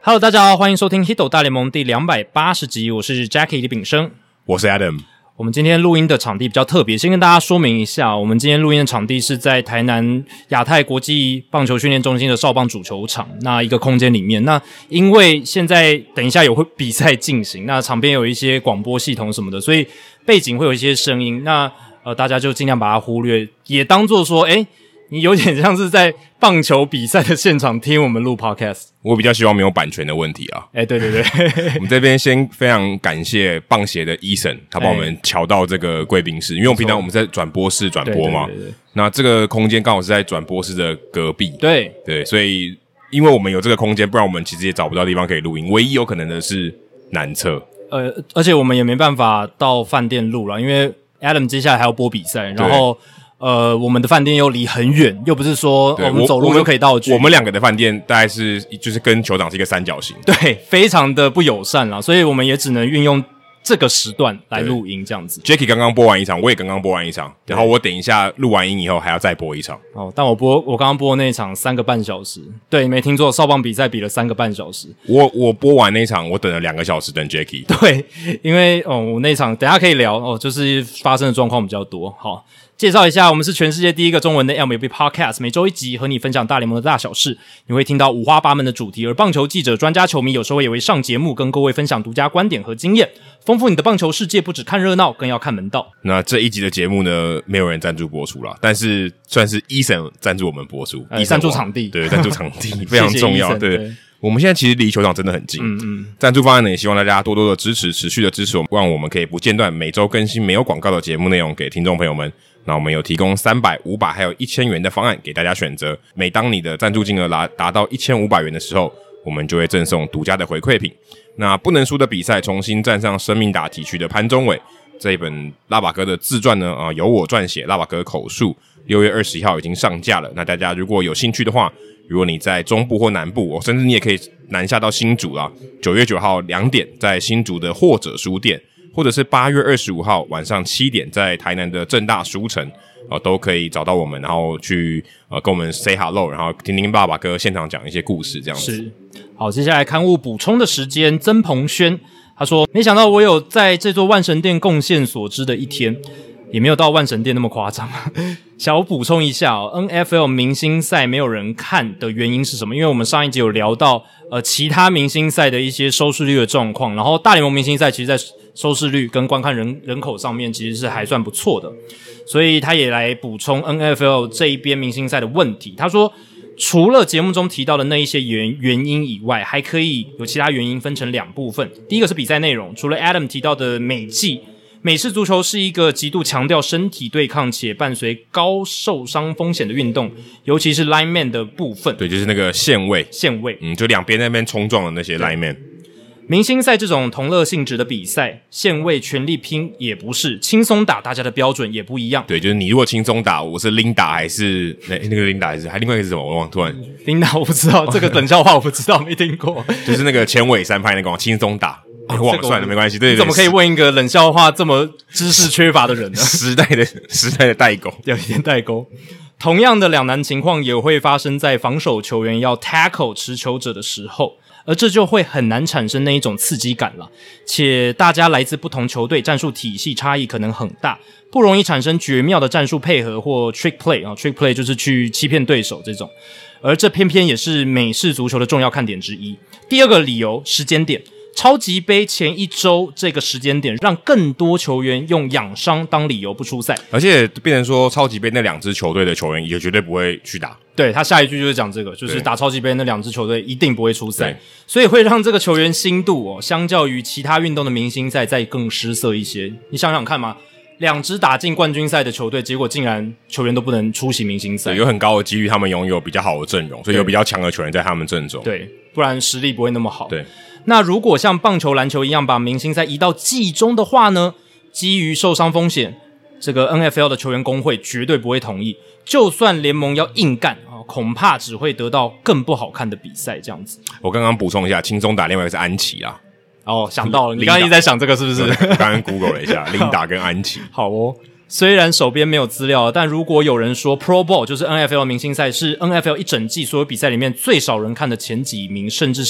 Hello， 大家好，欢迎收听《Hito 大联盟》第280集，我是 Jackie 李炳生， 我是 Adam。 我们今天录音的场地比较特别，先跟大家说明一下，我们今天录音的场地是在台南亚太国际棒球训练中心的少棒主球场那一个空间里面。那因为现在等一下有会比赛进行，那场边有一些广播系统什么的，所以背景会有一些声音，那大家就尽量把它忽略，也当作说你有点像是在棒球比赛的现场听我们录 podcast。 我比较希望没有版权的问题啊。 对对对我们这边先非常感谢棒协的Eason，他帮我们瞧到这个贵宾室，因为我平常我们在转播室转播嘛， 对， 那这个空间刚好是在转播室的隔壁，对，所以因为我们有这个空间，不然我们其实也找不到地方可以录音，唯一有可能的是南侧。 而且我们也没办法到饭店录了，因为 Adam 接下来还要播比赛，然后我们的饭店又离很远，又不是说我们走路就可以到距离。 我们两个的饭店大概是就是跟球场是一个三角形， 对，非常的不友善啦，所以我们也只能运用这个时段来录音这样子。 Jackie 刚刚播完一场，我也刚刚播完一场，然后我等一下录完音以后还要再播一场。 但我刚刚播的那一场3个半小时，对，没听错，少棒比赛比了3个半小时。 我播完那一场，我等了2个小时等 Jackie。 对，因为我那一场等一下可以聊就是发生的状况比较多。好，介绍一下，我们是全世界第一个中文的 MLB Podcast， 每周一集和你分享大联盟的大小事。你会听到五花八门的主题，而棒球记者、专家、球迷有时候也会上节目，跟各位分享独家观点和经验，丰富你的棒球世界。不只看热闹，更要看门道。 那这一集的节目呢，没有人赞助播出啦，但是算是Eason赞助我们播出， 赞助场地， 对，赞助场地非常重要。 谢谢对，我们现在其实离球场真的很近。赞助方案呢，也希望大家多多的支持，持续的支持我们，让我们可以不间断每周更新没有广告的节目内容给听众朋友们。那我们有提供300、500还有1000元的方案给大家选择。每当你的赞助金额达到1500元的时候，我们就会赠送独家的回馈品。那不能输的比赛，重新站上生命打题曲的潘宗伟这一本拉巴哥的自传呢，由我撰写，拉巴哥口述，6月21号已经上架了。那大家如果有兴趣的话，如果你在中部或南部，甚至你也可以南下到新竹啦，9月9号2点在新竹的或者书店，或者是8月25号晚上7点在台南的政大书城，都可以找到我们，然后去跟我们 say hello， 然后听听爸爸哥现场讲一些故事这样子。 是，好，接下来刊物补充的时间，曾鹏轩他说，没想到我有在这座万神殿贡献所知的一天，也没有到万神殿那么夸张。想要补充一下NFL 明星赛没有人看的原因是什么？因为我们上一集有聊到其他明星赛的一些收视率的状况，然后大联盟明星赛其实在收视率跟观看人口上面其实是还算不错的，所以他也来补充 NFL 这一边明星赛的问题。他说，除了节目中提到的那一些原因以外，还可以有其他原因分成2部分。第一个是比赛内容，除了 Adam 提到的美式足球是一个极度强调身体对抗且伴随高受伤风险的运动，尤其是 lineman 的部分。 对，就是那个线位，就两边那边冲撞的那些 lineman。 明星赛这种同乐性质的比赛，线位全力拼也不是，轻松打大家的标准也不一样。 对，就是你如果轻松打，我是拎打还是那个拎打还另外一个是什么？我忘，突然拎打我不知道，这个冷笑话我不知道，没听过。 就是那个前尾3拍那个轻松打。忘算了，没关系。对， 你怎么可以问一个冷笑话这么知识缺乏的人呢？ 时代的代沟， 有一点代沟。同样的两难情况也会发生在防守球员要 tackle 持球者的时候，而这就会很难产生那一种刺激感了。且大家来自不同球队，战术体系差异可能很大，不容易产生绝妙的战术配合或 trick play。trick play 就是去欺骗对手这种，而这偏偏也是美式足球的重要看点之一。第二个理由，时间点。超级杯前一周这个时间点，让更多球员用养伤当理由不出赛， 而且变成说超级杯那2支球队的球员也绝对不会去打。 对，他下一句就是讲这个，就是打超级杯那2支球队一定不会出赛，所以会让这个球员心度相较于其他运动的明星赛再更失色一些。你想想看嘛，2支打进冠军赛的球队，结果竟然球员都不能出席明星赛， 有很高的几率他们拥有比较好的阵容，所以有比较强的球员在他们阵中， 对，不然实力不会那么好。 对。 那如果像棒球、篮球一样把明星赛移到季中的话呢？基于受伤风险，这个 NFL 的球员工会绝对不会同意。就算联盟要硬干恐怕只会得到更不好看的比赛。这样子， 我刚刚补充一下，轻松打另外一个是安琪啊。 想到了，你刚刚一直在想这个是不是？ 我刚刚 Google 了一下，琳达跟安琪。 好哦。虽然手边没有资料，但如果有人说 Pro Bowl 就是 NFL 明星赛是 NFL 一整季所有比赛里面最少人看的前几名，甚至是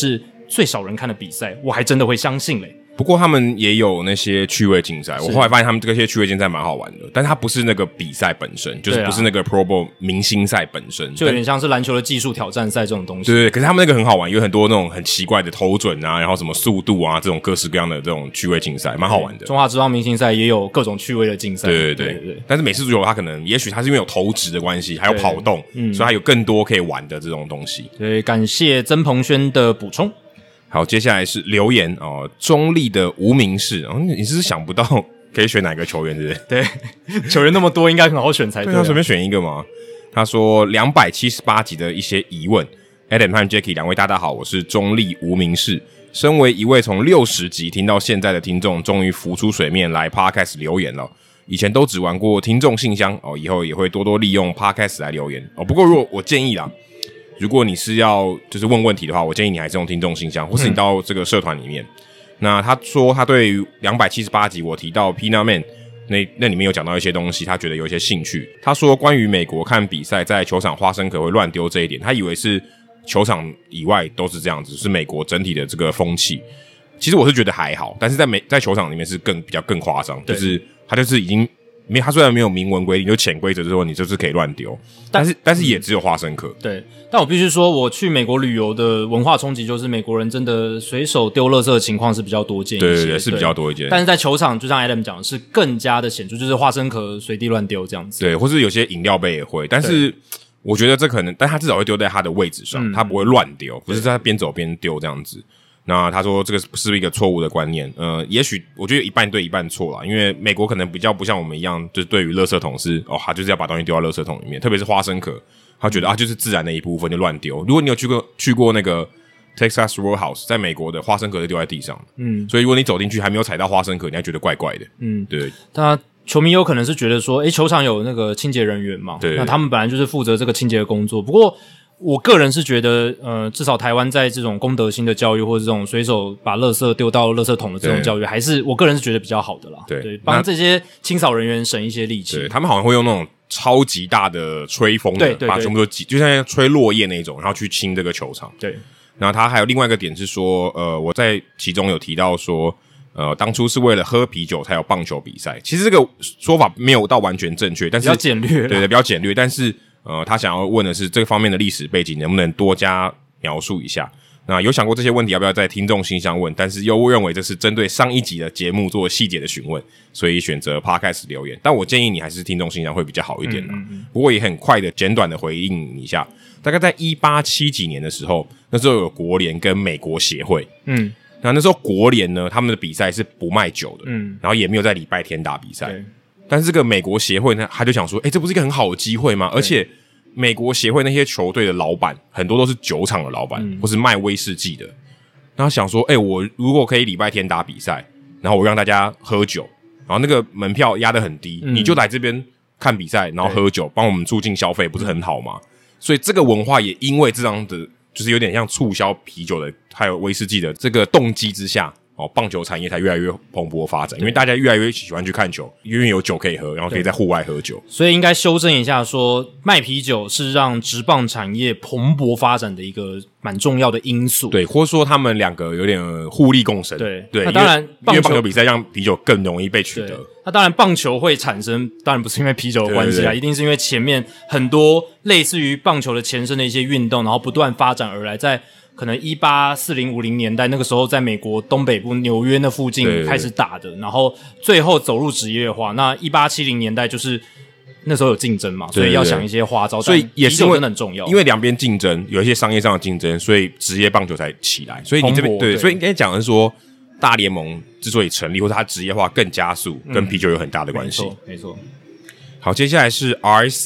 最少人看的比赛，我还真的会相信嘞。 不过他们也有那些趣味竞赛，我后来发现他们这些趣味竞赛蛮好玩的，但是它不是那个比赛本身，就是不是那个 Pro Bowl 明星赛本身， 就有点像是篮球的技术挑战赛这种东西。 对，可是他们那个很好玩，有很多那种很奇怪的投准啊，然后什么速度啊，这种各式各样的这种趣味竞赛，蛮好玩的。 中华职棒明星赛也有各种趣味的竞赛。 对。但是美式足球它可能，也许它是因为有投掷的关系，还有跑动，所以它有更多可以玩的这种东西。 对，感谢曾鹏轩的补充。 好，接下来是留言哦，中立的无名氏哦，你是想不到可以选哪个球员，对不对？ 对，球员那么多，应该很好选才对。 对啊，随便选一个嘛。他说278集的一些疑问 ，Adam 和 Jackie 两位大家好，我是中立无名氏，身为一位从60集听到现在的听众，终于浮出水面来 Podcast 留言了。以前都只玩过听众信箱哦，以后也会多多利用 Podcast 来留言哦。不过如果我建议啦。如果你是要就是问问题的话，我建议你还是用听众信箱，或是你到这个社团里面。那他说他对于278集我提到 Peanut Man 那里面有讲到一些东西，他觉得有一些兴趣。他说关于美国看比赛在球场花生壳会乱丢这一点，他以为是球场以外都是这样子，是美国整体的这个风气。其实我是觉得还好，但是在球场里面是比较更夸张，就是他就是已经。他虽然没有明文规定，就潜规则，就是说你就是可以乱丢，但是也只有花生壳。 对，但我必须说，我去美国旅游的文化冲击就是美国人真的随手丢垃圾的情况是比较多见一些， 对，是比较多一些。 但是在球场，就像 Adam 讲的，是更加的显著，就是花生壳随地乱丢这样子。 对，或是有些饮料杯也会，但是我觉得这可能，但他至少会丢在他的位置上，他不会乱丢，不是在他边走边丢这样子。那他说这个是一个错误的观念，也许我觉得一半对一半错啦，因为美国可能比较不像我们一样，就是对于垃圾桶是他就是要把东西丢到垃圾桶里面，特别是花生壳，他觉得就是自然的一部分就乱丢。如果你有去过那个 Texas Roadhouse， 在美国的花生壳就丢在地上，所以如果你走进去还没有踩到花生壳，你还觉得怪怪的，对。 那球迷有可能是觉得说，球场有那个清洁人员嘛，对，那他们本来就是负责这个清洁的工作，不过。我个人是觉得，至少台湾在这种公德心的教育，或者这种随手把垃圾丢到垃圾桶的这种教育，还是我个人是觉得比较好的啦。对，帮这些清扫人员省一些力气。 对，他们好像会用那种超级大的吹风的，把全部都挤，就像吹落叶那种，然后去清这个球场。 对， 然后他还有另外一个点是说，我在其中有提到说，当初是为了喝啤酒才有棒球比赛。其实这个说法没有到完全正确，但是比较简略， 对，比较简略，但是。他想要问的是这个方面的历史背景能不能多加描述一下？那有想过这些问题要不要在听众信箱问？但是又认为这是针对上一集的节目做细节的询问，所以选择 Podcast 留言。但我建议你还是听众信箱会比较好一点啦。不过也很快的简短的回应一下，大概在187几年的时候，那时候有国联跟美国协会，那时候国联呢，他们的比赛是不卖酒的，然后也没有在礼拜天打比赛。但是这个美国协会呢，他就想说，这不是一个很好的机会吗？而且美国协会那些球队的老板很多都是酒厂的老板，或是卖威士忌的。然后想说，我如果可以礼拜天打比赛，然后我让大家喝酒，然后那个门票压得很低，你就来这边看比赛，然后喝酒，帮我们促进消费，不是很好吗？所以这个文化也因为这样的，就是有点像促销啤酒的还有威士忌的这个动机之下。棒球产业才越来越蓬勃发展，因为大家越来越喜欢去看球，因为有酒可以喝，然后可以在户外喝酒， 所以应该修正一下说，卖啤酒是让职棒产业蓬勃发展的一个蛮重要的因素。 对，或者说他们两个有点互利共生。 对， 那当然因为棒球比赛让啤酒更容易被取得。 那当然棒球会产生，当然不是因为啤酒的关系啊，一定是因为前面很多类似于棒球的前身的一些运动，然后不断发展而来，在可能1840-50年代那个时候，在美国东北部纽约那附近开始打的，然后最后走入职业化。那1870年代就是那时候有竞争嘛，所以要想一些花招， 所以也是真的很重要。 因为两边竞争，有一些商业上的竞争，所以职业棒球才起来。所以你这边对，所以应该讲的是说，大联盟之所以成立，或者它职业化更加速，跟啤酒有很大的关系。 没错。 好，接下来是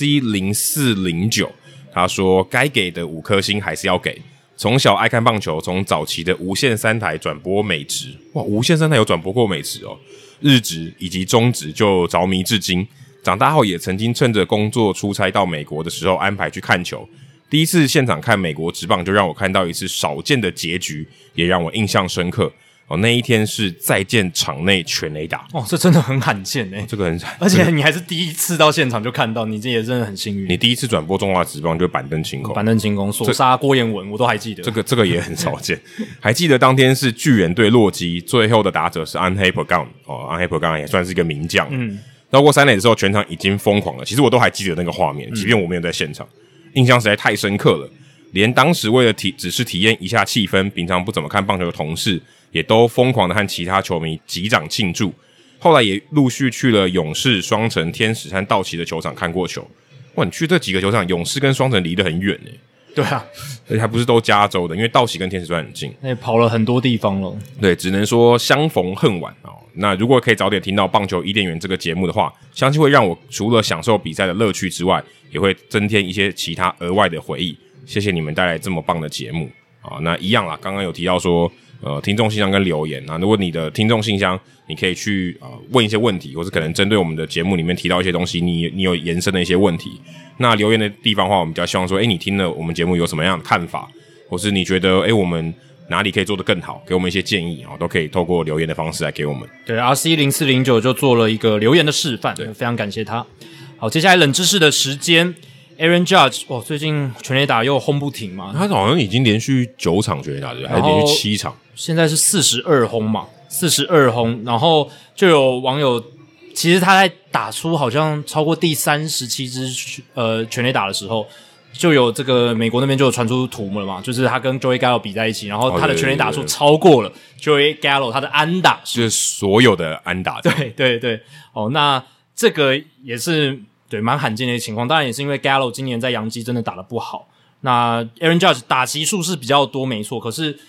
RC0409，他说该给的5颗星还是要给。从小爱看棒球，从早期的无线3台转播美职，哇，无线3台有转播过美职哦，日职以及中职就着迷至今。长大后也曾经趁着工作出差到美国的时候安排去看球。第一次现场看美国职棒，就让我看到一次少见的结局，也让我印象深刻。 那一天是再见场内全垒打这真的很罕见这个很而且你还是第一次到现场就看到，你这也真的很幸运。 你第一次转播中华职棒就板凳清空， 所杀郭彦文我都还记得， 这个也很少见。还记得当天是巨人对洛基，最后的打者是安黑普冈安黑普冈也算是一个名将。绕过三垒的时候，全场已经疯狂了。其实我都还记得那个画面，即便我没有在现场，印象实在太深刻了。连当时为了只是体验一下气氛，平常不怎么看棒球的同事，也都疯狂的和其他球迷击掌庆祝。后来也陆续去了勇士、双城、天使和道奇的球场看过球。哇，你去这几个球场，勇士跟双城离得很远对啊， 而且还不是都加州的，因为道奇跟天使算很近。 跑了很多地方了。 对，只能说相逢恨晚那如果可以早点听到棒球伊甸园这个节目的话，相信会让我除了享受比赛的乐趣之外，也会增添一些其他额外的回忆。谢谢你们带来这么棒的节目那一样啦，刚刚有提到说听众信箱跟留言如果你的听众信箱你可以去问一些问题，或是可能针对我们的节目里面提到一些东西，你有延伸的一些问题，那留言的地方的话，我们比较希望说你听了我们节目有什么样的看法，或是你觉得我们哪里可以做得更好，给我们一些建议都可以透过留言的方式来给我们。 对 RC0409 就做了一个留言的示范，非常感谢他。好，接下来冷知识的时间。Aaron Judge 最近全垒打又轰不停嘛， 他好像已经连续9场全垒打，还是连续7场， 现在是42轰嘛，42轰，然后就有网友，其实他在打出好像超过第37支全垒打的时候，就有这个美国那边就有传出图了嘛，就是他跟 Joey Gallo 比在一起，然后他的全垒打数超过了 Joey Gallo 他的安打数， 就是所有的安打。 对，那这个也是。对，蛮罕见的情况，当然也是因为 Gallo 今年在洋基真的打得不好。那 Aaron Judge 打席数是比较多，没错，可是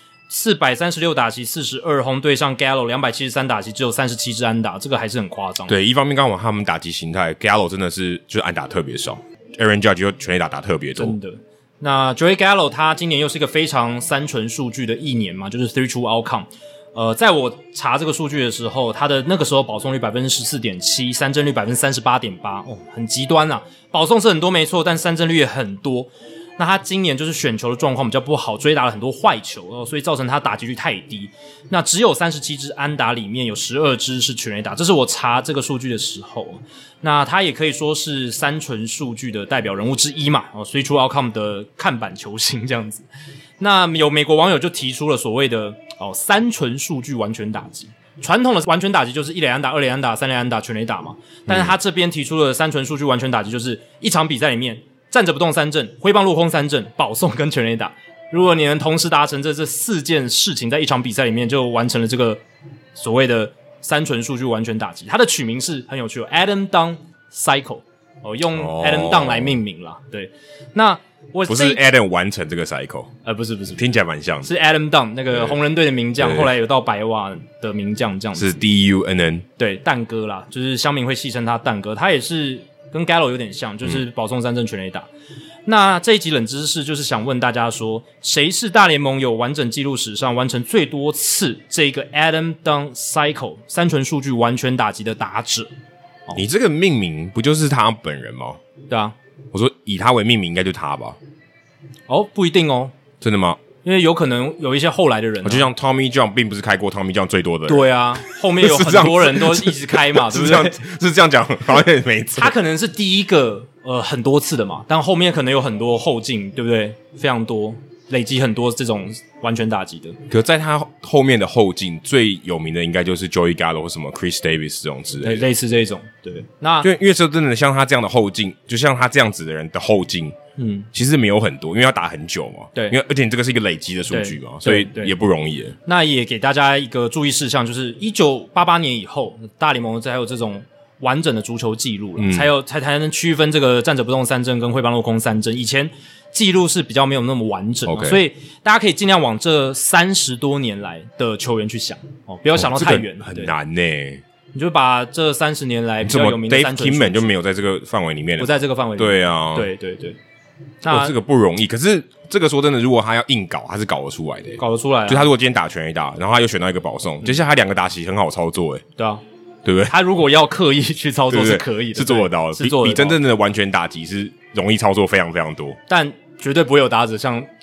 436打席42轰对上 Gallo 273打席只有37支安打，这个还是很夸张。 对，一方面刚好他们打击形态 ，Gallo 真的是就是安打特别少 ，Aaron Judge 又全垒打特别多。 真的。那 Joey Gallo 他今年又是一个非常三纯数据的一年嘛，就是 3 true outcome。在我查这个数据的时候，他的那个时候保送率 14.7%， 三振率 38.8%， 很极端啊。保送是很多没错，但三振率也很多。那他今年就是选球的状况比较不好，追打了很多坏球所以造成他打击率太低。那只有37支安打里面有12支是全垒打，这是我查这个数据的时候。那他也可以说是三纯数据的代表人物之一嘛，3 true outcome 的看板球星这样子。那有美国网友就提出了所谓的三纯数据完全打击。传统的完全打击就是一垒安打、二垒安打、三垒安打、全垒打嘛，但是他这边提出了三纯数据完全打击，就是一场比赛里面站着不动三振、挥棒落空三振、保送跟全垒打。如果你能同时达成这4件事情，在一场比赛里面就完成了这个所谓的三纯数据完全打击。它的取名是很有趣Adam Dunn Cycle，用 Adam Dunn 来命名啦。对，那我不是 Adam 完成这个 cycle， 不是， 听起来蛮像的， 是 Adam Dunn 那个红人队的名将，后来有到白袜的名将这样子， 是 DUNN， 对，蛋哥啦，就是乡民会戏称他蛋哥，他也是跟 Gallo 有点像，就是保送三振全垒打。那这一集冷知识就是想问大家说，谁是大联盟有完整记录史上完成最多次这个 Adam Dunn Cycle 三纯数据完全打击的打者？ 你这个命名不就是他本人吗？ 对啊， 我说以他为命名应该就是他吧？ 不一定哦。 真的吗？ 因为有可能有一些后来的人就像 Tommy John 并不是开过 Tommy John 最多的人。 对啊，后面有很多人都一直开嘛，对不对？ 是这样讲，好像也没错。 他可能是第一个很多次的嘛，但后面可能有很多后进，对不对？非常多，累积很多这种完全打击的。 可在他后面的后进最有名的应该就是 Joey Gallo 或什么 Chris Davis 这种之类的， 类似这种。对，那因为说真的，像他这样的后进，就像他这样子的人的后进，其实没有很多，因为要打很久嘛。 对， 因为而且你这个是一个累积的数据嘛，所以也不容易。 那也给大家一个注意事项，就是1988年以后，大联盟才有这种完整的足球记录了，才能区分这个站着不动三振跟挥棒落空三振。以前记录是比较没有那么完整所以大家可以尽量往这30多年来的球员去想不要想到太远， 很难欸。 你就把这30年来比较有名的三纯数据 Dave Kingman 就没有在这个范围里面了， 不在这个范围里面。 对啊， 对。那这个不容易，可是这个说真的，如果他要硬搞，他是搞得出来的， 搞得出来。 就他如果今天打全垒打，然后他又选到一个保送，接下来他2个打席很好操作， 对啊， 对不对？ 他如果要刻意去操作是可以的， 是做得到的，比真正的完全打击是容易操作非常非常多， 但绝对不会有打者像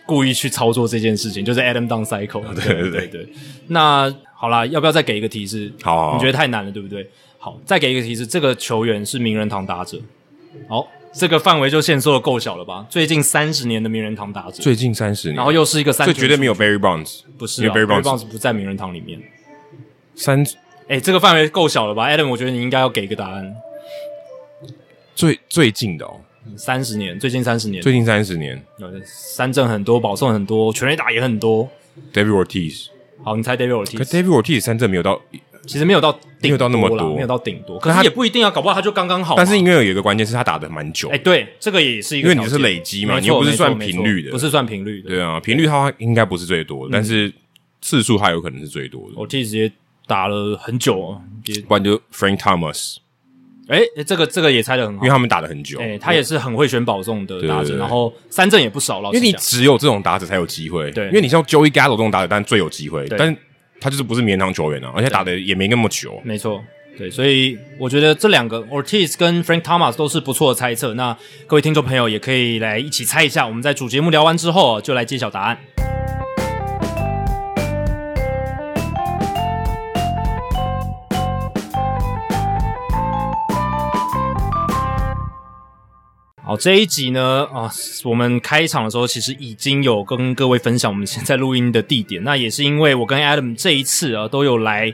故意去操作这件事情，就是 Adam Down Cycle。对。那好啦，要不要再给一个提示？ 好， 你觉得太难了，对不对？好，再给一个提示，这个球员是名人堂打者。好，这个范围就限缩的够小了吧？最近30年的名人堂打者， 最近30年， 然后又是一个这绝对没有 Barry Bonds， 不是、啊、 Barry Bonds 不在名人堂里面。这个范围够小了吧 ？Adam， 我觉得你应该要给一个答案。 最近的哦。 30年，最近30年， 最近30年， 三振很多，保送很多，全垒打也很多。 David Ortiz， 好，你猜 David Ortiz？ 可 David Ortiz 三振没有到， 其实没有到那么多， 没有到顶多，可是也不一定啊，搞不好他就刚刚好。 但是因为有一个关键是他打得蛮久， 对，这个也是一个， 因为你是累积嘛，你又不是算频率的， 不是算频率的， 对啊，频率他应该不是最多的，但是次数他有可能是最多的。 Ortiz 也打了很久， 不然就 Frank Thomas。 这个也猜得很好， 因为他们打得很久。 他也是很会选保送的打者，然后三振也不少。老实讲， 因为你只有这种打者才有机会。 对， 因为你像 Joey Gallo 这种打者，但最有机会，但是他就是不是名人堂球员啊，而且打的也没那么久。 没错，对，所以我觉得这两个 Ortiz 跟 Frank Thomas 都是不错的猜测。那各位听众朋友也可以来一起猜一下。我们在主节目聊完之后，就来揭晓答案。好，这一集呢，我们开场的时候其实已经有跟各位分享我们现在录音的地点，那也是因为我跟 Adam 这一次都有来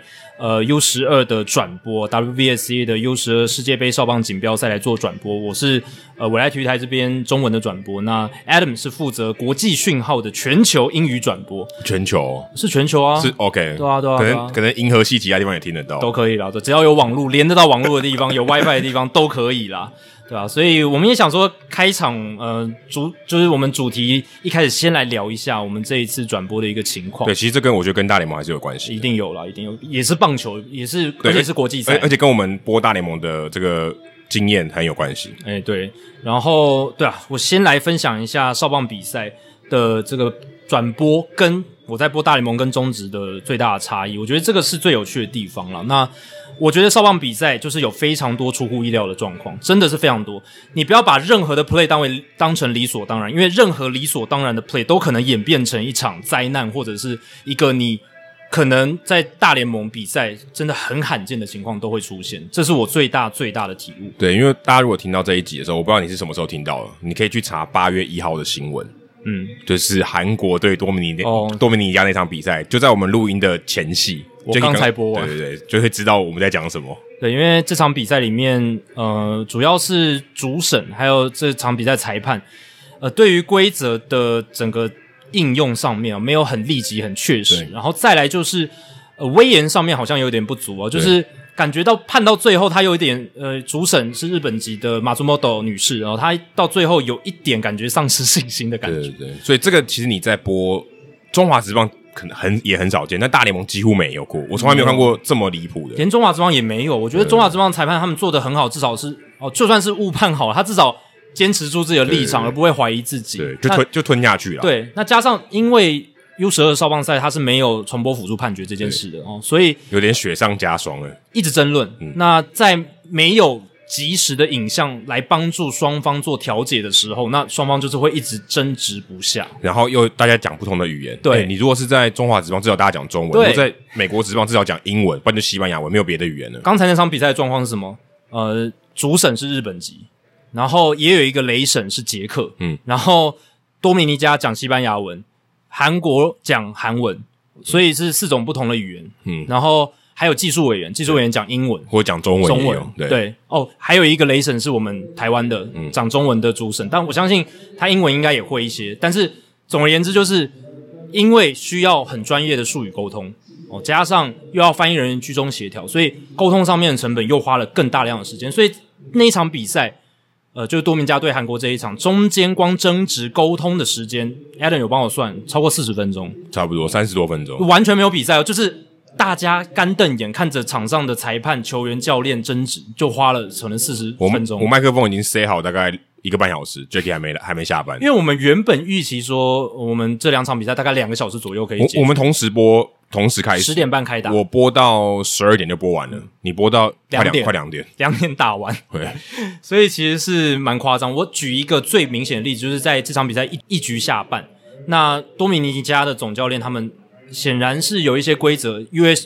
U12 的转播 WBSC 的 U12 世界杯少棒锦标赛来做转播，我是未来体育台这边中文的转播，那 Adam 是负责国际讯号的全球英语转播。全球是全球啊， 是 OK， 对啊， 可能银河系其他地方也听得到， 都可以啦，只要有网路连得到网路的地方，有 WiFi 的地方都可以啦。对啊，所以我们也想说开场就是我们主题一开始先来聊一下我们这一次转播的一个情况。 对，其实这我觉得跟大联盟还是有关系， 一定有啦，一定有，也是棒球，也是而且是国际赛， 而且跟我们播大联盟的这个经验很有关系。 对，然后对啊，我先来分享一下少棒比赛的这个转播跟我在播大联盟跟中职的最大的差异，我觉得这个是最有趣的地方啦。那我觉得少棒比赛就是有非常多出乎意料的状况，真的是非常多。你不要把任何的 play 当成理所当然，因为任何理所当然的 play 都可能演变成一场灾难，或者是一个你可能在大联盟比赛真的很罕见的情况都会出现。这是我最大的体悟。 对，因为大家如果听到这一集的时候，我不知道你是什么时候听到的，你可以去查8月1号的新闻。就是韩国对多米尼加那场比赛，就在我们录音的前夕， 我刚才播完， 对，就会知道我们在讲什么。 对，因为这场比赛里面，主要是主审还有这场比赛裁判，对于规则的整个应用上面没有很立即、很确实，然后再来就是威严上面好像有点不足就是感觉到判到最后，他有一点主审是日本籍的马祖莫斗女士，然后他到最后有一点感觉丧失信心的感觉。 对，所以这个其实你在播中华职棒可能也很少见，但大联盟几乎没有过，我从来没有看过这么离谱的。 连中华职棒也没有，我觉得中华职棒裁判他们做得很好，至少是就算是误判好了，他至少坚持住自己的立场，而不会怀疑自己。 对，就吞下去了。 对，那加上因为U12 少棒赛它是没有重播辅助判决这件事的所以有点雪上加霜了， 一直争论。那在没有及时的影像来帮助双方做调解的时候，那双方就是会一直争执不下， 然后又大家讲不同的语言。 对， 你如果是在中华职棒，至少大家讲中文；如果在美国职棒，至少讲英文，不然就西班牙文，没有别的语言了。 刚才那场比赛的状况是什么？主审是日本籍，然后也有一个雷审是捷克，然后多米尼加讲西班牙文。韩国讲韩文，所以是4种不同的语言。然后还有技术委员讲英文或者讲中文也有。 对还有一个雷审是我们台湾的讲中文的主审，但我相信他英文应该也会一些。但是总而言之，就是因为需要很专业的术语沟通加上又要翻译人员居中协调，所以沟通上面的成本又花了更大量的时间。所以那一场比赛。就是多米加对韩国这一场，中间光争执沟通的时间 ，Adam 有帮我算，超过40分钟， 差不多30多分钟， 完全没有比赛就是大家干瞪眼看着场上的裁判、球员、教练争执，就花了可能40分钟。 我麦克风已经塞好大概1个半小时 ，Jackie 还没下班， 因为我们原本预期说，我们这2场比赛大概2个小时左右可以结束。 我们同时播。同时开始 10点半开打， 我播到12点就播完了，你播到快2点 ，2点打完，对，所以其实是蛮夸张。我举一个最明显的例子，就是在这场比赛一局下半， 那多米尼加的总教练他们显然是有一些规则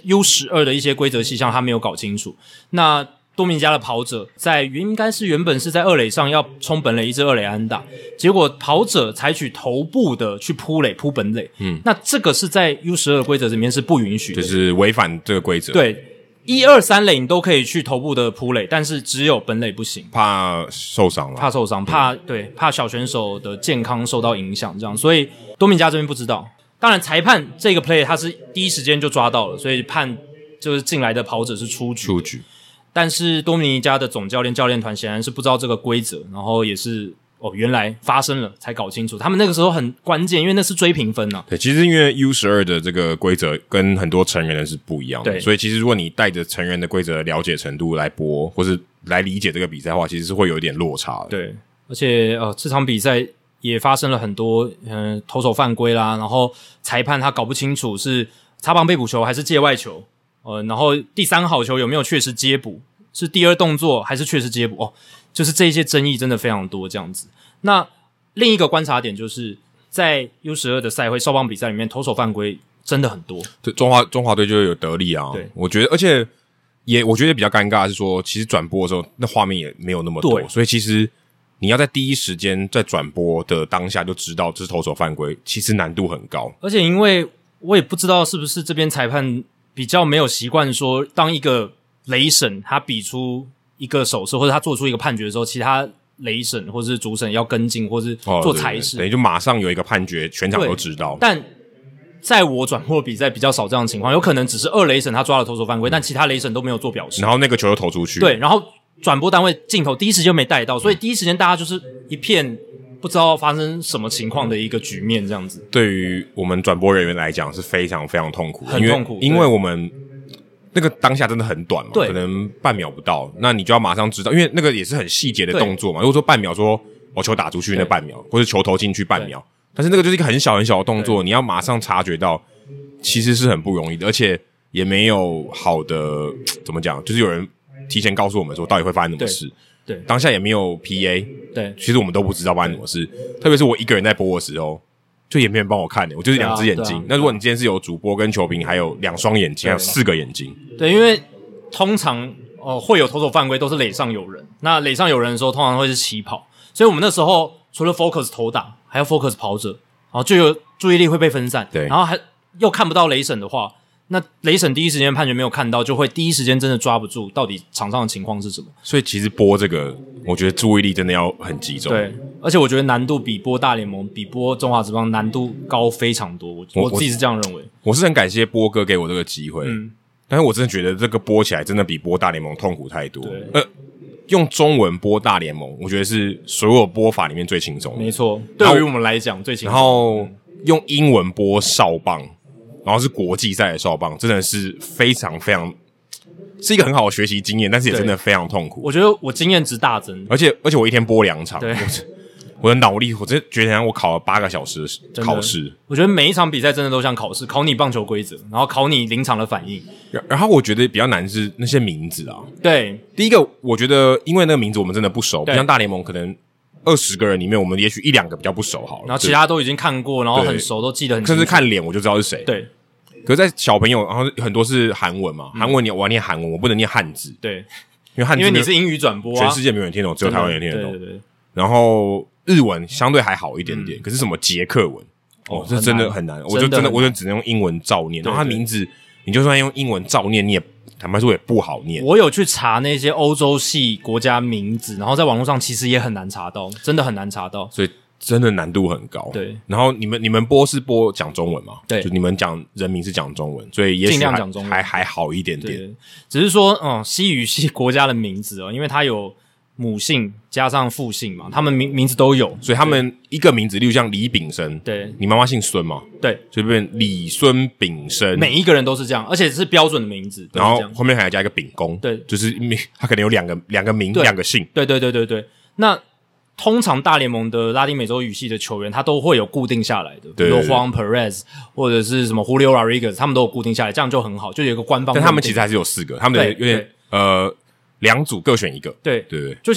U12 的一些规则细项他没有搞清楚。那多米尼加的跑者在应该是原本是在二垒上要冲本垒一支二垒安打，结果跑者采取头部的去扑垒扑本垒，那这个是在 U12 规则里面是不允许的， 就是违反这个规则。 对，1、2、3垒你都可以去头部的扑垒，但是只有本垒不行， 怕受伤了， 怕小选手的健康受到影响，这样，所以多米加这边不知道。当然，裁判这个 play 他是第一时间就抓到了，所以判就是进来的跑者是出局。但是多米尼加的总教练教练团显然是不知道这个规则，然后也是原来发生了才搞清楚。他们那个时候很关键，因为那是追评分啊。 对，其实因为 U12 的这个规则跟很多成人的是不一样的， 对， 所以其实如果你带着成人的规则的了解程度来播，或是来理解这个比赛的话，其实是会有一点落差的。 对，而且这场比赛也发生了很多投手犯规啦，然后裁判他搞不清楚是擦棒被捕球还是界外球，然后第三好球有没有确实接捕，是第二动作还是确实接捕，就是这些争议真的非常多这样子。那另一个观察点就是在 U12 的赛会少棒比赛里面，投手犯规真的很多。 对，中华队就有得利啊。 对， 我觉得，而且我觉得比较尴尬的是说，其实转播的时候那画面也没有那么多，所以其实你要在第一时间在转播的当下就知道这是投手犯规，其实难度很高。 而且因为我也不知道是不是这边裁判比较没有习惯说，当一个雷审他比出一个手势或者他做出一个判决的时候，其他雷审或是主审要跟进或是做裁示， 等于就马上有一个判决，全场都知道。 但在我转播比赛比较少这样的情况，有可能只是二雷审他抓了投手犯规，但其他雷审都没有做表示， 然后那个球又投出去。 对，然后转播单位镜头第一时间没带到，所以第一时间大家就是一片不知道发生什么情况的一个局面，这样子。 对于我们转播人员来讲是非常非常痛苦的， 很痛苦， 因为我们那个当下真的很短嘛，可能半秒不到，那你就要马上知道，因为那个也是很细节的动作嘛。如果说半秒说球打出去那半秒，或者球投进去半秒，但是那个就是一个很小很小的动作，你要马上察觉到，其实是很不容易的，而且也没有好的怎么讲，就是有人提前告诉我们说到底会发生什么事。 对， 当下也没有 PA， 对， 其实我们都不知道发生什么事，特别是我一个人在播的时候，就也没人帮我看我就是两只眼睛。那如果你今天是有主播跟球评，还有2双眼睛，还有4个眼睛， 对，因为通常会有投手犯规都是垒上有人，那垒上有人的时候，通常会是起跑，所以我们那时候除了 focus 投打，还要 focus 跑者，然后就有注意力会被分散， 对， 然后还又看不到雷审的话。那雷审第一时间判决没有看到，就会第一时间真的抓不住到底场上的情况是什么。 所以其实播这个，我觉得注意力真的要很集中。 对，而且我觉得难度比播大联盟、比播中华职棒难度高非常多。我自己是这样认为。 我是很感谢波哥给我这个机会，但是我真的觉得这个播起来真的比播大联盟痛苦太多。用中文播大联盟，我觉得是所有播法里面最轻松的。 没错，对于我们来讲最轻松。 然后用英文播少棒。然后是国际赛的少棒，真的是非常非常是一个很好的学习经验，但是也真的非常痛苦。 我觉得我经验值大增， 而且我一天播2场， 对， 我的脑力，我真的觉得我考了8个小时的考试。 我觉得每一场比赛真的都像考试，考你棒球规则，然后考你临场的反应。 然后我觉得比较难是那些名字啊。 对， 第一个我觉得因为那个名字我们真的不熟，不像大联盟可能20个人里面，我们也许1、2个比较不熟好了， 然后其他都已经看过，然后很熟，都记得很清楚， 甚至看脸我就知道是谁。 对。 可是在小朋友，然后很多是韩文嘛，韩文我要念韩文，我不能念汉字， 对， 因为汉字因为你是英语转播， 全世界没有人听懂，只有台湾人听得懂。 对。 然后日文相对还好一点点，可是什么捷克文，这真的很难，我就只能用英文照念。然后他名字，你就算用英文照念，你也坦白说也不好念。 我有去查那些欧洲系国家名字，然后在网络上其实也很难查到，真的很难查到， 所以。真的难度很高， 对。 然后你们播是播讲中文嘛？ 对， 就你们讲人名是讲中文，所以也许尽量讲中文还好一点点。 只是说，西语系国家的名字因为它有母姓加上父姓嘛，他们名字都有， 所以他们一个名字，例如像李炳生， 对， 你妈妈姓孙嘛？ 对， 就变李孙炳生， 每一个人都是这样，而且是标准的名字， 然后后面还要加一个炳公， 对， 就是他可能有两个名2个姓， 对。那通常大联盟的拉丁美洲语系的球员，他都会有固定下来的，比如说 Juan Perez 或者是什么 Julio Rodriguez， 他们都有固定下来，这样就很好，就有一个但他们其实还是有4个，他们的有点2组各选一个， 对， 对， 就像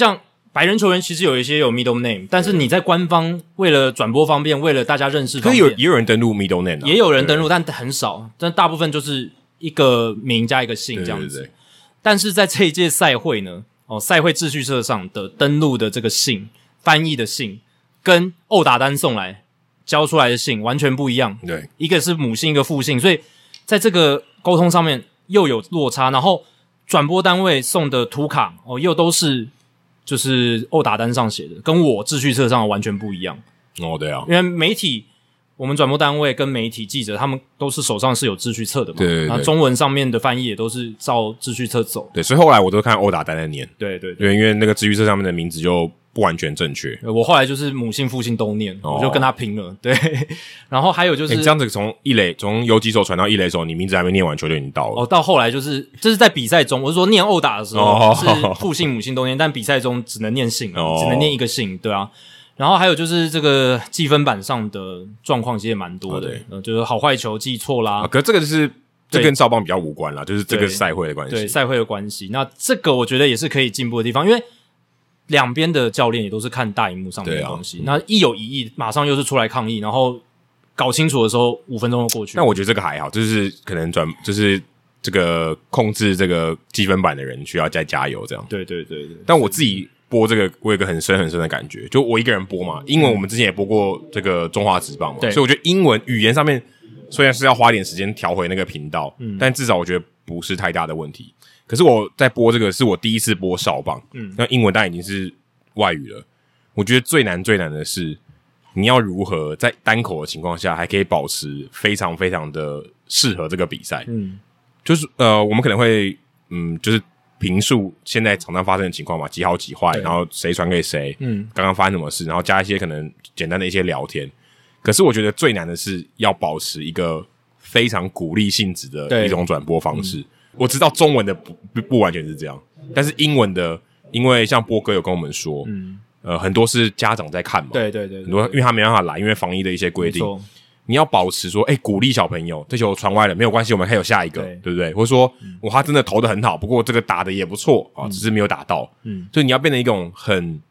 白人球员其实有一些有 middle name， 但是你在官方为了转播方便，为了大家认识方便， 可是也有人登录 middle name， 也有人登录，但很少，但大部分就是一个名加一个姓这样子。 对。 但是在这一届赛会呢，赛会秩序册上的登录的这个姓，翻译的姓，跟殴打单送来交出来的姓完全不一样。 对， 一个是母姓，一个父姓，所以在这个沟通上面又有落差，然后转播单位送的图卡又都是就是殴打单上写的，跟我秩序册上的完全不一样。 对啊， 因为媒体我们转播单位跟媒体记者他们都是手上是有秩序册的嘛， 对， 那中文上面的翻译也都是照秩序册走。 对，所以后来我都看殴打单在念。 对， 因为那个秩序册上面的名字就不完全正确。 我后来就是母姓父姓都念，我就跟他拼了。对，然后还有就是这样子从游击手传到一垒手，你名字还没念完，球就已经到了。 到后来就是这是在比赛中，我是说念殴打的时候是父姓母姓都念，但比赛中只能念姓，只能念一个姓，对啊。然后还有就是这个计分板上的状况其实也蛮多的，就是好坏球记错啦。 可是这个这跟少棒比较无关啦，就是这个赛会的关系。 对，赛会的关系。那这个我觉得也是可以进步的地方，因为两边的教练也都是看大荧幕上面的东西。那一有疑义，马上又是出来抗议，然后搞清楚的时候5分钟就过去。 但我觉得这个还好，就是可能就是这个控制这个积分板的人需要再加油这样。 对。 但我自己播这个，我有一个很深的感觉，就我一个人播嘛。英文我们之前也播过这个中华职棒嘛，所以我觉得英文语言上面虽然是要花点时间调回那个频道，但至少我觉得不是太大的问题。可是我在播这个是我第一次播少棒，那英文当然已经是外语了。我觉得最难的是你要如何在单口的情况下还可以保持非常非常的适合这个比赛。就是我们可能会就是评述现在场上发生的情况嘛，几好几坏，然后谁传给谁，刚刚发生什么事，然后加一些可能简单的一些聊天。可是我觉得最难的是要保持一个非常鼓励性质的一种转播方式。我知道中文的不完全是这样，但是英文的，因为像波哥有跟我们说，很多是家长在看嘛， 对， 很多因为他没办法来，因为防疫的一些规定。你要保持说，鼓励小朋友，这球传歪了没有关系，我们还有下一个，对不对？或者说，他真的投得很好，不过这个打得也不错啊，只是没有打到。所以你要变成一种很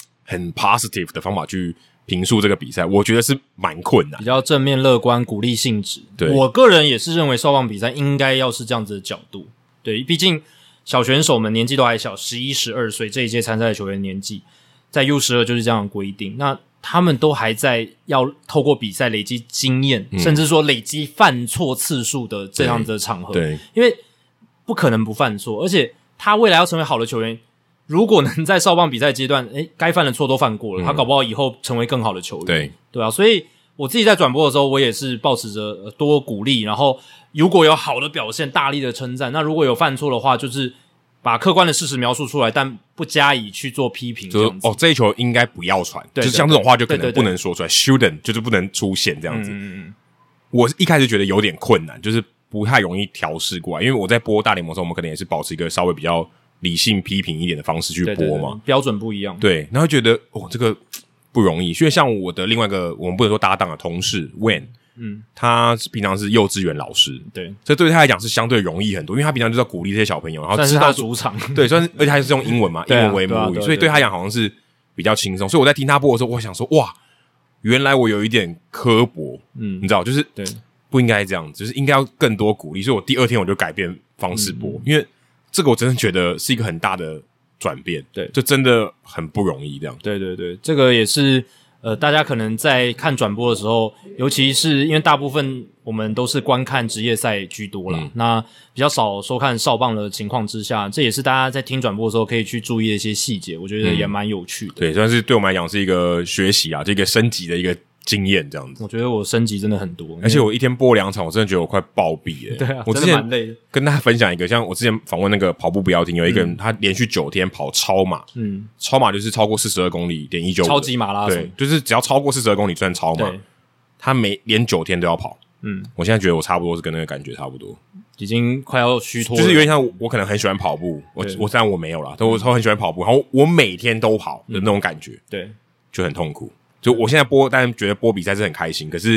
positive 的方法去评述这个比赛，我觉得是蛮困难， 比较正面乐观、鼓励性质。 对， 我个人也是认为少棒比赛应该要是这样子的角度。对，毕竟小选手们年纪都还小，11、12岁这一届参赛的球员年纪，在 U12 就是这样的规定。那他们都还在要透过比赛累积经验，甚至说累积犯错次数的这样子的场合。 对， 因为不可能不犯错，而且他未来要成为好的球员，如果能在少棒比赛阶段，该犯的错都犯过了，他搞不好以后成为更好的球员。对啊，所以我自己在转播的时候，我也是抱持着多鼓励，然后如果有好的表现，大力的称赞；那如果有犯错的话，就是把客观的事实描述出来，但不加以去做批评。 就是这一球应该不要传，就是像这种话就可能不能说出来 ，shouldn't 就是不能出现这样子。我一开始觉得有点困难，就是不太容易调试过来，因为我在播大联盟的时候，我们可能也是保持一个稍微比较理性批评一点的方式去播嘛， 标准不一样。 对，然后觉得这个不容易，因为像我的另外一个我们不能说搭档的同事 Wen。他平常是幼稚园老师， 对， 所以对他来讲是相对容易很多，因为他平常就是要鼓励这些小朋友，然后算是他主场， 对，算是，而且他是用英文嘛，英文为母语，所以对他来讲好像是比较轻松。所以我在听他播的时候，我想说，哇，原来我有一点刻薄，你知道，就是对不应该这样子，就是应该要更多鼓励。所以我第二天我就改变方式播，因为这个我真的觉得是一个很大的转变，对，就真的很不容易这样。 对，这个也是。大家可能在看转播的时候，尤其是因为大部分我们都是观看职业赛居多啦，那比较少收看少棒的情况之下，这也是大家在听转播的时候可以去注意的一些细节，我觉得也蛮有趣的。 对，算是对我们来讲是一个学习啊，这个升级的一个经验这样子。 我觉得我升级真的很多， 而且我一天播2场，我真的觉得我快暴毙了。 对啊， 我之前蛮累的。 跟大家分享一个，像我之前访问那个跑步不要停，有一个人他连续9天跑超马，超马就是超过42公里.195， 超级马拉松， 对，就是只要超过42公里算超马。他连9天都要跑。我现在觉得我差不多是跟那个感觉差不多， 已经快要虚脱了。 就是有点像我可能很喜欢跑步，我虽然我没有啦，但我很喜欢跑步，然后我每天都跑的那种感觉， 对， 就很痛苦。就我现在播，但觉得播比赛是很开心，可是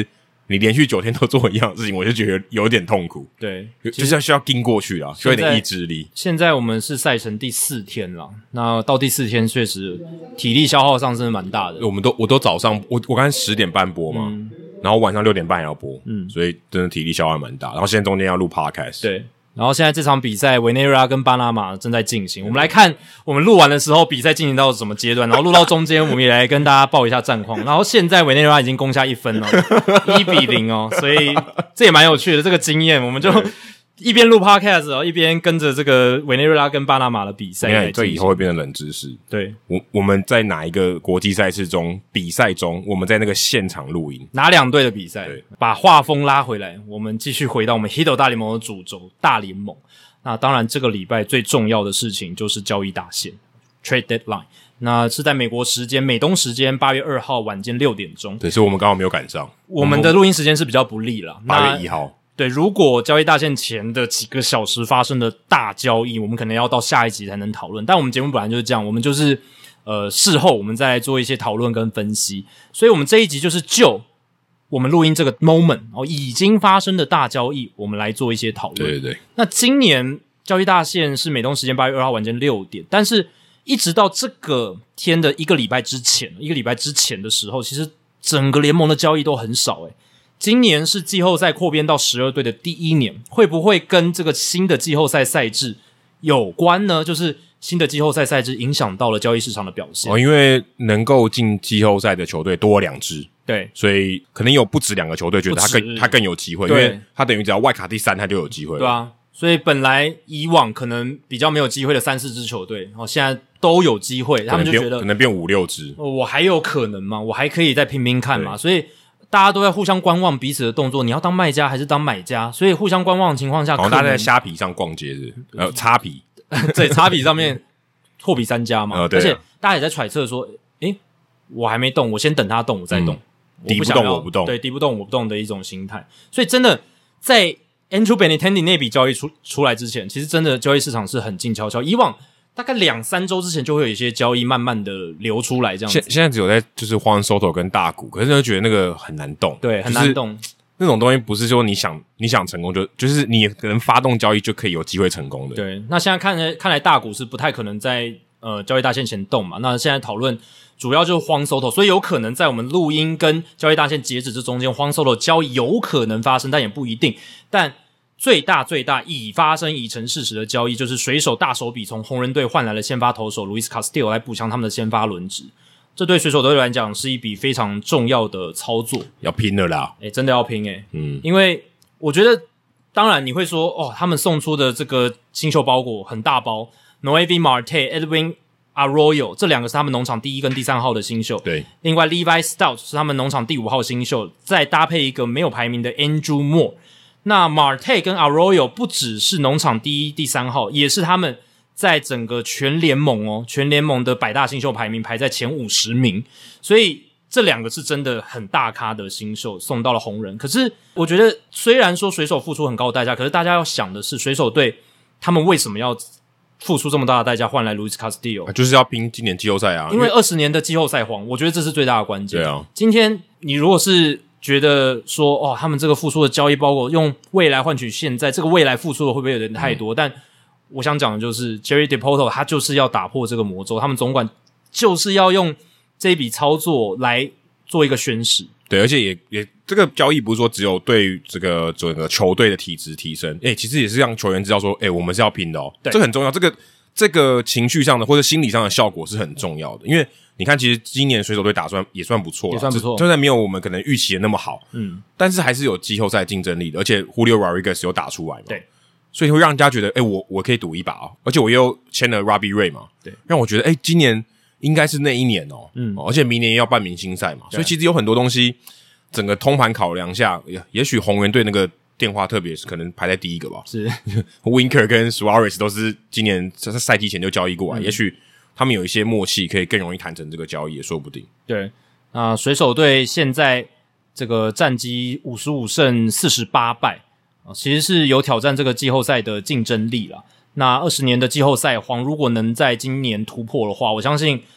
你连续9天都做一样的事情，我就觉得有点痛苦。 对， 就是需要盯过去啦，需要一点意志力。 现在我们是赛程第4天了，那到第4天确实体力消耗上真的蛮大的。 我都早上我刚才10点半播嘛，然后晚上6点半也要播，所以真的体力消耗蛮大。然后现在中间要录 podcast， 对。然后现在这场比赛委内瑞拉跟巴拿马正在进行，我们来看我们录完的时候比赛进行到什么阶段，然后录到中间我们也来跟大家报一下战况。然后现在委内瑞拉已经攻下1分了，1-0哦，所以这也蛮有趣的这个经验，我们就一边录 podcast 哦，一边跟着这个委内瑞拉跟巴拿马的比赛来进行。 这以后会变成冷知识。 对， 我们在哪一个国际赛事中比赛中，我们在那个现场录音， 哪2队的比赛？把画风拉回来，我们继续回到我们 Hito 大联盟的主轴大联盟。那当然，这个礼拜最重要的事情就是交易大限 （Trade Deadline）。那是在美国时间、美东时间8月2号晚间6点钟。 对，所以我们刚好没有赶上。 我们的录音时间是比较不利啦。 8月1号。 对，如果交易大限前的几个小时发生的大交易，我们可能要到下一集才能讨论。但我们节目本来就是这样，我们就是事后我们再来做一些讨论跟分析。所以我们这一集就是就我们录音这个 moment 已经发生的大交易，我们来做一些讨论。 对。 那今年交易大限是美东时间8月2号晚间6点，但是一直到这个天的一个礼拜之前的时候，其实整个联盟的交易都很少诶。今年是季后赛扩编到12队的第1年，会不会跟这个新的季后赛赛制有关呢？就是新的季后赛赛制影响到了交易市场的表现。 因为能够进季后赛的球队多2支， 对， 所以可能有不止2个球队觉得他更有机会，因为他等于只要外卡第3他就有机会了。 对啊，所以本来以往可能比较没有机会的3-4支球队，现在都有机会，他们就觉得可能变5-6支， 我还有可能吗？我还可以再拼拼看嘛，所以大家都在互相观望彼此的动作，你要当卖家还是当买家？所以互相观望的情况下， 好像大家在虾皮上逛街擦皮， 对，擦皮上面货比三家嘛， 对， 而且大家也在揣测说，我还没动，我先等他动，我再动， 敌不动我不动， 对，敌不动我不动的一种心态。所以真的在 Andrew Benintendi 那笔交易出来之前，其实真的交易市场是很静悄悄，以往大概2-3周之前就会有一些交易慢慢的流出来，这样子。 现在只有在就是 Juan Soto 跟大谷，可是就觉得那个很难动， 对，很难动。 那种东西不是说你想成功就是你可能发动交易就可以有机会成功的。 对，那现在看来大谷是不太可能在交易大限前动嘛。那现在讨论主要就是Juan Soto，所以有可能在我们录音跟交易大限截止这中间，Juan Soto交易有可能发生，但也不一定。但最大已发生已成事实的交易，就是水手大手笔从红人队换来了先发投手 Luis Castillo 来补强他们的先发轮值。这对水手队来讲是一笔非常重要的操作， 要拼了啦！ 真的要拼因为我觉得，当然你会说他们送出的这个新秀包裹很大包 ，Noelvi Marte、Edwin Arroyo 这2个是他们农场第1跟第3号的新秀， 对。 另外 Levi Stout 是他们农场第5号新秀，再搭配一个没有排名的 Andrew Moore。那 Marte 跟 Arroyo 不只是农场第1、第3号，也是他们在整个全联盟的100大新秀排名排在前50名，所以这2个是真的很大咖的新秀送到了红人。可是我觉得虽然说水手付出很高的代价，可是大家要想的是水手队他们为什么要付出这么大的代价换来 Luis Castillo， 就是要拼今年季后赛啊， 因为20年的季后赛荒，我觉得这是最大的关键。 对啊， 今天你如果是觉得说他们这个付出的交易包括用未来换取现在，这个未来付出的会不会有点太多？但我想讲的就是 Jerry Dipoto 他就是要打破这个魔咒，他们总管就是要用这一笔操作来做一个宣示。 对，而且也这个交易不是说只有对于这个整个球队的体质提升，其实也是让球员知道说，我们是要拼的这个很重要。这个情绪上的或者心理上的效果是很重要的，因为你看，其实今年水手队打算也算不错了， 也算不错， 就算没有我们可能预期的那么好，但是还是有季后赛竞争力的，而且 Julio Rodriguez 有打出来嘛， 对， 所以会让人家觉得，我可以赌一把而且我又签了 Robbie Ray 嘛， 对， 让我觉得，今年应该是那一年而且明年要办明星赛嘛，所以其实有很多东西，整个通盘考量下，也许红人队那个电话特别是可能排在第1个吧， 是 Winker 跟 Suarez 都是今年在赛季前就交易过来，也许他们有一些默契，可以更容易谈成这个交易也说不定。 对，水手队现在这个战绩55胜48败，其实是有挑战这个季后赛的竞争力啦。那20年的季后赛荒，如果能在今年突破的话，我相信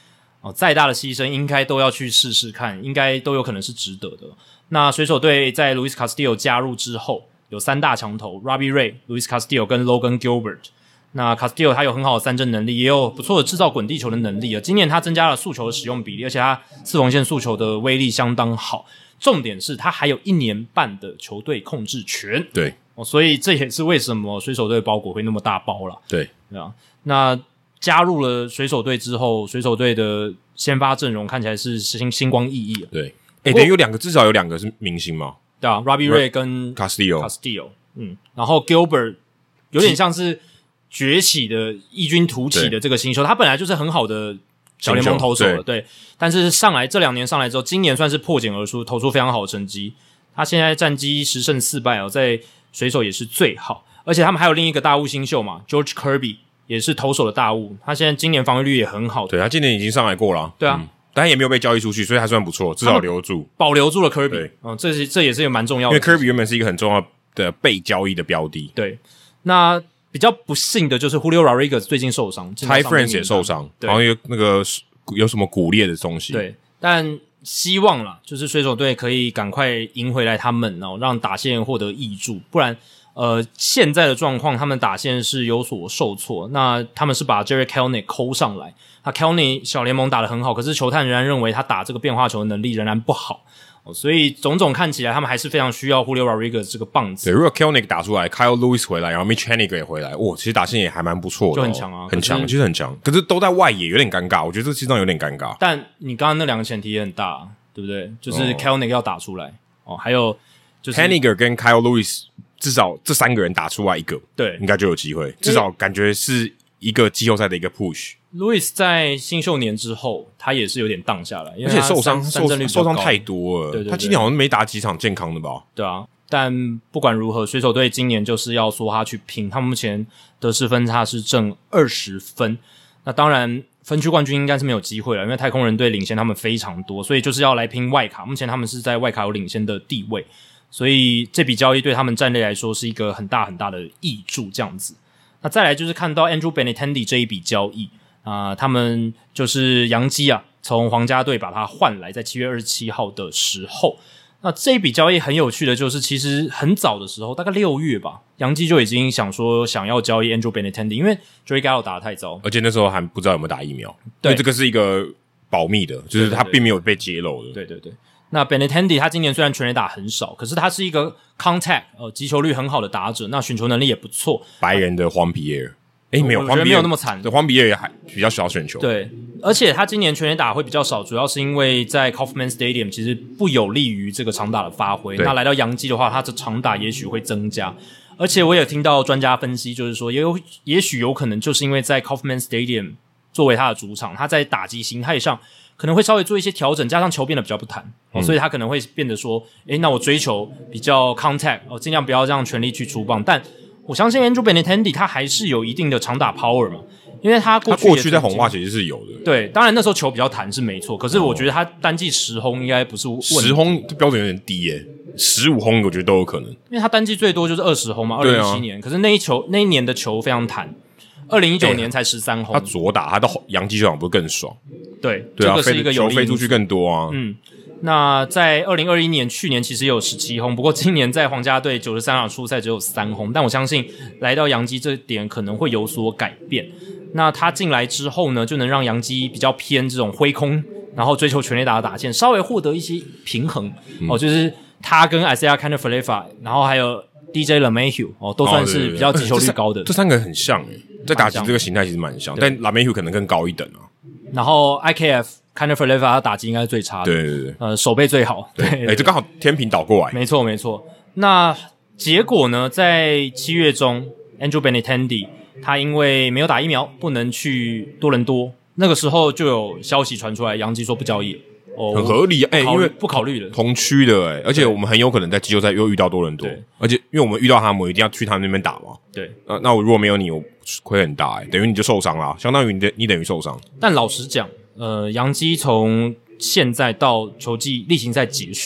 再大的牺牲应该都要去试试看，应该都有可能是值得的。那水手队在 Luis Castillo 加入之后，有3大强头 Robbie Ray、Luis Castillo 跟 Logan Gilbert。那 Castillo 他有很好的三振能力，也有不错的制造滚地球的能力。今年他增加了速球的使用比例，而且他四缝线速球的威力相当好。重点是他还有1年半的球队控制权。 对， 所以这也是为什么水手队的包裹会那么大包啦。 对啊，那加入了水手队之后，水手队的先发阵容看起来是星光熠熠。 对，等于至少有2个是明星嘛？ 对啊 ，Robbie Ray 跟 Castillo， 然后 Gilbert 有点像是崛起的异军突起的这个新秀，他本来就是很好的小联盟投手了，对。但是这2年上来之后，今年算是破茧而出，投出非常好的成绩。他现在战绩10胜4败在水手也是最好，而且他们还有另一个大物新秀嘛 ，George Kirby 也是投手的大物，他现在今年防御率也很好。 对，他今年已经上来过了， 对啊。 但也没有被交易出去，所以还算不错，至少留住， 保留住了 Kirby。这也是一个蛮重要的， 因为 Kirby 原本是一个很重要的被交易的标的。 对，那比较不幸的就是 Julio Rodriguez 最近受伤 ，Ty France 也受伤，好像有什么骨裂的东西。 对，但希望啦，就是水手队可以赶快赢回来他们，让打线获得挹注，不然现在的状况，他们打线是有所受挫。那他们是把 Jarred Kelenic 抠上来，那 Kelenic 小联盟打得很好，可是球探仍然认为他打这个变化球的能力仍然不好。所以种种看起来，他们还是非常需要 Julio Rodriguez 这个棒子。 对，如果 Kelenic 打出来 ，Kyle Lewis 回来，然后 Mitch Haniger 也回来，其实打线也还蛮不错的， 就很强啊， 很强，其实很强。可是都在外野，有点尴尬，我觉得这个西藏有点尴尬。 但你刚刚那2个前提也很大，对不对？就是 Kelenic 要打出来还有就是 Haniger 跟 Kyle Lewis， 至少这3个人打出来一个， 对， 应该就有机会。至少感觉是一个季后赛的一个 push。Lewis 在新秀年之后，他也是有点荡下来，因为而且受伤太多了。 对， 他今年好像没打几场健康的吧？ 对啊，但不管如何，水手队今年就是要说他去拼，他们目前得失分差是正20分。那当然，分区冠军应该是没有机会了，因为太空人队领先他们非常多，所以就是要来拼外卡。目前他们是在外卡有领先的地位，所以这笔交易对他们战力来说是一个很大很大的挹注，这样子。那再来就是看到 Andrew Benintendi 这一笔交易他们就是洋基从皇家队把他换来，在7月27号的时候。那这一笔交易很有趣的就是，其实很早的时候，大概6月吧，洋基就已经想要交易 Andrew Benintendi， 因为 Joey Gallo 打得太糟， 而且那时候还不知道有没有打疫苗，对，因为这个是一个保密的，就是他并没有被揭露的。 对对对。那 Benintendi 他今年虽然全垒打很少，可是他是一个 contact 击球率很好的打者，那选球能力也不错。 白人的黄皮耶尔。没有， 我觉得没有那么惨。 对，黄比耶也还比较少选球。 对，而且他今年全垒打会比较少，主要是因为在 Kauffman Stadium 其实不有利于这个长打的发挥。那来到洋基的话，他的长打也许会增加。而且我也听到专家分析，就是说也许有可能就是因为在 Kauffman Stadium 作为他的主场，他在打击形态上可能会稍微做一些调整，加上球变得比较不弹，所以他可能会变得说，那我追求比较 contact，尽量不要让全力去出棒，但我相信 Andrew Benintendi 他还是有一定的长打 power 嘛，因为他过去在红袜其实是有的。 对，当然那时候球比较弹是没错，可是我觉得他单季10轰应该不是问题。 10轰这标准有点低耶，15轰我觉得都有可能，因为他单季最多就是20轰嘛，2017年，可是那一年的球非常弹，2019年才13轰。 他左打，他到洋基球场不是更爽？ 对，这个是一个有利球飞出去更多啊。 那在2021年去年其实也有17轰，不过今年在皇家队93场出赛只有3轰，但我相信来到洋基这点可能会有所改变。那他进来之后呢，就能让洋基比较偏这种挥空，然后追求全垒打的打线，稍微获得一些平衡。就是他跟 Isaiah Kiner-Falefa， 然后还有 DJ LeMahieu 都算是比较击球率高的。 这3个很像在打击这个形态其实蛮像，但 LeMahieu 可能更高一等啊。 然后 IKF。Kiner-Falefa 他打击应该是最差的， 对， 手背最好，对， 这刚好天平倒过来， 没错。那结果呢，在7月中 ，Andrew Benintendi 他因为没有打疫苗，不能去多伦多，那个时候就有消息传出来，洋基说不交易， 很合理因为不考虑了， 同区的而且我们很有可能在季后赛又遇到多伦多，而且因为我们遇到他们，我一定要去他们那边打嘛， 对， 那我如果没有你，我亏很大等于你就受伤了，相当于你等于受伤。 但老实讲，洋基从现在到球季例行赛结束，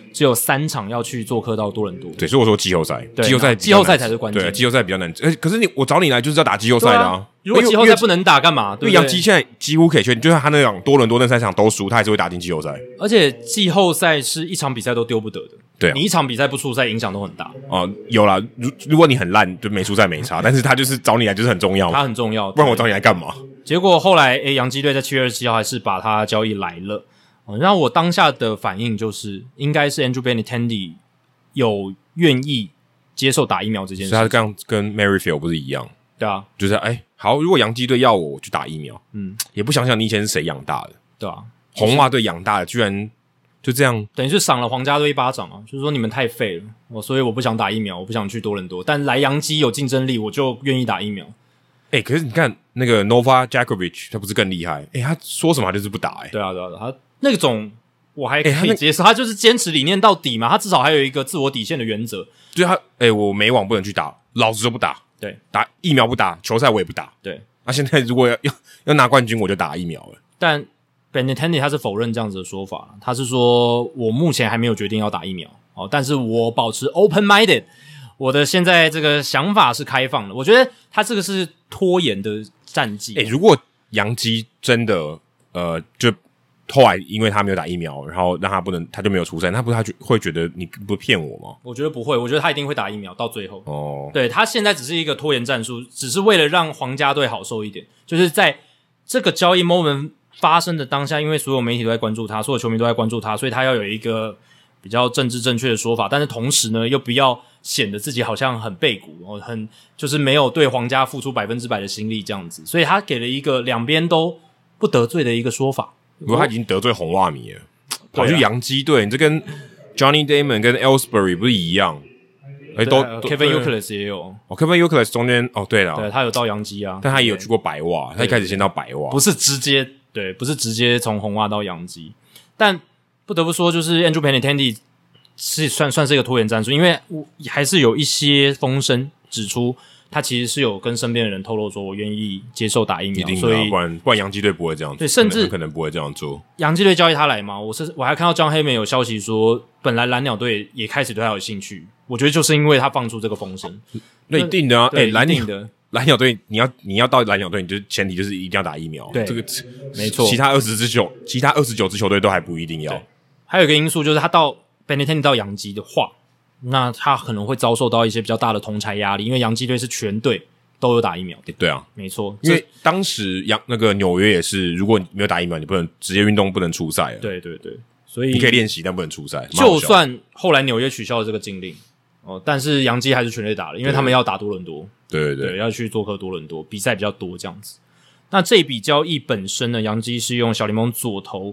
只有3场要去做客到多伦多。 对，所以我说季后赛， 季后赛才是关键。 对，季后赛比较难。可是我找你来就是要打季后赛的啊。 如果季后赛不能打干嘛？对不对？ 因为洋基现在几乎可以确定，就算他那场多伦多那3场都输，他还是会打进季后赛。 而且季后赛是一场比赛都丢不得的。 对、啊， 你一场比赛不出赛，影响都很大。 有啦，如果你很烂，就没出赛没差。但是他就是找你来就是很重要， 他很重要， 不然我找你来干嘛？ 结果后来，洋基队在7月27号还是把他交易来了。那我当下的反应就是，应该是 Andrew Benintendi 有愿意接受打疫苗这件事。 所以他刚跟 Merrifield 不是一样？ 对啊， 就是好，如果洋基队要我去打疫苗，也不想想你以前是谁养大的， 对啊， 红袜队养大的，居然就这样， 等于是赏了皇家队一巴掌啊！就是说你们太废了，所以我不想打疫苗，我不想去多伦多，但来洋基有竞争力，我就愿意打疫苗。 可是你看那个 Nova Djokovic， 他不是更厉害？他说什么他就是不打对啊，他那种我还可以接受，他就是坚持理念到底嘛，他至少还有一个自我底线的原则。 就是他，我美网不能去打，老子就不打。 对， 打疫苗不打，球赛我也不打。 对， 现在如果要拿冠军，我就打疫苗了。 但 Benintendi 他是否认这样子的说法，他是说我目前还没有决定要打疫苗，但是我保持 open-minded， 我的现在这个想法是开放的。我觉得他这个是拖延的战绩。 如果洋基真的就后来因为他没有打疫苗，然后让他不能，他就没有出赛，他会觉得你不骗我吗？ 我觉得不会，我觉得他一定会打疫苗到最后。 对， 他现在只是一个拖延战术，只是为了让皇家队好受一点，就是在这个交易 moment 发生的当下，因为所有媒体都在关注他，所有球迷都在关注他，所以他要有一个比较政治正确的说法，但是同时呢，又不要显得自己好像很背骨，很就是没有对皇家付出100%的心力这样子，所以他给了一个两边都不得罪的一个说法。 不过他已经得罪红袜迷了，跑去洋基队，你这跟 Johnny Damon 跟 Ellsbury 不是一样？都 Kevin Youkilis 也有 Kevin Youkilis 中间对了， 对他有到洋基啊， 但他也有去过白袜，他一开始先到白袜， 不是直接从红袜到洋基。但不得不说，就是 Andrew Benintendi 是算是一个拖延战术，因为还是有一些风声指出，他其实是有跟身边的人透露说，我愿意接受打疫苗，所以不然洋基队不会这样做， 对，甚至可能不会这样做。 洋基队交易他来嘛，我还看到 John Heyman 有消息说，本来蓝鸟队也开始对他有兴趣，我觉得就是因为他放出这个风声， 那一定的啊，蓝鸟队你要到蓝鸟队，你就前提就是一定要打疫苗， 对， 这个没错， 其他29支球队都还不一定要。 还有一个因素就是他到 Benintendi 到洋基的话，那他可能会遭受到一些比较大的同侪压力，因为洋基队是全队都有打疫苗的。 对啊， 没错， 因为当时那个纽约也是，如果你没有打疫苗，你不能职业运动不能出赛了。 对，所以你可以练习，但不能出赛。 就算后来纽约取消了这个禁令，但是洋基还是全队打了，因为他们要打多伦多。对，要去做客多伦多，比赛比较多这样子。那这笔交易本身呢，洋基是用小联盟左投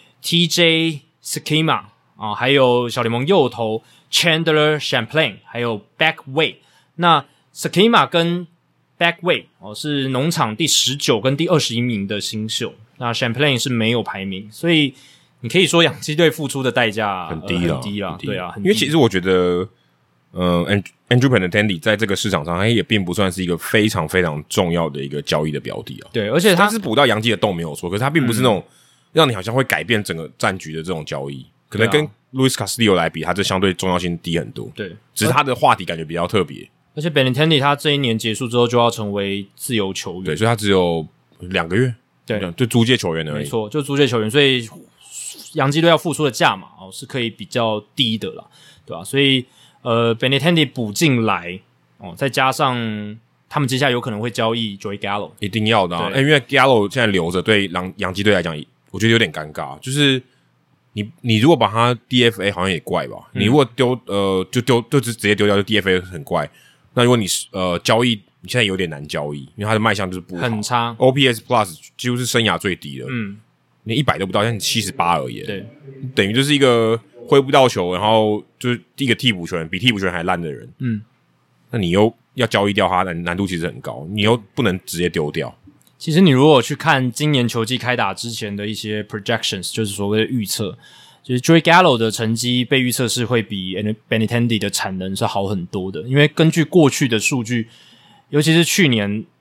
TJ Schema 还有小联盟右投 Chandler Champlain， 还有 Backway。那 Schema 跟 Backway 是农场第19跟第21名的新秀，那 Champlain 是没有排名，所以你可以说洋基队付出的代价很低啦， 对啊，很低。 因为其实我觉得Andrew Benintendi 在这个市场上，他也并不算是一个非常非常重要的一个交易的标的啊。 对，而且他是补到洋基的洞没有错，可是他并不是那种让你好像会改变整个战局的这种交易，可能跟 Luis Castillo 来比，他这相对重要性低很多。 对， 只是他的话题感觉比较特别。 而且 Benintendi 他这一年结束之后就要成为自由球员， 对，所以他只有2个月， 对， 就租借球员而已。 没错，就租借球员，所以洋基队要付出的价码是可以比较低的啦，对吧？所以Benintendi 补进来再加上他们接下来有可能会交易 Joey Gallo， 一定要的啊！因为 Gallo 现在留着，对洋基队来讲，我觉得有点尴尬。就是你如果把他 DFA 好像也怪吧？你如果丢就直接丢掉，就 DFA 很怪。那如果你交易，你现在有点难交易，因为他的卖相就是不好， 很差 ，OPS Plus 几乎是生涯最低的，连100都不到，像你78而已， 对， 等于就是一个挥不到球，然后就是一个替补球员，比替补球员还烂的人，那你又要交易掉他，难度其实很高，你又不能直接丢掉。 其实你如果去看今年球季开打之前的一些 projections， 就是所谓的预测，就是 Joey Gallo 的成绩被预测是会比 Benintendi 的产能是好很多的，因为根据过去的数据，尤其是去年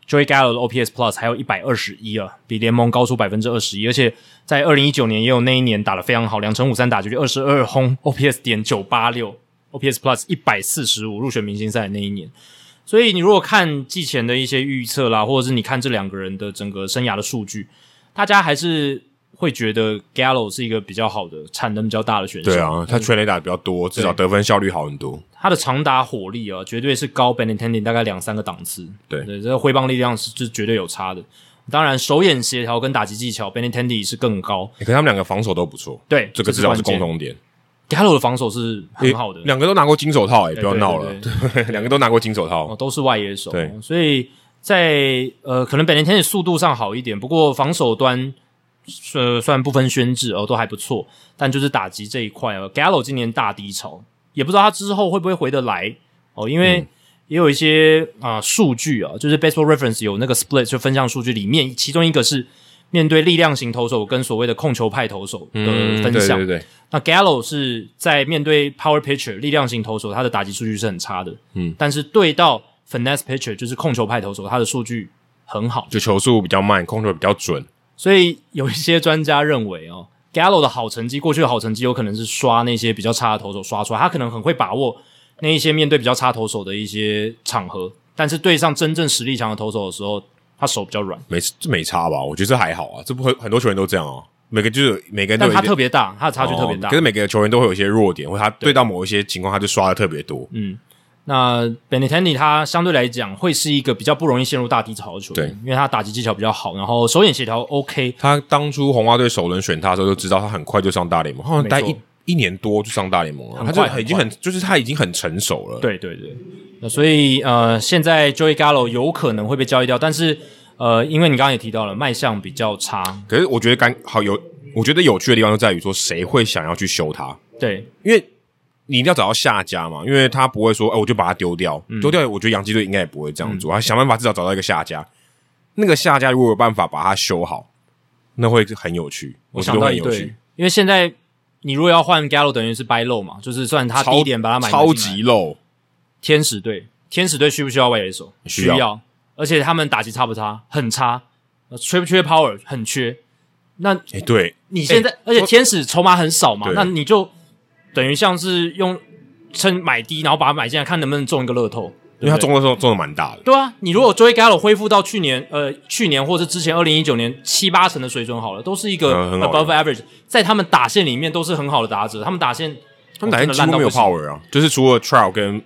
Joey Gallo 的 OPS Plus 还有121啊，比联盟高出 21%， 而且在2019年也有那一年打得非常好，2成53打击率22轰 OPS 点986 OPS Plus 145入选明星赛的那一年。所以你如果看季前的一些预测啦，或者是你看这两个人的整个生涯的数据，大家还是会觉得 Gallo 是一个比较好的产能比较大的选手。 对啊，他全垒打比较多，至少得分效率好很多。 他的长打火力啊，绝对是高 Benintendi 大概2-3个档次。 对， 这个挥棒力量是绝对有差的。当然，手眼协调跟打击技巧 Benintendi 是更高。 可是他们两个防守都不错。 对， 这个至少是共同点。 Gallo 的防守是很好的， 两个都拿过金手套，不要闹了。对，两个都拿过金手套， 都是外野手。 对， 所以在可能Benintendi速度上好一点，不过防守端算不分轩轾都还不错。但就是打击这一块Gallo 今年大低潮，也不知道他之后会不会回得来因为也有一些数据就是 Baseball Reference 有那个 split 就分项数据里面，其中一个是面对力量型投手跟所谓的控球派投手的分项。 对。 那 Gallo 是在面对 power pitcher 力量型投手，他的打击数据是很差的。但是对到 finesse pitcher 就是控球派投手，他的数据很好， 就球速比较慢，控球比较准。 所以有一些专家认为Gallo 的好成绩，过去的好成绩有可能是刷那些比较差的投手刷出来，他可能很会把握那一些面对比较差投手的一些场合，但是对上真正实力强的投手的时候，他手比较软。 这没差吧？我觉得这还好啊，这不会很多球员都这样每个人都有一点， 但他特别大，他的差距特别大。 可是每个球员都会有一些弱点，或他对到某一些情况他就刷的特别多。 那 Benintendi 他相对来讲会是一个比较不容易陷入大低潮的球员，因为他打击技巧比较好，然后手眼协调 OK。 他当初红袜队首轮选他的时候就知道他很快就上大联盟，好像待一年多就上大联盟了，他就已经就是他已经很成熟了。 对。那所以现在 Joey Gallo 有可能会被交易掉，但是因为你刚刚也提到了卖相比较差， 可是我觉得我觉得有趣的地方就在于说谁会想要去修他。 对， 因为你一定要找到下家嘛，因为他不会说我就把它丢掉，丢掉我觉得洋基队应该也不会这样做，他想办法至少找到一个下家，那个下家如果有办法把它修好，那会很有趣。 我想到一对，因为现在你如果要换 Gallo 等于是 buy low 嘛，就是算他低一点把他买超级 low。 天使队需不需要外野手？需要，而且他们打击差不差？很差。缺不缺 power？ 很缺。那对， 你现在而且天使筹码很少嘛，那你就等于像是用趁买低，然后把它买进来，看能不能中一个乐透。 因为他中的时候中的蛮大的。 对啊，你如果 Joey Gallo 恢复到去年或是之前2019年7-8成的水准好了，都是一个 above average， 在他们打线里面都是很好的打者。他们打线几乎没有 power 啊，就是除了 Trout 跟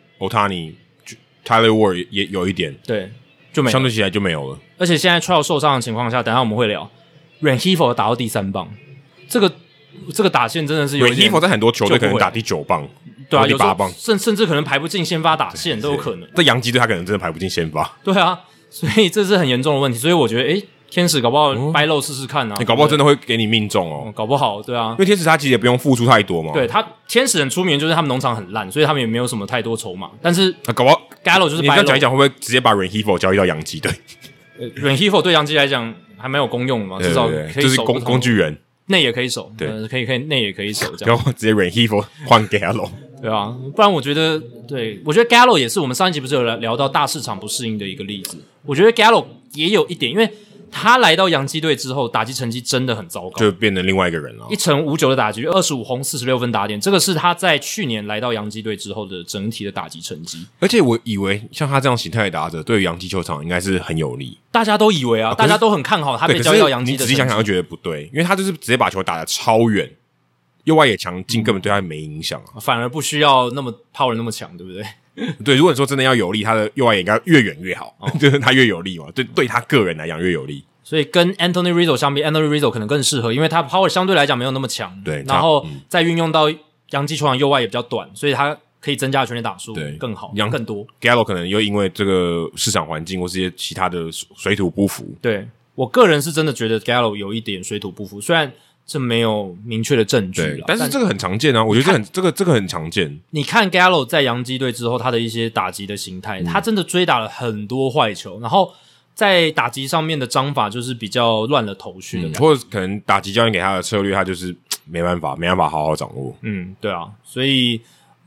Ohtani、Tyler Ward 也有一点， 对，就没有， 相对起来就没有了。而且现在 Trout 受伤的情况下，等一下我们会聊 Rengifo 打到第3棒，这个打线真的是有一点 Rengifo 在很多球队可能打第9棒。 对啊， 第8棒， 甚至可能排不进先发打线都有可能。 在洋基队他可能真的排不进先发。 对啊，所以这是很严重的问题。所以我觉得，天使搞不好掰漏试试看啊。 你搞不好真的会给你命中哦。 搞不好，对啊， 因为天使他其实也不用付出太多嘛。 对他，天使很出名就是他们农场很烂，所以他们也没有什么太多筹码。但是搞不好 Gallo 就是你这样讲一讲，会不会直接把 Rengifo 交易到洋基队 ？Rengifo 对洋基来讲还蛮有功用的嘛，至少可以就是工具人。 内也可以守， 对， 可以内也可以守，这样。 然后直接 Rengifo 换 Gallo， 对啊，不然我觉得 Gallo 也是我们上一集不是有聊到大市场不适应的一个例子。我觉得 Gallo 也有一点，因为他来到洋基队之后，打击成绩真的很糟糕， 就变成另外一个人了。 1成59的打击率，25轰46分打点，这个是他在去年来到洋基队之后的整体的打击成绩。 而且我以为像他这样形态的打者，对于洋基球场应该是很有利。 大家都以为大家都很看好他被交易到洋基的。 你仔细想想，又觉得不对，因为他就是直接把球打得超远，右外野强劲，根本对他没影响反而不需要那么 power 那么强，对不对？ 对，如果说真的要有利，他的右外野应该越远越好，就是他越有利嘛。对他个人来讲越有利。 所以跟 Anthony Rizzo 相比 ，Anthony Rizzo 可能更适合，因为他 power 相对来讲没有那么强。 对， 然后再运用到洋基球场右外也比较短，所以他可以增加全垒打数，更好，更多。 Gallo 可能又因为这个市场环境或是一些其他的水土不服。 对，我个人是真的觉得 Gallo 有一点水土不服，虽然这没有明确的证据啦， 但是这个很常见啊，我觉得这个很常见。 你看 Gallo 在洋基队之后，他的一些打击的形态，他真的追打了很多坏球，然后在打击上面的章法就是比较乱了头绪的感觉， 或者可能打击教练给他的策略，他就是没办法好好掌握。 对啊，所以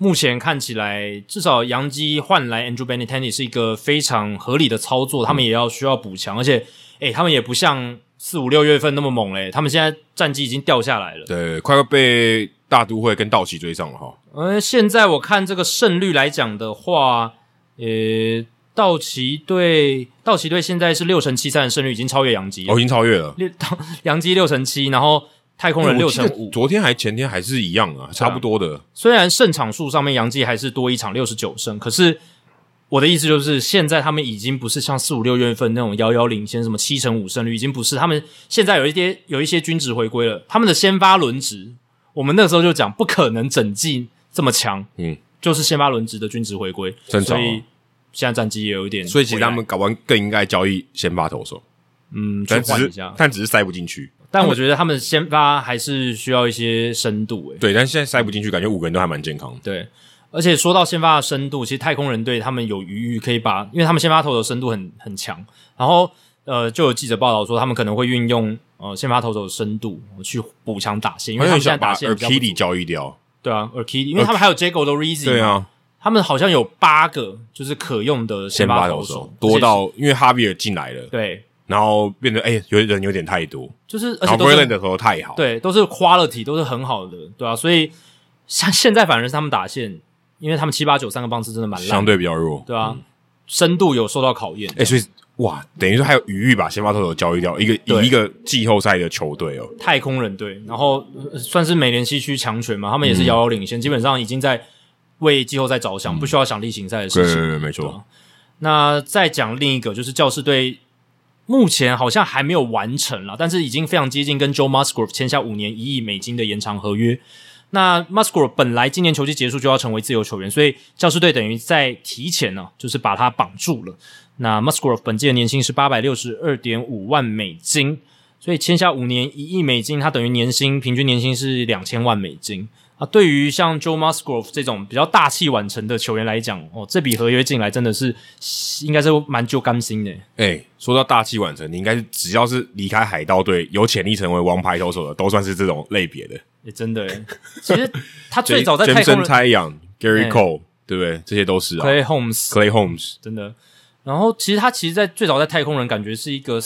目前看起来，至少洋基换来 Andrew Benintendi 是一个非常合理的操作，他们也需要补强，而且他们也不像4、5、6月份那么猛他们现在战绩已经掉下来了， 对，快要被大都会跟道奇追上了哈。 现在我看这个胜率来讲的话，道奇队现在是6-7-3的胜率，已经超越洋基了， 已经超越了， 洋基6-7，然后太空人6-5， 昨天还前天还是一样啊，差不多的。 虽然胜场数上面洋基还是多一场69胜，可是我的意思就是，现在他们已经不是像4、5、6月份那种遥遥领先，什么7-5胜率，已经不是。他们现在有一些均值回归了，他们的先发轮值，我们那时候就讲不可能整季这么强，就是先发轮值的均值回归， 正常。 所以现在战绩也有一点， 所以其实他们搞完更应该交易先发投手， 去换一下， 但只是塞不进去。 但我觉得他们先发还是需要一些深度对，但现在塞不进去，感觉5个人都还蛮健康的。 对，而且说到先发的深度，其实太空人队他们有余裕可以把，因为他们先发投手的深度很强，然后就有记者报道说他们可能会运用先发投手的深度去补强打线，因为他们现在打线比较不足。 Urquidy 交易掉， 对啊 ，Urquidy， 因为他们还有 Jago Odorizzi， 对啊， 他们好像有8个就是可用的先发投手， 多到因为哈比尔进来了， 对。 然后变得人有点太多， 就是而且都是 Verlander 的投太好， 对，都是 quality 都是很好的，对啊，所以像现在反而是他们打线，因为他们7、8、9三个棒次真的蛮烂， 相对比较弱， 对啊，深度有受到考验， 所以哇，等于说还有余裕把先发投手交易掉，以一个季后赛的球队太空人队，然后算是美联西区强权嘛，他们也是遥遥领先，基本上已经在为季后赛着想，不需要想例行赛的事情， 对，没错。 那再讲另一个，就是教士队。目前好像还没有完成啦，但是已经非常接近跟 Joe Musgrove 签下5年1亿美金的延长合约。那 Musgrove 本来今年球季结束就要成为自由球员，所以教士队等于在提前呢，就是把他绑住了。那 Musgrove 本季的年薪是 862.5 万美金，所以签下5年1亿美金，他等于平均年薪是2000万美金。对于像 Joe Musgrove 这种比较大器晚成的球员来讲，这笔合约进来真的是应该是蛮揪甘心的。 说到大器晚成，你应该是只要是离开海盗队有潜力成为王牌投手的，都算是这种类别的。 真的其实他最早在太空人 Jameson Taillon、Gary Cole，对不对？这些都是啊。 Clay Holmes 真的。然后其实他最早在太空人感觉是一个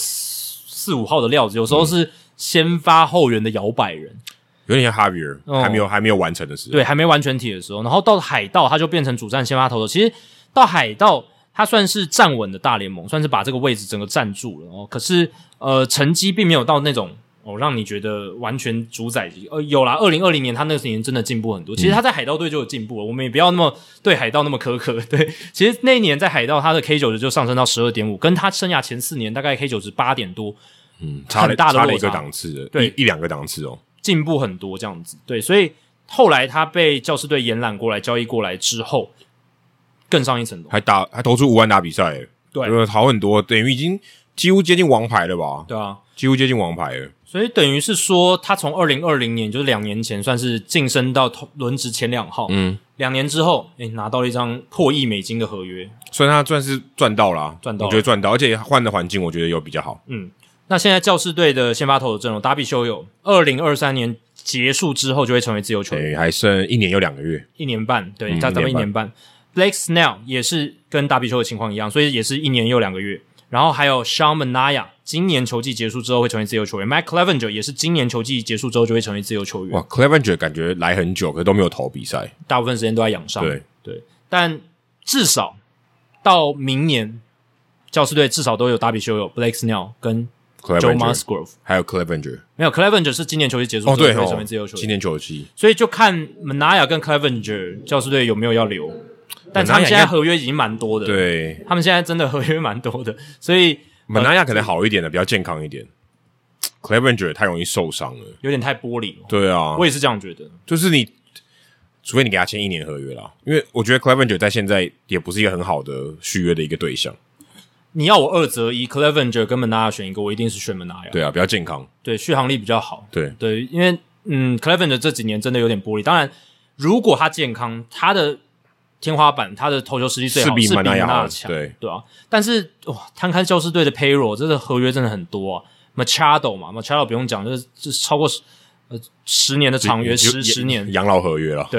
4、5号的料子，有时候是先发后援的摇摆人。 有点像哈比尔，还没有完成的时候， 对，还没完全体的时候，然后到海盗他就变成主战先发投手。其实到海盗他算是站稳的大联盟，算是把这个位置整个站住了可是成绩并没有到那种让你觉得完全主宰有啦，2020年他那年真的进步很多。其实他在海盗队就有进步了，我们也不要那么对海盗那么苛刻。对，其实那一年在海盗他的 K90 就上升到 12.5， 跟他生涯前4年大概 K90 8点多，很大的落差， 差了一个档次， 对， 一两个档次进步很多这样子。对，所以后来他被教士队延揽过来交易过来之后更上一层楼， 还投出5万打比赛， 对， 好很多，等于已经几乎接近王牌了吧？ 对啊， 几乎接近王牌了。 所以等于是说他从2020年就是2年前算是晋升到轮值前2号，2年之后拿到了一张破亿美金的合约， 所以他算是赚到了，我觉得赚到，而且换的环境我觉得有比较好。 那现在教士队的先发投手阵容，达比修有2023年结束之后就会成为自由球员， 还剩1年又2个月 ，1年半，对，再咱们1年半。Blake Snell 也是跟达比修的情况一样，所以也是1年又2个月。然后还有 Sean Manaea 今年球季结束之后会成为自由球员， Mike Clevenger 也是今年球季结束之后就会成为自由球员。 哇 Clevenger 感觉来很久，可是都没有投比赛， 大部分时间都在养伤。 对， 但至少到明年教士队至少都有达比修有 Blake Snell 跟Joe Musgrove， 还有 Clevenger， 没有 Clevenger 是今年球季结束之后会成为自由球员， 今年球季， 所以就看 Manaea 跟 Clevenger 教士队有没有要留，但他们现在合约已经蛮多的， 对， 他们现在真的合约蛮多的，所以 Manaea 可能好一点的，比较健康一点。Clevenger 太容易受伤了， 有点太玻璃了。 对啊， 我也是这样觉得， 就是除非你给他签1年合约啦，因为我觉得 Clevenger 在现在也不是一个很好的续约的一个对象。 你要我2择1 Clevenger 跟 Manaea 选一个，我一定是选 Manaea。 对啊，比较健康， 对，续航力比较好。 对， 因为Clevenger 这几年真的有点玻璃。当然，如果他健康，他的天花板，他的投球实力最好是比 Manaea 强，对啊。但是摊开教士队的 payroll， 这个合约真的很多啊。Machado 不用讲，就是超过10年的长约，10年养老合约了。 对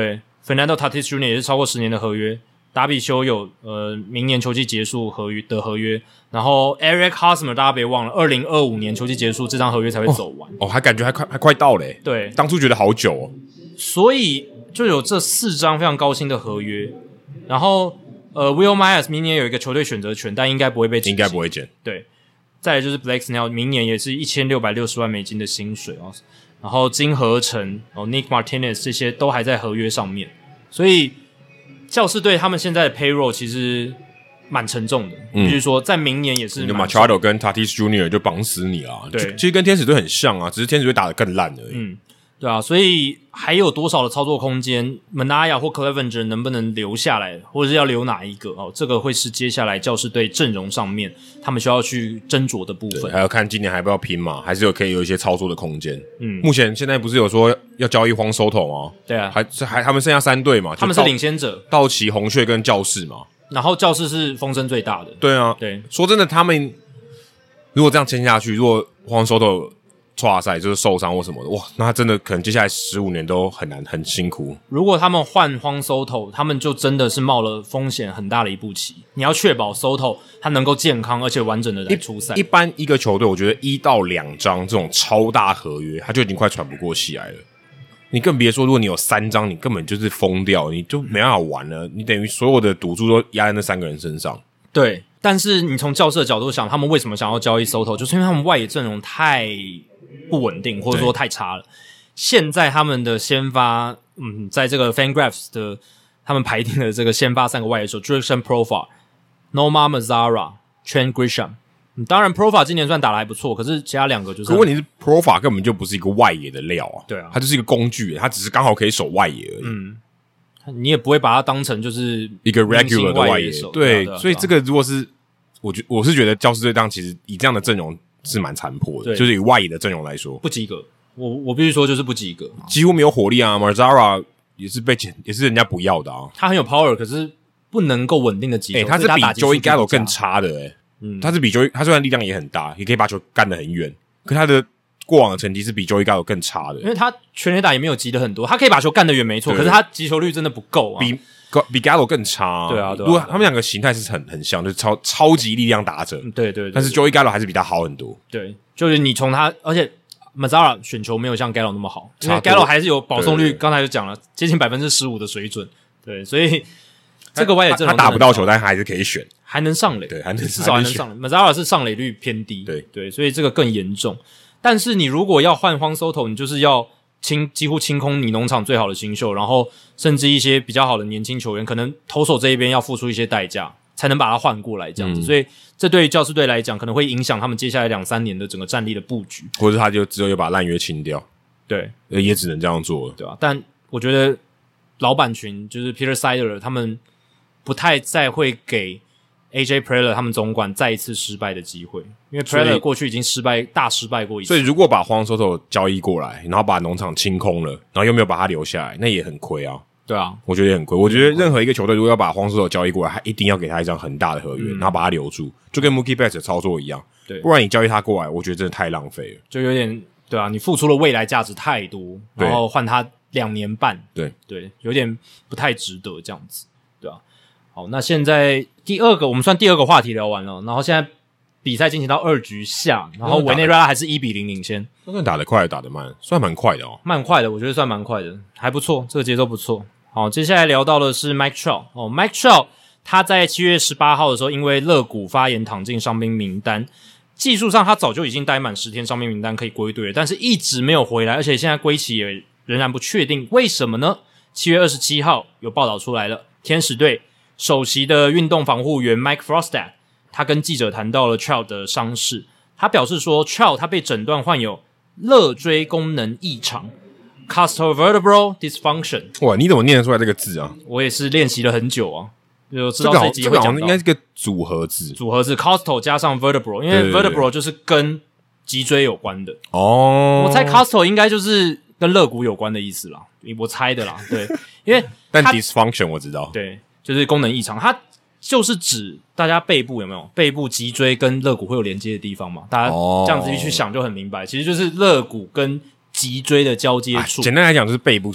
Fernando Tatis Jr. 也是超过10年的合约，达比修有明年球季结束合约，然后 Eric Hosmer 大家别忘了2025年球季结束这张合约才会走完。 还感觉还快到嘞。 对， 当初觉得好久哦。 所以就有这4张非常高薪的合约，然后Will Myers 明年有一个球队选择权，但应该不会被应该不会减。 对，再来就是 Blake Snell 明年也是$1660万的薪水哦。然后金合成Nick Martinez 这些都还在合约上面，所以教士队他们现在的 payroll 其实蛮沉重的，必须说在明年也是。 Machado 跟 Tatis Jr. 就绑死你了， 对， 其实跟天使队很像啊，只是天使队打得更烂而已。 对啊，所以还有多少的操作空间 ？Manaea 或 Clevenger 能不能留下来，或者是要留哪一个？这个会是接下来教士队阵容上面他们需要去斟酌的部分。 还要看今年还不要拼嘛，还是可以有一些操作的空间。目前现在不是有说要交易Juan Soto吗？ 对啊， 还他们剩下3队嘛， 他们是领先者， 道奇、红雀跟教士嘛。 然后教士是风声最大的。 对啊， 对， 说真的，他们如果这样签下去，如果Juan Soto挫赛就是受伤或什么的，哇，那他真的可能接下来15年都很辛苦。 如果他们换Juan Soto，他们就真的是冒了风险很大的一步棋。你要确保 Soto 他能够健康而且完整的来出赛。 一般一个球队，我觉得1到2张这种超大合约，他就已经快喘不过气来了。你更别说，如果你有3张，你根本就是疯掉，你就没办法玩了。你等于所有的赌注都压在那3个人身上。 对，但是你从教士的角度想，他们为什么想要交易 Soto， 就是因为他们外野阵容太不稳定，或者说太差了。现在他们的先发，在这个 FanGraphs 的他们排定的这个先发3个外野手 ，Jurickson Profar、Nomar Mazara、Trent Grisham。当然 Profar 今年算打得还不错，可是其他2个就是。 可问题是 Profar 根本就不是一个外野的料啊， 对啊， 他就是一个工具，他只是刚好可以守外野而已。 你也不会把它当成就是一个 regular 的外野手， 对，所以这个如果是我是觉得教士队当其实以这样的阵容是蛮残破的，就是以外野的阵容来说不及格。我必须说就是不及格， 几乎没有火力啊。Marzara 也是也是人家不要的啊。 他很有 power， 可是不能够稳定的击球。 他是比 Joey Gallo 更差的他是比 Joey， 他虽然力量也很大，也可以把球干得很远，可他的过往的成绩是比 Joey Gallo 更差的。 因为他全垒打也没有击得很多，他可以把球干得远没错，可是他击球率真的不够啊， 比 Gallo 更差。 对啊， 如果他们2个形态是很像，就是超级力量打者。 对，但是 Joey Gallo 还是比他好很多。 对，就是你从他，而且 Mazara 选球没有像 Gallo 那么好，因为 Gallo 还是有保送率，刚才就讲了，接近 15% 的水准。对，所以这个外野阵容他打不到球，但还是可以选， 还能上垒， 对， 至少还能上垒。Mazara 是上垒率偏低，对，所以这个更严重。但是你如果要换Juan Soto，你就是要几乎清空你农场最好的新秀，然后甚至一些比较好的年轻球员，可能投手这一边要付出一些代价，才能把他换过来这样子。所以这对于教士队来讲，可能会影响他们接下来2-3年的整个战力的布局， 或者他就只有把烂约清掉， 对， 也只能这样做了， 对吧？但我觉得老板群就是 Peter Seidler 他们不太再会给 AJ Preller 他们总管再一次失败的机会，因为 Preller 过去已经大失败过一次。 所以如果把Juan Soto交易过来，然后把农场清空了，然后又没有把他留下来，那也很亏啊。 对啊， 我觉得也很亏。我觉得任何一个球队如果要把Juan Soto交易过来，他一定要给他一张很大的合约，然后把他留住，就跟 Mookie Betts 的操作一样。 对， 不然你交易他过来，我觉得真的太浪费了， 就有点对啊，你付出了未来价值太多，然后换他2年半， 对， 有点不太值得这样子，对啊。好，那现在我们算第二个话题聊完了，然后现在比赛进行到2局下，然后委内瑞拉还是1-0领先。 算打得快打得慢，算蛮快的哦。 蛮快的，我觉得算蛮快的，还不错，这个节奏不错。好，接下来聊到的是 Mike Trout。Mike Trout 他在7月18号的时候，因为肋骨发炎躺进伤兵名单。技术上他早就已经待满10天伤兵名单可以归队了，但是一直没有回来，而且现在归期也仍然不确定，为什么呢？7月27号有报道出来了，天使队首席的运动防护员 Mike Frostad 他跟记者谈到了 Trout 的伤势，他表示说 Trout 他被诊断患有肋椎功能异常 Costovertebral dysfunction。 哇，你怎么念得出来这个字啊？ 我也是练习了很久啊，就知道这集会讲到。 这个好像应该是个组合字 Costo 加上 vertebral， 因为 vertebral 就是跟脊椎有关的哦。 我猜 Costo 应该就是跟肋骨有关的意思啦，我猜的啦，对，因为但 dysfunction 我知道， 对，就是功能异常，它就是指大家背部有没有背部脊椎跟肋骨会有连接的地方嘛？大家这样子一去想就很明白，其实就是肋骨跟脊椎的交接处。 简单来讲就是背不舒服，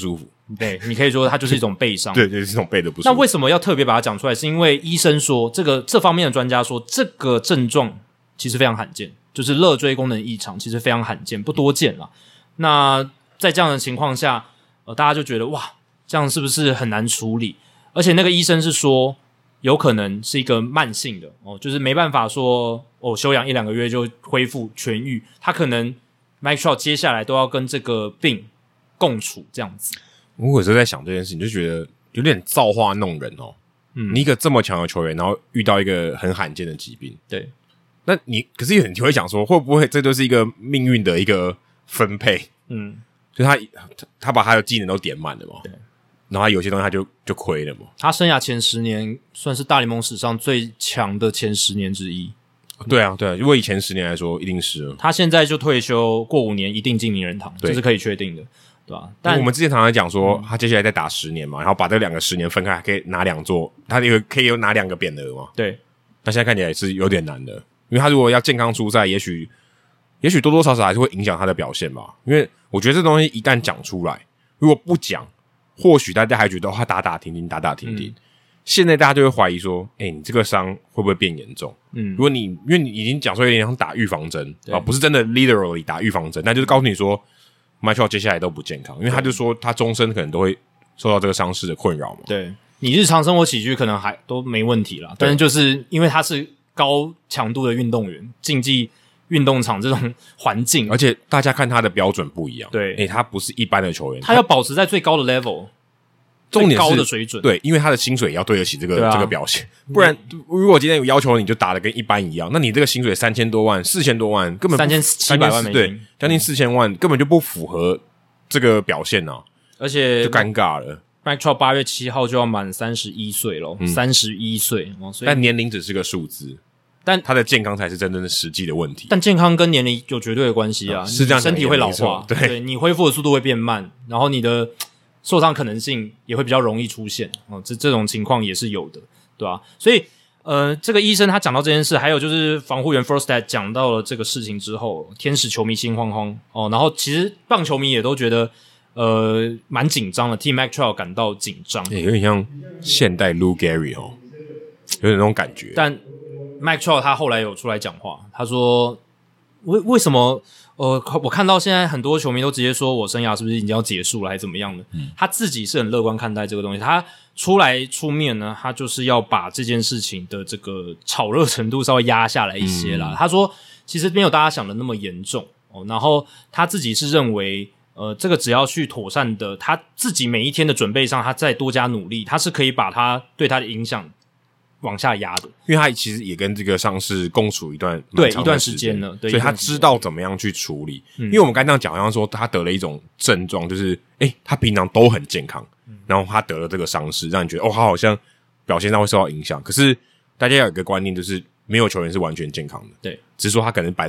对，你可以说它就是一种背伤。 对，就是一种背的不舒服。 那为什么要特别把它讲出来？是因为医生说，这方面的专家说，这个症状其实非常罕见，就是肋椎功能异常，其实非常罕见，不多见啦。那在这样的情况下，大家就觉得哇，这样是不是很难处理？而且那个医生是说，有可能是一个慢性的就是没办法说休养1-2个月就恢复痊愈，他可能 Mike Trout 接下来都要跟这个病共处这样子。 我有时候在想这件事情，就觉得有点造化弄人你一个这么强的球员，然后遇到一个很罕见的疾病， 对， 那可是有人就会讲说，会不会这就是一个命运的一个分配？就他把他的技能都点满了嘛，对，然后他有些东西他就亏了嘛。 他生涯前10年算是大联盟史上最强的前10年之一。 对啊，如果以前10年来说，一定是了。 他现在就退休，过5年一定进名人堂，这是可以确定的，对吧？但我们之前常常讲说，他接下来再打10年嘛，然后把这2个10年分开，还可以拿2座，他可以有拿2个匾额嘛。 对， 那现在看起来也是有点难的，因为他如果要健康出赛，也许多多少少还是会影响他的表现吧。因为我觉得这东西一旦讲出来，如果不讲，或许大家还觉得他打打停停。现在大家就会怀疑说，你这个伤会不会变严重？如果因为你已经讲说有点像打预防针不是真的 literally 打预防针，但就是告诉你说 Mike Trout 接下来都不健康，因为他就说他终身可能都会受到这个伤势的困扰嘛。 对，你日常生活起居可能还都没问题啦，但是就是因为他是高强度的运动员，竞技运动场这种环境， 而且大家看他的标准不一样。 对， 他不是一般的球员， 他要保持在最高的 level。 重点是最高的水准， 对，因为他的薪水也要对得起这个表现，不然如果今天有要求你就打得跟一般一样，那你这个薪水3000多万、4000多万，根本 3700万美金， 对，将近4000万，根本就不符合这个表现啊， 而且就尴尬了。 Mike Trout 8月7号就要满31岁咯，31岁所以但年龄只是个数字，但他的健康才是真正的实际的问题。 但健康跟年龄有绝对的关系啊， 是这样， 身体会老化，对，你恢复的速度会变慢，然后你的受伤可能性也会比较容易出现这种情况也是有的，对吧？所以这个医生他讲到这件事，还有就是防护员 Frostad 讲到了这个事情之后，天使球迷心慌慌然后其实棒球迷也都觉得蛮紧张的，替 Mike Trout 感到紧张， 有点像现代 Lou Gehrig 有点那种感觉。 但 Mike Trout 他后来有出来讲话，他说为什么我看到现在很多球迷都直接说我生涯是不是已经要结束了还是怎么样的他自己是很乐观看待这个东西，他出面呢，他就是要把这件事情的这个炒热程度稍微压下来一些啦他说其实没有大家想的那么严重然后他自己是认为这个只要去妥善的他自己每一天的准备上他再多加努力，他是可以把他对他的影响往下压的， 因为他其实也跟这个伤势共处一段时间了，对， 所以他知道怎么样去处理。因为我们刚才这样讲，好像说他得了一种症状，就是他平常都很健康，然后他得了这个伤势，让你觉得他好像表现上会受到影响。可是大家要有一个观念，就是没有球员是完全健康的， 对， 只是说他可能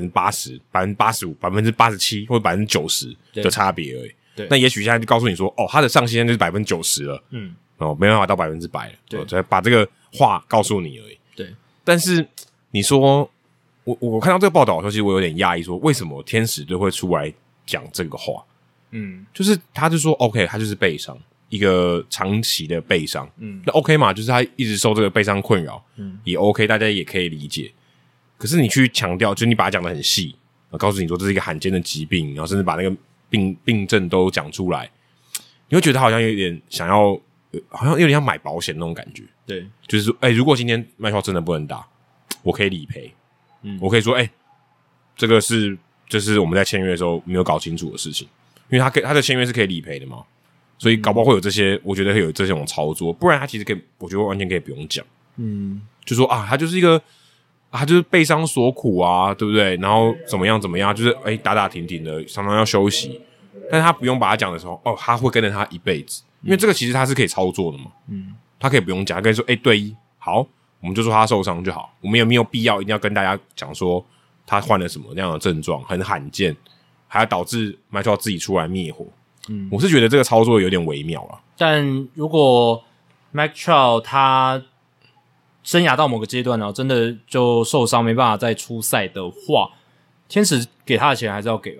80%、85%、87%或者90%的差别而已。 对， 那也许现在就告诉你说，他的上限就是90%了，没办法到100%了， 对， 才把这个话告诉你而已。 对， 但是你说我看到这个报道的时候，其实我有点讶异，说为什么天使队会出来讲这个话？就是他就说 OK， 他就是背伤，一个长期的背伤，那 OK 嘛，就是他一直受这个背伤困扰，也 OK， 大家也可以理解。可是你去强调，就是你把它讲得很细，告诉你说这是一个罕见的疾病，然后甚至把那个病症都讲出来，你会觉得好像有点想要。好像有点像买保险那种感觉， 对， 就是说，如果今天Mike Trout真的不能打，我可以理赔，我可以说，这个是就是我们在签约的时候没有搞清楚的事情，因为他的签约是可以理赔的嘛，所以搞不好会有这些，我觉得会有这种操作，不然他其实我觉得完全可以不用讲，就说他就是一个，他就是背伤所苦啊，对不对？然后怎么样，就是打停停的，常常要休息，但是他不用把他讲的时候，他会跟着他一辈子。因为这个其实他是可以操作的嘛，他可以不用讲，他可以说对好，我们就说他受伤就好，我们也没有必要一定要跟大家讲说他患了什么那样的症状，很罕见，还要导致 Mike Trout 自己出来灭火。我是觉得这个操作有点微妙啦。 但如果 Mike Trout 他生涯到某个阶段真的就受伤没办法再出赛的话，天使给他的钱还是要给吧。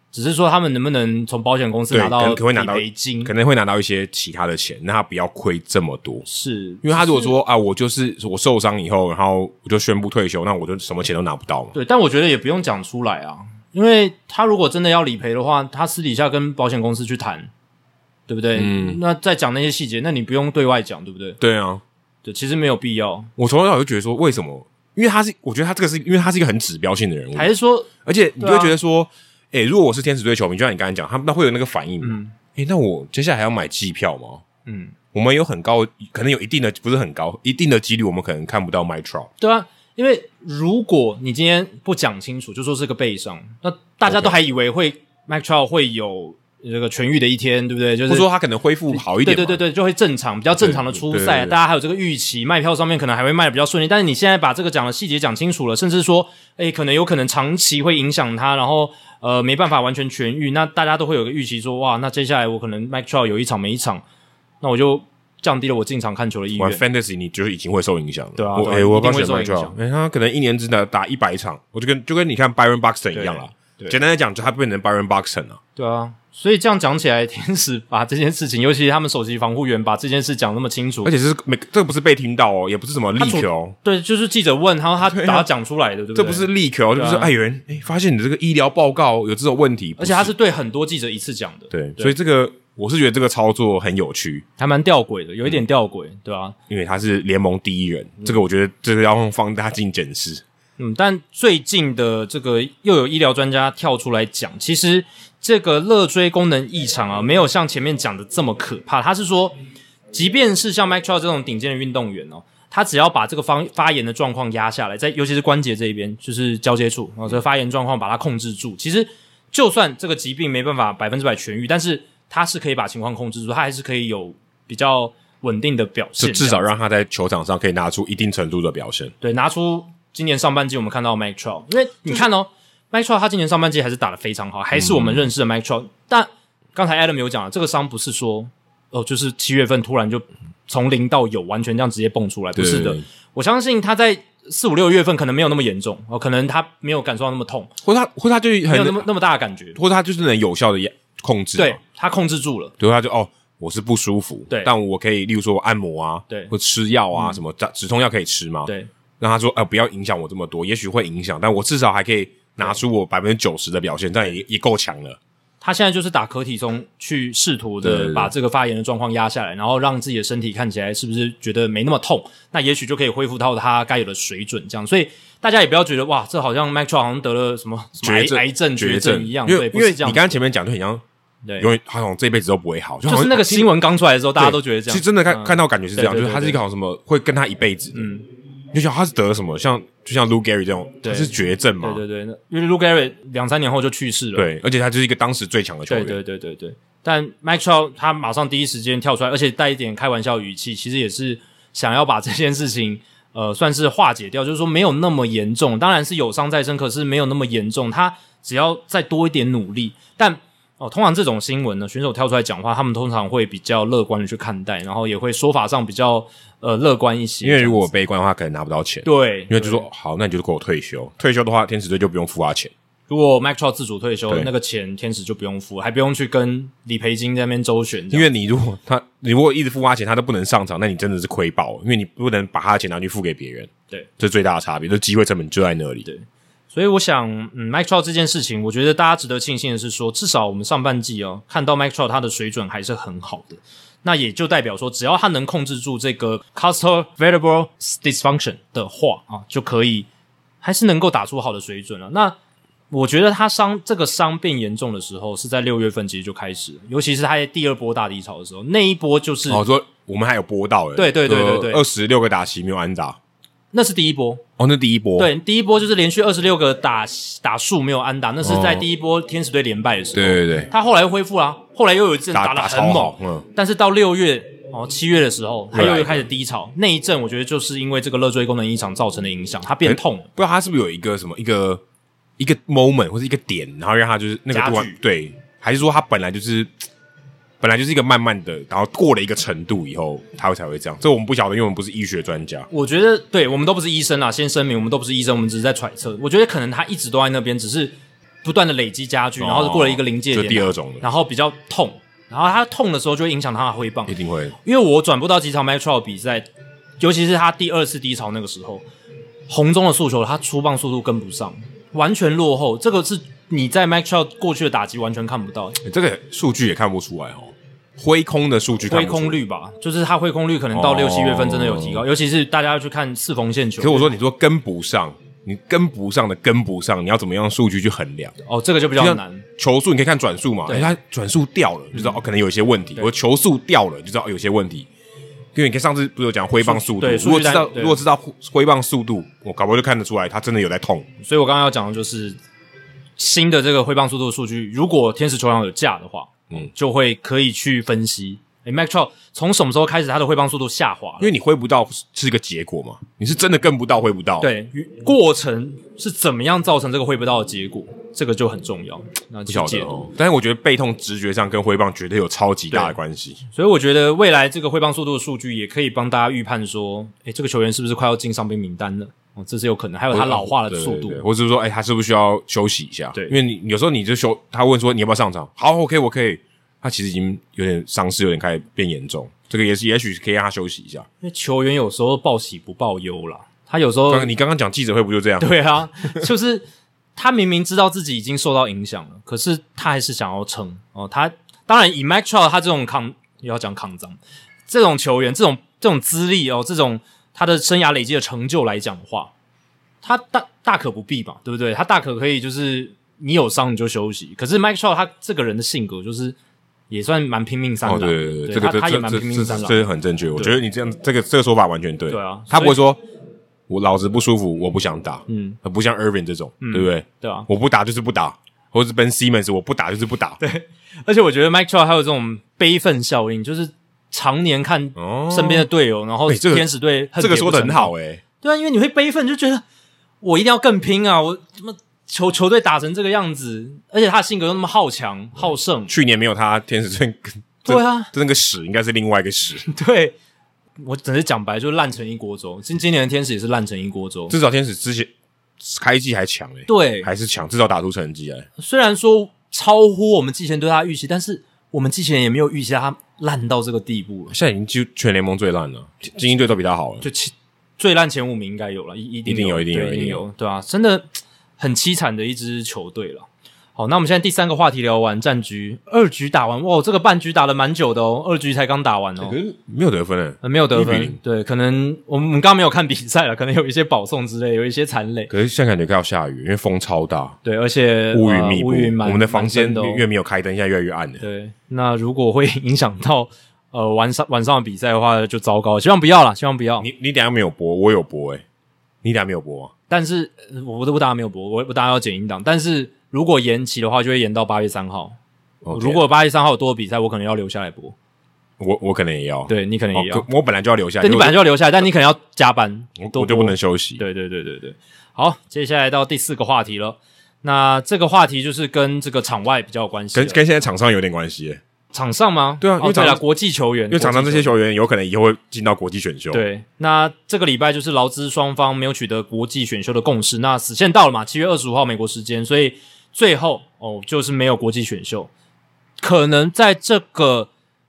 只是说他们能不能从保险公司拿到理赔金， 可能会拿到一些其他的钱，让他不要亏这么多。 是因为他如果说啊，我受伤以后，然后我就宣布退休，那我就什么钱都拿不到嘛。 对，但我觉得也不用讲出来啊，因为他如果真的要理赔的话，他私底下跟保险公司去谈，对不对？那再讲那些细节，那你不用对外讲，对不对？ 对啊， 对，其实没有必要。 我从小就觉得说，为什么？因为我觉得他这个是因为他是一个很指标性的人物， 还是说， 而且你就会觉得说，如果我是天使队球迷，就像你刚才讲，他们那会有那个反应，那我接下来还要买机票吗？我们有很高，可能有一定的不是很高，一定的几率我们可能看不到 Mike Trout。 对啊，因为如果你今天不讲清楚，就说是个背伤，那大家都还以为Mike Trout 会有这个痊愈的一天，对不对？就是或者说他可能恢复好一点， 对，就会比较正常的出赛，大家还有这个预期，卖票上面可能还会卖的比较顺利。但是你现在把这个讲的细节讲清楚了，甚至说，有可能长期会影响他，然后没办法完全痊愈，那大家都会有个预期说，哇，那接下来我可能 Mike Trout 有一场没一场，那我就降低了我进场看球的意愿。 玩 Fantasy 你就是已经会受影响了， 对啊， 我一定会受影响。 他可能一年只打100场，我就跟你看 Byron Buxton 一样啦。简单来讲，就他变成 Byron Buxton 了。 对啊，所以这样讲起来，天使把这件事情，尤其是他们首席防护员把这件事讲那么清楚， 而且这个不是被听到哦，也不是什么 leak 哦。 对，就是记者问，然后他把它讲出来的，对不对？ 这不是 leak 哦，就是有人发现你的这个医疗报告有这种问题， 而且他是对很多记者一次讲的。 对，所以这个我是觉得这个操作很有趣， 还蛮吊诡的，有一点吊诡，对吧？ 因为他是联盟第一人，这个我觉得这个要用放大镜检视。 但最近的这个又有医疗专家跳出来讲，其实这个肋椎功能异常啊，没有像前面讲的这么可怕。他是说，即便是像 Mike Trout 这种顶尖的运动员哦，他只要把这个发炎的状况压下来，尤其是关节这一边，就是交接处，这个发炎状况把它控制住，其实就算这个疾病没办法100%痊愈，但是他是可以把情况控制住，他还是可以有比较稳定的表现， 至少让他在球场上可以拿出一定程度的表现。 对，拿出今年上半季我们看到 Mike Trout， 因为你看Mike Trout 他今年上半季还是打得非常好，还是我们认识的 Mike Trout，但刚才 Adam 有讲了，这个伤不是说就是7月份突然就从0到有完全这样直接蹦出来，不是的。我相信他在4、5、6月份可能没有那么严重，可能他没有感受到那么痛， 或他就没有那么大的感觉， 或者他就是能有效的控制， 对，他控制住了， 对，他就我是不舒服， 对， 但我可以例如说按摩啊， 对， 或吃药啊，什么止痛药可以吃嘛， 对， 让他说不要影响我这么多，也许会影响，但我至少还可以拿出我90%的表现，这样也够强了。 他现在就是打可体松去试图的把这个发炎的状况压下来，然后让自己的身体看起来是不是觉得没那么痛，那也许就可以恢复到他该有的水准这样。所以大家也不要觉得哇，这好像 Mike Trout 好像得了什么癌症绝症一样， 因为你刚刚前面讲就很像对， 他好像这辈子都不会好， 就是那个新闻刚出来的时候大家都觉得这样， 其实真的看到感觉是这样，就是他是一个好像什么会跟他一辈子的，就像他是得了什么，就像 Lou Gehrig 这种，他是绝症嘛？ 对，因为 Lou Gehrig 2-3年后就去世了， 对，而且他就是一个当时最强的球员， 对。但 Mike Trout 他马上第一时间跳出来，而且带一点开玩笑语气，其实也是想要把这件事情算是化解掉，就是说没有那么严重，当然是有伤在身，可是没有那么严重，他只要再多一点努力，但通常这种新闻呢，选手跳出来讲话，他们通常会比较乐观的去看待，然后也会说法上比较乐观一些。 因为如果悲观的话，可能拿不到钱。 对， 因为就说好，那你就给我退休。退休的话，天使队就不用付他钱。 如果 Mike Trout 自主退休，那个钱天使就不用付，还不用去跟理赔金在那边周旋。 因为你如果一直付他钱，他都不能上场，那你真的是亏爆了，因为你不能把他的钱拿去付给别人。 对， 这是最大的差别，就机会成本就在那里。 对。所以我想Mike Trout 这件事情，我觉得大家值得庆幸的是说，至少我们上半季看到 Mike Trout 他的水准还是很好的。那也就代表说，只要他能控制住这个 costal vertebral dysfunction 的话就可以还是能够打出好的水准了。那我觉得他这个伤变严重的时候是在6月份其实就开始了，尤其是他在第二波大低潮的时候，那一波就是说我们还有播到对 26个打席没有安打。 那是第一波那第一波对，第一波就是连续26个打数没有安打，那是在第一波天使队连败的时候。 对， 他后来又恢复了，后来又有一阵打得很猛，但是到6月7月的时候，他又开始低潮。那一阵我觉得就是因为这个肋椎功能异常造成的影响，他变痛了。 不知道他是不是有一个什么一个 moment 或是一个点，然后让他就是那个度对，还是说他本来就是一个慢慢的，然后过了一个程度以后，他才会这样。这我们不晓得，因为我们不是医学专家。 我觉得，对，我们都不是医生啦，先声明，我们都不是医生，我们只是在揣测。我觉得可能他一直都在那边，只是不断的累积加剧，然后过了一个临界点， 这第二种的， 然后比较痛，然后他痛的时候就会影响他的挥棒， 一定会。 因为我转播到几场 Mike Trout 比赛，尤其是他第二次低潮那个时候，红中的速球他出棒速度跟不上，完全落后，这个是你在 Mike Trout 过去的打击完全看不到， 这个数据也看不出来哦。挥空的数据看不出来， 挥空率吧，就是他挥空率可能到6-7月份真的有提高，尤其是大家要去看四缝线球。 可是我说，你说跟不上，你跟不上的跟不上，你要怎么样数据去衡量？ 哦，这个就比较难。 球速你可以看转速嘛，它转速掉了，就知道可能有一些问题；我球速掉了，就知道有些问题。因为你看上次不是有讲挥棒速度，如果知道挥棒速度，我搞不好就看得出来他真的有在痛。 所以我刚刚要讲的就是新的这个挥棒速度的数据，如果天使球场有架的话，就会可以去分析。Mike Trout 从什么时候开始他的挥棒速度下滑了？ 因为你挥不到是一个结果嘛，你是真的跟不到挥不到。 对，过程是怎么样造成这个挥不到的结果，这个就很重要。那不晓得哦，但是我觉得背痛直觉上跟挥棒绝对有超级大的关系。 所以我觉得未来这个挥棒速度的数据也可以帮大家预判说，这个球员是不是快要进伤兵名单了？这是有可能，还有他老化的速度， 或者是说，他是不是需要休息一下？ 对， 因为你有时候你就他问说你要不要上场？好 ，OK， 我可以。他其实已经有点伤势，有点开始变严重，这个也许可以让他休息一下。 因为球员有时候报喜不报忧啦，他有时候你刚刚讲记者会不就这样？ 对啊，就是他明明知道自己已经受到影响了，可是他还是想要撑哦。他当然以 Mike Trout 他这种要讲抗脏这种球员，这种资历哦，这种他的生涯累积的成就来讲的话，他大可不必嘛，对不对？他大可以就是你有伤你就休息。可是 Mike Trout 他这个人的性格就是也算蛮拼命三郎， 对，这个他也蛮拼命三郎， 这是很正确。我觉得你这样这个说法完全对。 对啊， 他不会说我老子不舒服，我不想打，不像 Irvin 这种，对不对？ 对啊， 我不打就是不打，或者是 Ben Simmons 我不打就是不打。 对，而且我觉得 Mike Trout 还有这种悲愤效应，就是常年看身边的队友，然后天使队这个说的很好对啊，因为你会悲愤，就觉得我一定要更拼啊，我怎么球队打成这个样子，而且他的性格又那么好强好胜， 去年没有他，天使队对啊， 那个屎应该是另外一个屎。 对，我只是讲白，就烂成一锅粥。今年的天使也是烂成一锅粥， 至少天使之前开季还强对， 还是强，至少打出成绩来。 虽然说超乎我们季前对他预期，但是我们季前也没有预期他烂到这个地步了。 现在已经全联盟最烂了，精英队都比他好了， 就最烂前5名应该有了，一定有，对啊，真的很凄惨的一支球队了。好，那我们现在第3个话题聊完，战局2局打完，哇，这个半局打了蛮久的哦，2局才刚打完哦， 可是没有得分没有得分，对，可能我们刚刚没有看比赛了，可能有一些保送之类，有一些残垒。 可是现在感觉快要下雨，因为风超大， 对，而且乌云密布， 我们的房间越没有开灯，现在越来越暗了。 对，那如果会影响到晚上的比赛的话，就糟糕，希望不要啦，希望不要。 你等一下没有播，我有播你等一下没有播吗？ 但是我等下没有播，我等下要剪音档，但是如果延期的话，就会延到8月3号。如果8月3号有多的比赛，我可能要留下来播。 我可能也要， 对，你可能也要。 我本来就要留下来， 对，你本来就要留下来，但你可能要加班， 我就不能休息。 对。好，接下来到第4个话题了。那这个话题就是跟这个场外比较有关系， 跟现在场上有点关系。 场上吗？ 对啊，因为国际球员， 因为场上这些球员有可能以后会进到国际选秀。 对，那这个礼拜就是劳资双方没有取得国际选秀的共识，那死线到了嘛，7月25号美国时间，所以最后就是没有国际选秀，可能在这个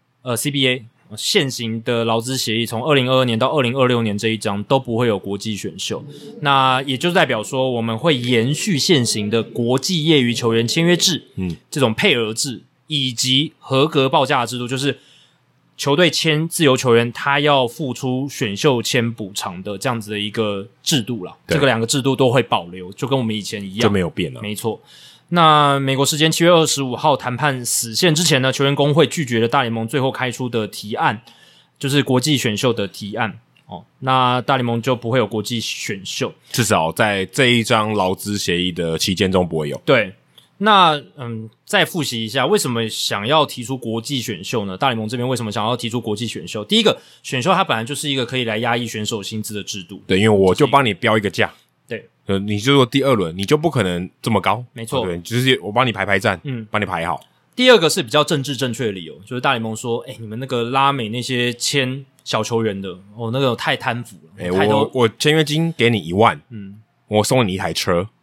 CBA 现行的劳资协议从2022年到2026年这一章都不会有国际选秀，那也就代表说我们会延续现行的国际业余球员签约制，这种配额制。以及合格报价的制度，就是球队签自由球员，他要付出选秀签补偿的这样子的一个制度啦。这个2个制度都会保留，就跟我们以前一样， 就没有变了。 没错。那美国时间7月25号谈判死线之前呢，球员工会拒绝了大联盟最后开出的提案，就是国际选秀的提案。那大联盟就不会有国际选秀， 至少在这一张劳资协议的期间中不会有。 对。那再复习一下，为什么想要提出国际选秀呢？大联盟这边为什么想要提出国际选秀？第一个，选秀它本来就是一个可以来压抑选手薪资的制度。 对，因为我就帮你标一个价。 对， 你就说第2轮你就不可能这么高。 没错， 对，就是我帮你排战，帮你排好。 第2个是比较政治正确的理由，就是大联盟说，你们那个拉美那些签小球员的，那个太贪腐了。 我签约金给你1万，我送你一台车。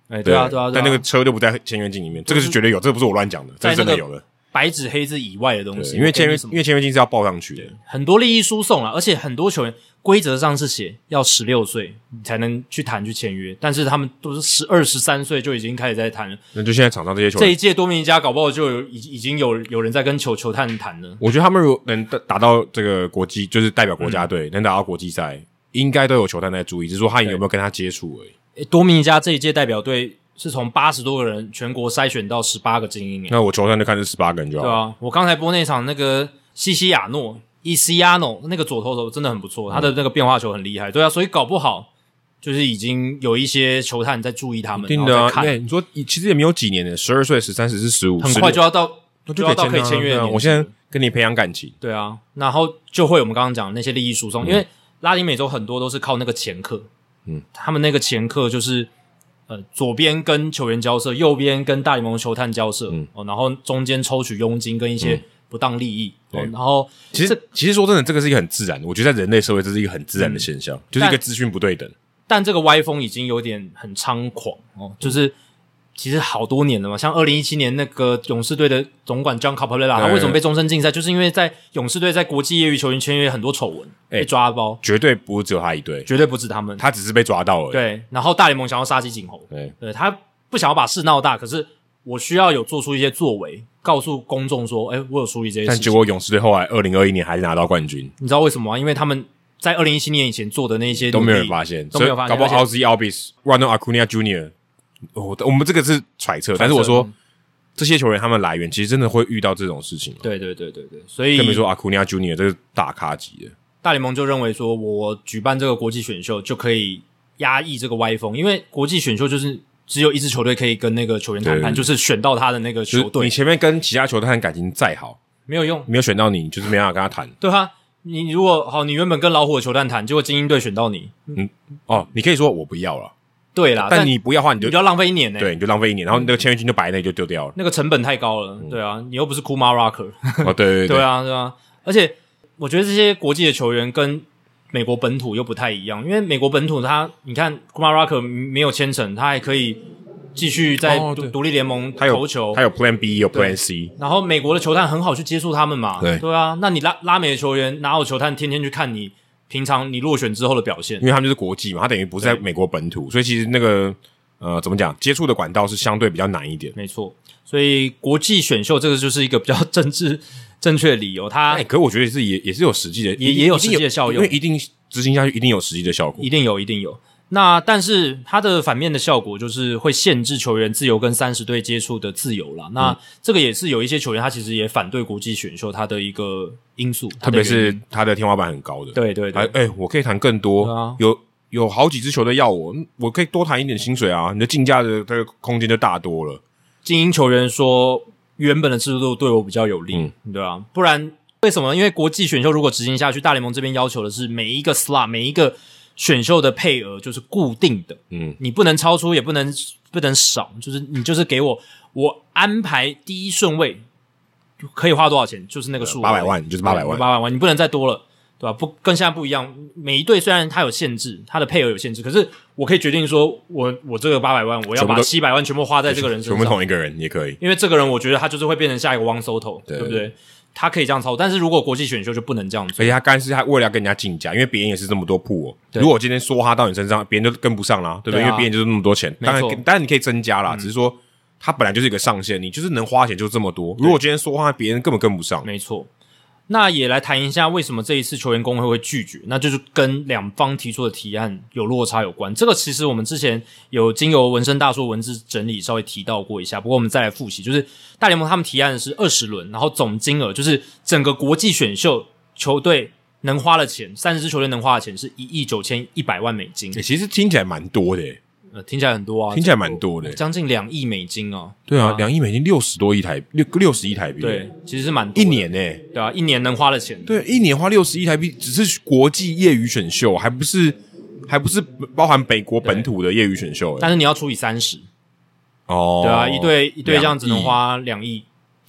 对啊， 但那个车就不在签约金里面，这个是绝对有，这个不是我乱讲的，这是真的有的。 白纸黑字以外的东西， 因为签约金是要报上去的， 很多利益输送啦，而且很多球员规则上是写要16岁你才能去签约，但是他们都是12、13岁就已经开始在谈了。 那就现在场上这些球员， 这一届多米尼加搞不好就已经有人在跟球探谈了。 我觉得他们如果能打到这个国际，就是代表国家队能打到国际赛，应该都有球探在注意，只是说他有没有跟他接触而已。 多米尼加这一届代表队是从80多个人全国筛选到18个精英。 那我球探就看这18个人就好。 对啊，我刚才播那场那个西西亚诺那个左投手真的很不错，他的那个变化球很厉害。对啊，所以搞不好就是已经有一些球探在注意他们。 一定的啊，你说其实也没有几年的，12岁、13、14、15， 很快就要到可以签约的年纪。 我现在跟你培养感情。 对啊，然后就会我们刚刚讲的那些利益输送，因为拉丁美洲很多都是靠那个前客。他们那个前客就是左边跟球员交涉，右边跟大联盟球探交涉，然后中间抽取佣金跟一些不当利益，然后其实说真的，这个是一个很自然的，我觉得在人类社会这是一个很自然的现象，就是一个资讯不对等。 但这个歪风已经有点很猖狂就是其实好多年了嘛，像2017年那个勇士队的总管 John Caparella， 他为什么被终身禁赛？就是因为在勇士队在国际业余球员签约很多丑闻，被抓包， 绝对不是只有他一队， 绝对不止他们， 他只是被抓到而已。 对，然后大联盟想要杀鸡儆猴，对，他不想要把事闹大，可是我需要有做出一些作为，告诉公众说，我有处理这些事情。 但结果勇士队后来2021年还是拿到冠军， 你知道为什么吗？因为他们在2017年以前做的那些都没有人发现， 都没有发现， 搞不好 Ozzie Albies、Ronald Acuna Jr.我们这个是揣测，但是我说这些球员他们来源其实真的会遇到这种事情。 对，所以更别说Acuna Jr. 这是大咖级的。 大联盟就认为说，我举办这个国际选秀就可以压抑这个歪风，因为国际选秀就是只有一支球队可以跟那个球员谈判，就是选到他的那个球队。 你前面跟其他球队感情再好， 没有用， 没有选到你，就是没办法跟他谈。 对啊，你如果好，你原本跟老虎的球探谈，结果精英队选到你， 你可以说我不要了。 对啦， 但你不要的话，你就要浪费1年对，你就浪费1年，然后那个签约金就摆在那里就丢掉了， 那个成本太高了。对啊，你又不是 Kumar Rocker。 对对啊，而且我觉得这些国际的球员跟美国本土又不太一样，因为美国本土你看 Kumar Rocker 没有签成，他还可以继续在独立联盟投球， 他有 Plan B 有 Plan C， 然后美国的球探很好去接触他们嘛。对啊，那你拉美的球员哪有球探天天去看你平常你落选之后的表现？ 因为他们就是国际嘛，他等于不是在美国本土，所以其实那个怎么讲，接触的管道是相对比较难一点。 没错，所以国际选秀这个就是一个比较政治正确的理由。 可我觉得也是有实际的， 也有实际的效用， 因为一定执行下去一定有实际的效果， 一定有。那但是它的反面的效果就是会限制球员自由跟30队接触的自由啦。那这个也是有一些球员他其实也反对国际选秀他的一个因素， 特别是他的天花板很高的。 对， 我可以谈更多，有好几支球队要我可以多谈一点薪水啊，你的竞价的这个空间就大多了。 精英球员说原本的制度对我比较有利，对啊，不然为什么？因为国际选秀如果执行下去，大联盟这边要求的是每一个 slot 每一个选秀的配额就是固定的，你不能超出也不能少，就是你就是给我安排第一顺位可以花多少钱，就是那个数 ，800万就是800万， 你不能再多了，对吧？不跟现在不一样，每一队虽然它有限制，它的配额有限制，可是我可以决定说我这个800万我要把700万全部花在这个人身上， 全部同一个人也可以， 因为这个人我觉得他就是会变成下一个Juan Soto，对不对？他可以这样操作，但是如果国际选秀就不能这样做。 而且他干是他为了要跟人家竞价，因为别人也是这么多铺如果我今天说他到你身上，别人就跟不上啦，对不对？因为别人就是那么多钱，当然你可以增加啦，只是说他本来就是一个上限，你就是能花钱就这么多。如果今天说话，别人根本跟不上。 没错。那也来谈一下为什么这一次球员工会会拒绝，那就是跟两方提出的提案有落差有关。这个其实我们之前有经由纹身大叔文字整理稍微提到过一下，不过我们再来复习，就是大联盟他们提案的是20轮，然后总金额就是整个国际选秀球队能花的钱，30支球队能花的钱是$191,100,000,000。 其实听起来蛮多的听起来很多啊， 听起来蛮多的， 将近$2亿啊。 对啊，$2亿60多亿台币，60亿台币。 对，其实是蛮多的。 一年对啊，一年能花的钱。 对，一年花60亿台币，只是国际业余选秀，还不是包含美国本土的业余选秀。 但是你要除以30。 哦， 对啊，一队这样子能花2亿。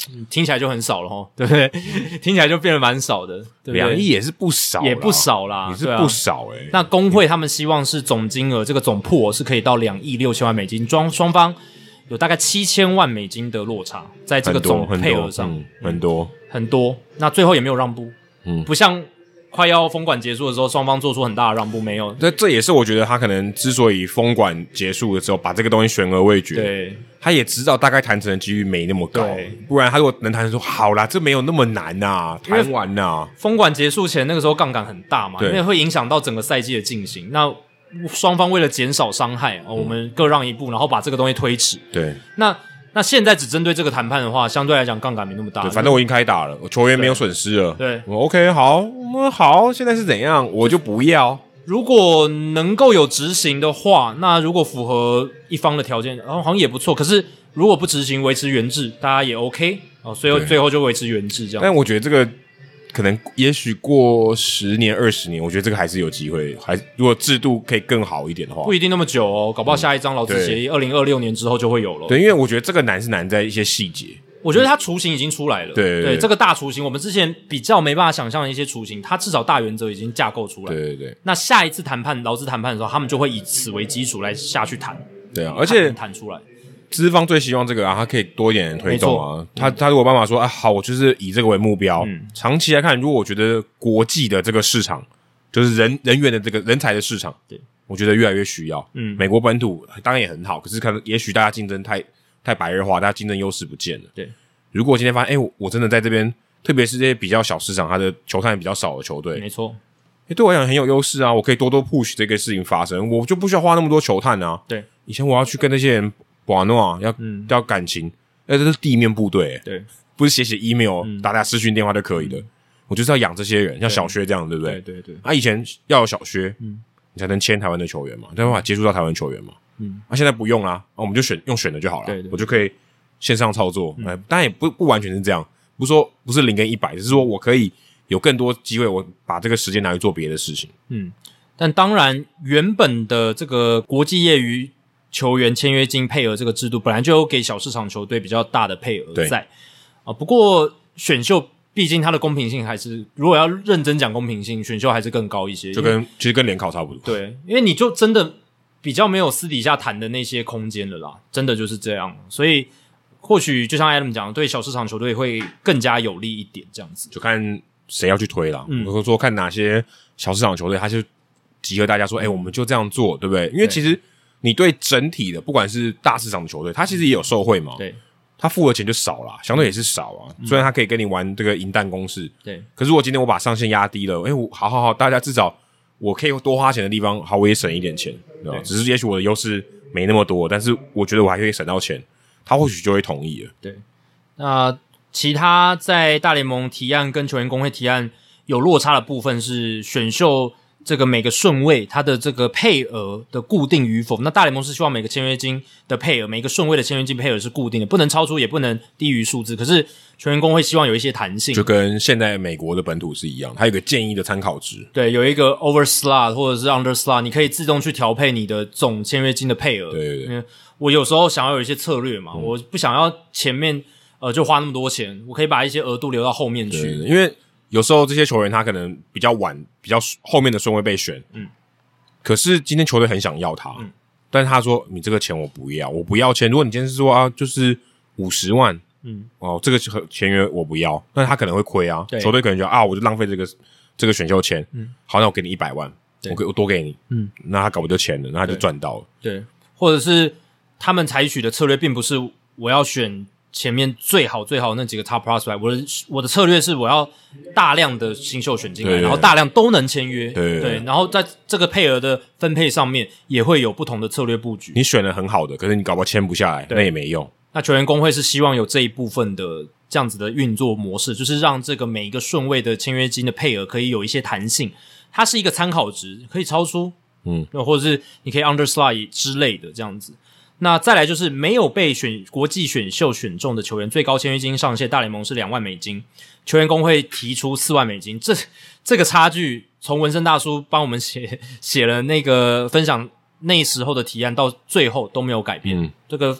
听起来就很少了齁，对不对？听起来就变得蛮少的，对不对？2 亿也是不少啦， 也不少啦， 也是不少那工会他们希望是总金额这个总破是可以到2亿6千万美金，双方有大概7000万美金的落差，在这个总配额上， 很多。 那最后也没有让步，不像快要封馆结束的时候，双方做出很大的让步，没有。 这也是我觉得他可能之所以封馆结束的时候把这个东西悬而未决， 对， 他也知道大概谈成的几率没那么高，不然他如果能谈成说好啦，这没有那么难啊，谈完啦。 封馆结束前那个时候杠杆很大嘛，因为会影响到整个赛季的进行。那双方为了减少伤害，我们各让一步，然后把这个东西推迟。 对， 那现在只针对这个谈判的话，相对来讲杠杆没那么大。 对，反正我已经开打了，球员没有损失了。 对， 我 OK， 好，现在是怎样，我就不要。 如果能够有执行的话，那如果符合一方的条件，好像也不错。可是如果不执行，维持原制，大家也 OK 所以最后就维持原制这样。 但我觉得这个可能也许过10年20年，我觉得这个还是有机会。如果制度可以更好一点的话， 不一定那么久哦，搞不好下一张劳资协议2026年之后就会有了。 对，因为我觉得这个难是难在一些细节。 我觉得它雏形已经出来了，对，这个大雏形，我们之前比较没办法想象的一些雏形，它至少大原则已经架构出来。 对。 那下一次谈判劳资谈判的时候，他们就会以此为基础来下去谈。 对啊，而且谈出来。 资方最希望这个他可以多一点推动啊。他如果办法说好，我就是以这个为目标。长期来看，如果我觉得国际的这个市场，就是人员的这个人才的市场， 对， 我觉得越来越需要。美国本土当然也很好，可是可能也许大家竞争太白热化，大家竞争优势不见了。 对， 如果今天发现，我真的在这边，特别是这些比较小市场，它的球探比较少的球队， 没错， 对我来讲很有优势啊，我可以多 push 这个事情发生，我就不需要花那么多球探啊。 对， 以前我要去跟那些人玩弄要感情，这是地面部队， 对， 不是写 email 打视讯电话就可以的。我就是要养这些人，像小薛这样，对不对？ 对。 以前要有小薛，你才能签台湾的球员嘛，才有办法接触到台湾球员嘛。现在不用啦，我们就用选的就好了，我就可以线上操作。当然也不完全是这样，不是说不是0跟100，只是说我可以有更多机会，我把这个时间拿去做别的事情。 但当然，原本的这个国际业余球员签约金配额这个制度，本来就有给小市场球队比较大的配额在不过选秀毕竟它的公平性还是，如果要认真讲公平性，选秀还是更高一些， 其实跟联考差不多。 对，因为你就真的比较没有私底下谈的那些空间了啦，真的就是这样。所以或许就像 Adam 讲的，对小市场球队会更加有利一点，这样子就看谁要去推啦。比如说看哪些小市场球队，他就集合大家说，我们就这样做，对不对？因为其实你对整体的，不管是大市场的球队，他其实也有受惠嘛。 对。 他付的钱就少啦，相对也是少啊。虽然他可以跟你玩这个银弹公式， 对。 可是我今天我把上限压低了，好，大家至少我可以多花钱的地方，好，我也省一点钱，对吧？只是也许我的优势没那么多，但是我觉得我还可以省到钱，他或许就会同意了。 对。那其他在大联盟提案跟球员工会提案有落差的部分是选秀这个每个顺位它的这个配额的固定与否。那大联盟是希望每个签约金的配额，每个顺位的签约金配额是固定的，不能超出也不能低于数字。可是球员工会希望有一些弹性， 就跟现在美国的本土是一样，它有一个建议的参考值。 对，有一个 over slot 或者是 under slot， 你可以自动去调配你的总签约金的配额。 对。 因为我有时候想要有一些策略嘛，我不想要前面就花那么多钱，我可以把一些额度留到后面去。 对，因为有时候这些球员他可能比较晚，比较后面的顺位被选，可是今天球队很想要他，但是他说你这个钱我不要钱。如果你今天是说就是50万，这个签约我不要，那他可能会亏啊。球队可能就我就浪费这个选秀钱，好，那我给你100万，我多给你，那他搞不就钱了，那他就赚到了。 对，或者是他们采取的策略并不是我要选前面最好那几个 top prospect， 我的策略是我要大量的新秀选进来，然后大量都能签约，对，然后在这个配额的分配上面也会有不同的策略布局。 你选了很好的，可是你搞不好签不下来，那也没用。 那球员工会是希望有这一部分的这样子的运作模式，就是让这个每一个顺位的签约金的配额可以有一些弹性，它是一个参考值，可以超出，或者是你可以 under slot 之类的这样子。那再来就是没有被国际选秀选中的球员，最高签约金上限大联盟是$2万，球员工会提出$4万，这个差距从文森大叔帮我们写了那个分享那时候的提案到最后都没有改变，这个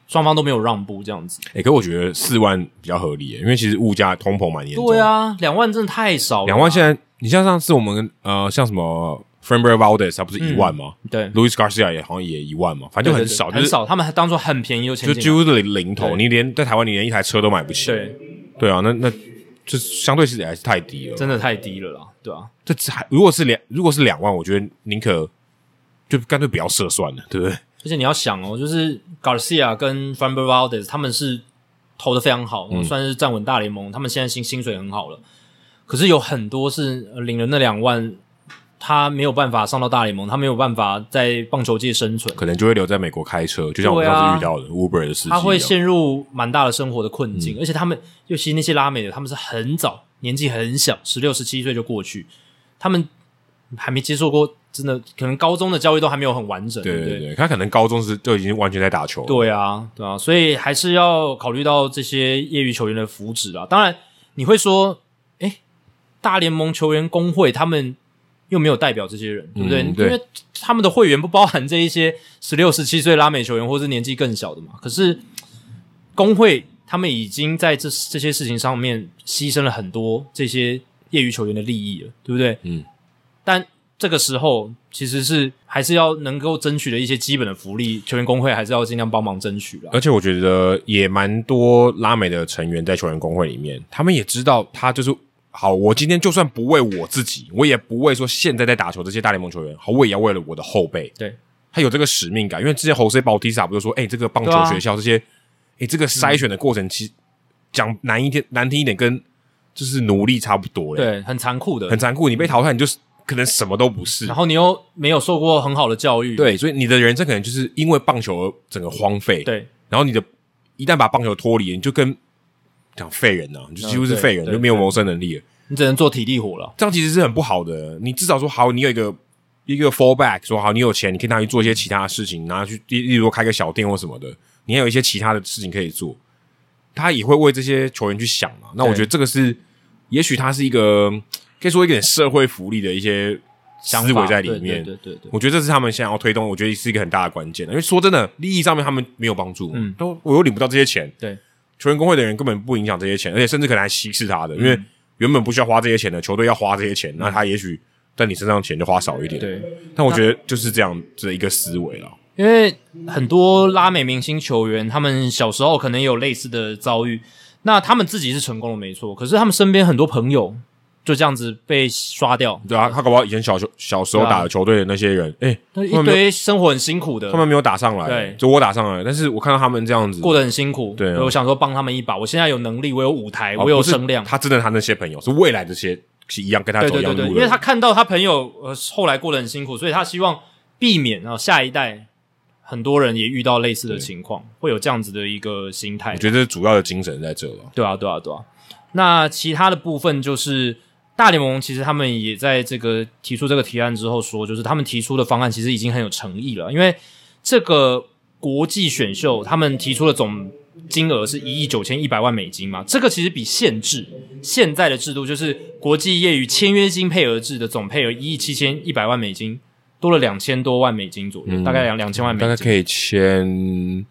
双方都没有让步这样子。 可我觉得4万比较合理耶，因为其实物价通膨蛮严重的。 对啊，2万真的太少了。 2万现在，你像上次我们像什么 Framber Valdez 他不是1万吗？ 对 ，Luis Garcia 也好像也1万嘛，反正就很少， 很少。他们当作很便宜就签进来， 就几乎是零头，你连在台湾你连一台车都买不起。对啊，那就相对是还是太低了， 真的太低了啦，对啊。 这如果是2万，我觉得宁可就干脆不要设算了，对不对？ 而且你要想哦，就是 Garcia 跟 Framber Valdez 他们是投的非常好，算是站稳大联盟，他们现在薪水很好了。可是有很多是领了那2万，他没有办法上到大联盟，他没有办法在棒球界生存， 可能就会留在美国开车，就像我们上次遇到的 Uber 的司机， 他会陷入蛮大的生活的困境。而且他们，尤其那些拉美的，他们是很早，年纪很小，16、17岁就过去，他们还没接受过，真的可能高中的教育都还没有很完整。 对，他可能高中就已经完全在打球了。 对啊，所以还是要考虑到这些业余球员的福祉啊。当然，你会说，大联盟球员工会他们又没有代表这些人，对不对？ 对， 因为他们的会员不包含这一些16、17岁拉美球员，或是年纪更小的嘛。可是工会他们已经在这些事情上面牺牲了很多这些业余球员的利益了，对不对？但这个时候其实是还是要能够争取的一些基本的福利，球员工会还是要尽量帮忙争取啦。 而且我觉得也蛮多拉美的成员在球员工会里面，他们也知道他就是好，我今天就算不为我自己，我也不为说现在在打球这些大联盟球员，好，我也要为了我的后辈。 对， 他有这个使命感，因为之前 Jose Bautista 不就说，这个棒球学校这些，这个筛选的过程，其实讲难听一点，跟就是奴隶差不多嘞。 对，很残酷的， 很残酷。你被淘汰，你就是可能什么都不是， 然后你又没有受过很好的教育， 对，所以你的人生可能就是因为棒球而整个荒废。 对， 然后你一旦把棒球脱离，你就跟讲废人啊，你就几乎是废人，就没有谋生能力了。 你只能做体力活了， 这样其实是很不好的。你至少说好，你有一个 fallback， 说好你有钱，你可以拿去做一些其他的事情，拿去例如说开个小店或什么的，你还有一些其他的事情可以做。他也会为这些球员去想嘛。那我觉得这个是，也许他是一个可以说一点社会福利的一些思维在里面。 对， 我觉得这是他们现在要推动，我觉得是一个很大的关键。因为说真的，利益上面他们没有帮助，我又领不到这些钱， 对， 球员工会的人根本不影响这些钱，而且甚至可能还稀释他的，因为原本不需要花这些钱的球队要花这些钱，那他也许在你身上钱就花少一点。 对， 但我觉得就是这样子的一个思维啦。 因为很多拉美明星球员，他们小时候可能也有类似的遭遇，那他们自己是成功的没错，可是他们身边很多朋友就这样子被刷掉。 对啊，他搞不好以前小时候打的球队的那些人， 一堆生活很辛苦的， 他们没有打上来， 对， 就我打上来，但是我看到他们这样子过得很辛苦， 对， 我想说帮他们一把。我现在有能力，我有舞台，我有声量。 他真的他那些朋友是未来这些是一样跟他走一样路的， 因为他看到他朋友后来过得很辛苦，所以他希望避免下一代很多人也遇到类似的情况，会有这样子的一个心态。 我觉得主要的精神在这了。 对啊。那其他的部分就是大联盟，其实他们也在这个提出这个提案之后说，就是他们提出的方案其实已经很有诚意了，因为这个国际选秀他们提出的总金额是$191,100,000嘛，这个其实比现在的制度就是国际业余签约金配额制的总配额$171,100,000多了$2000多万左右，大概$2000万， 大概可以签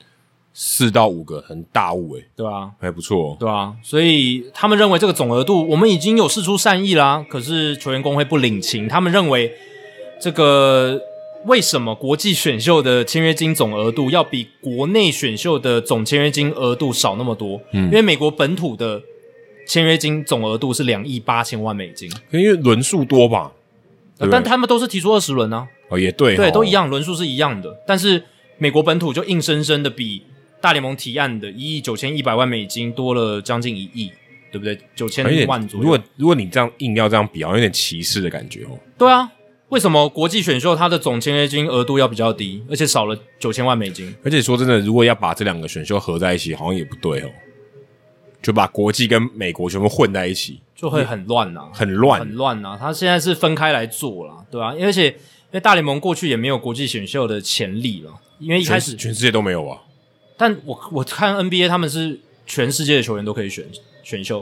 4到5个，很大物对啊， 还不错， 对啊，所以他们认为这个总额度我们已经有释出善意啦，可是球员工会不领情，他们认为这个为什么国际选秀的签约金总额度要比国内选秀的总签约金额度少那么多？因为美国本土的签约金总额度是$2.8亿， 因为轮数多吧， 但他们都是提出20轮啊。 也对， 都一样，轮数是一样的，但是美国本土就硬生生的比大联盟提案的$191,100,000多了将近1亿，对不对？9000万左右。 如果你这样硬要这样比，好像有点歧视的感觉哦。 对啊，为什么国际选秀它的总签约金额度要比较低，而且少了$9000万？ 而且说真的，如果要把这两个选秀合在一起，好像也不对哦。就把国际跟美国全部混在一起， 就会很乱啊， 很乱啊。他现在是分开来做啦，对吧？而且因为大联盟过去也没有国际选秀的潜力了，因为一开始全世界都没有啊。 但我看 NBA 他们是全世界的球员都可以选秀，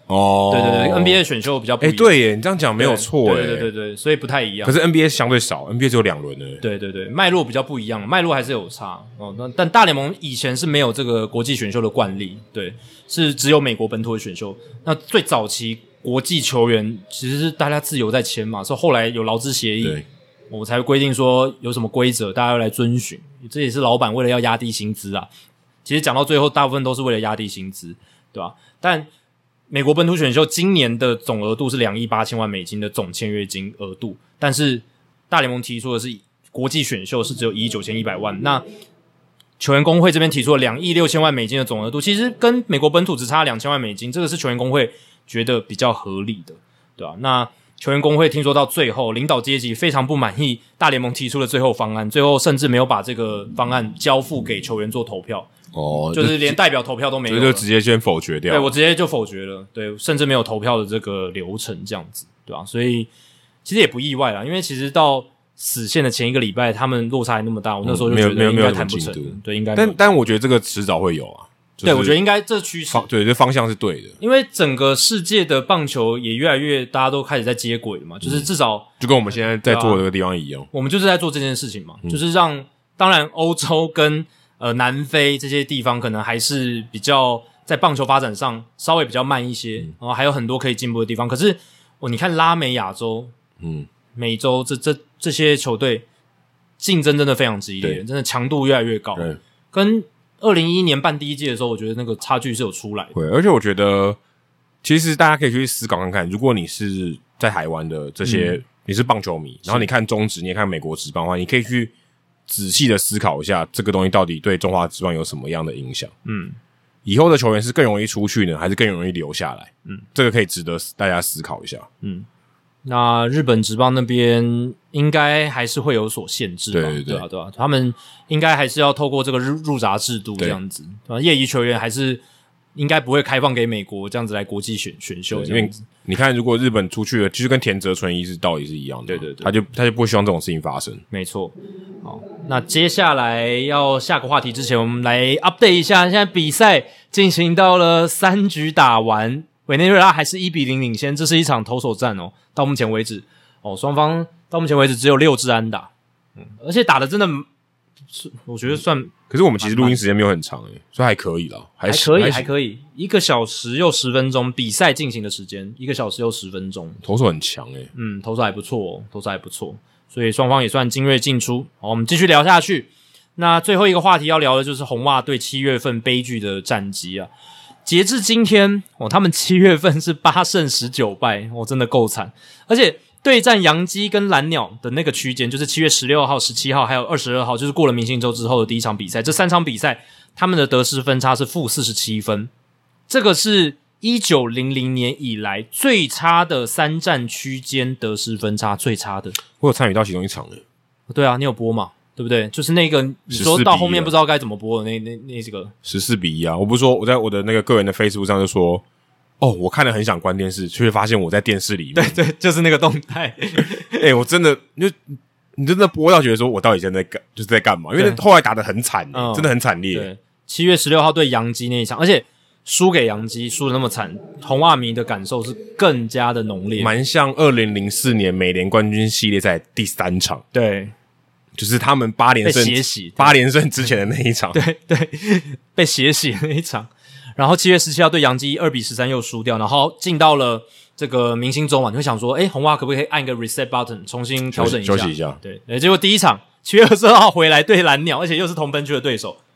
哦， 对对对 ，NBA 选秀比较不一样。 对耶，你这样讲没有错耶。 对对对对，所以不太一样。 可是 NBA 相对少 ，NBA 只有2轮的。 对对对，脉络比较不一样，脉络还是有差哦。但大联盟以前是没有这个国际选秀的惯例，对，是只有美国本土的选秀。那最早期国际球员其实是大家自由在签嘛，所以后来有劳资协议，我才规定说有什么规则大家要来遵循。这也是老板为了要压低薪资啊。其实讲到最后，大部分都是为了压低薪资，对吧？但美国本土选秀今年的总额度是2亿8千万美金的总签约金额度，但是大联盟提出的是国际选秀是只有1亿9100万。那球员工会这边提出了2亿6千万美金的总额度，其实跟美国本土只差2000万美金，这个是球员工会觉得比较合理的，对吧？那球员工会听说到最后，领导阶级非常不满意大联盟提出的最后方案，最后甚至没有把这个方案交付给球员做投票。就是连代表投票都没有了， 就直接先否决掉。 对，我直接就否决了，对，甚至没有投票的这个流程，这样子，对吧？所以其实也不意外啦，因为其实到死线的前一个礼拜，他们落差还那么大，我那时候就觉得应该谈不成，对，应该。 但我觉得这个迟早会有啊。 对，我觉得应该这趋势， 对，这方向是对的， 因为整个世界的棒球也越来越，大家都开始在接轨了嘛，就是至少就跟我们现在在做的这个地方一样， 我们就是在做这件事情嘛，就是让当然欧洲跟南非这些地方可能还是比较在棒球发展上稍微比较慢一些，然后还有很多可以进步的地方。可是你看拉美亚洲，美洲这些球队竞争真的非常激烈，真的强度越来越高。跟2011年办第一届的时候，我觉得那个差距是有出来的。 对，而且我觉得其实大家可以去思考看看，如果你是在台湾的这些，你是棒球迷，然后你看中职，你也看美国职棒的话，你可以去仔细的思考一下这个东西到底对中华职棒有什么样的影响。以后的球员是更容易出去呢，还是更容易留下来？这个可以值得大家思考一下。 那日本职棒那边应该还是会有所限制吧？对吧？他们应该还是要透过这个入闸制度这样子，对吧？业余球员还是应该不会开放给美国这样子来国际选秀这样子。因为你看，如果日本出去了，其实跟田泽纯一是道理是一样的。对，他就不希望这种事情发生。 没错。好，那接下来要下个话题之前，我们来 update 一下，现在比赛进行到了3局打完，委内瑞拉还是1-0领先，这是一场投手战哦。到目前为止，双方到目前为止只有6支安打，而且打的真的，我觉得算。 可是我们其实录音时间没有很长所以还可以啦，还可以，1个小时又10分钟，比赛进行的时间1个小时又10分钟， 投手很强投手还不错所以双方也算精锐进出。好，我们继续聊下去。那最后一个话题要聊的就是红袜队7月份悲剧的战绩啊。截至今天他们7月份是8胜19败，真的够惨。而且对战洋基跟蓝鸟的那个区间，就是7月16号、17号还有22号，就是过了明星周之后的第一场比赛，这3场比赛他们的得失分差是-47分，这个是1900年以来最差的3战区间得失分差，最差的。 我有参与到其中一场对啊，你有播嘛？对不对？就是那个你说到后面不知道该怎么播的那这个 14-1啊！我不是说我在我的那个个人的 Facebook 上就说，我看了很想关电视，却发现我在电视里面。 对，就是那个动态。 我真的你真的播到觉得说我到底在干嘛？因为后来打得很惨，真的很惨烈。 对，7月16号对洋基那一场，而且输给洋基，输得那么惨，红袜迷的感受是更加的浓烈， 蛮像2004年美联冠军系列赛第3场。 对。 就是他们8连胜之前的那一场， 对，被血洗的那一场。然后7月17号对洋基2-13又输掉，然后进到了这个明星周嘛，你会想说，红袜可不可以按一个 reset button 重新调整一下， 休息一下？ 对，结果第一场7月22号回来对蓝鸟，而且又是同分区的对手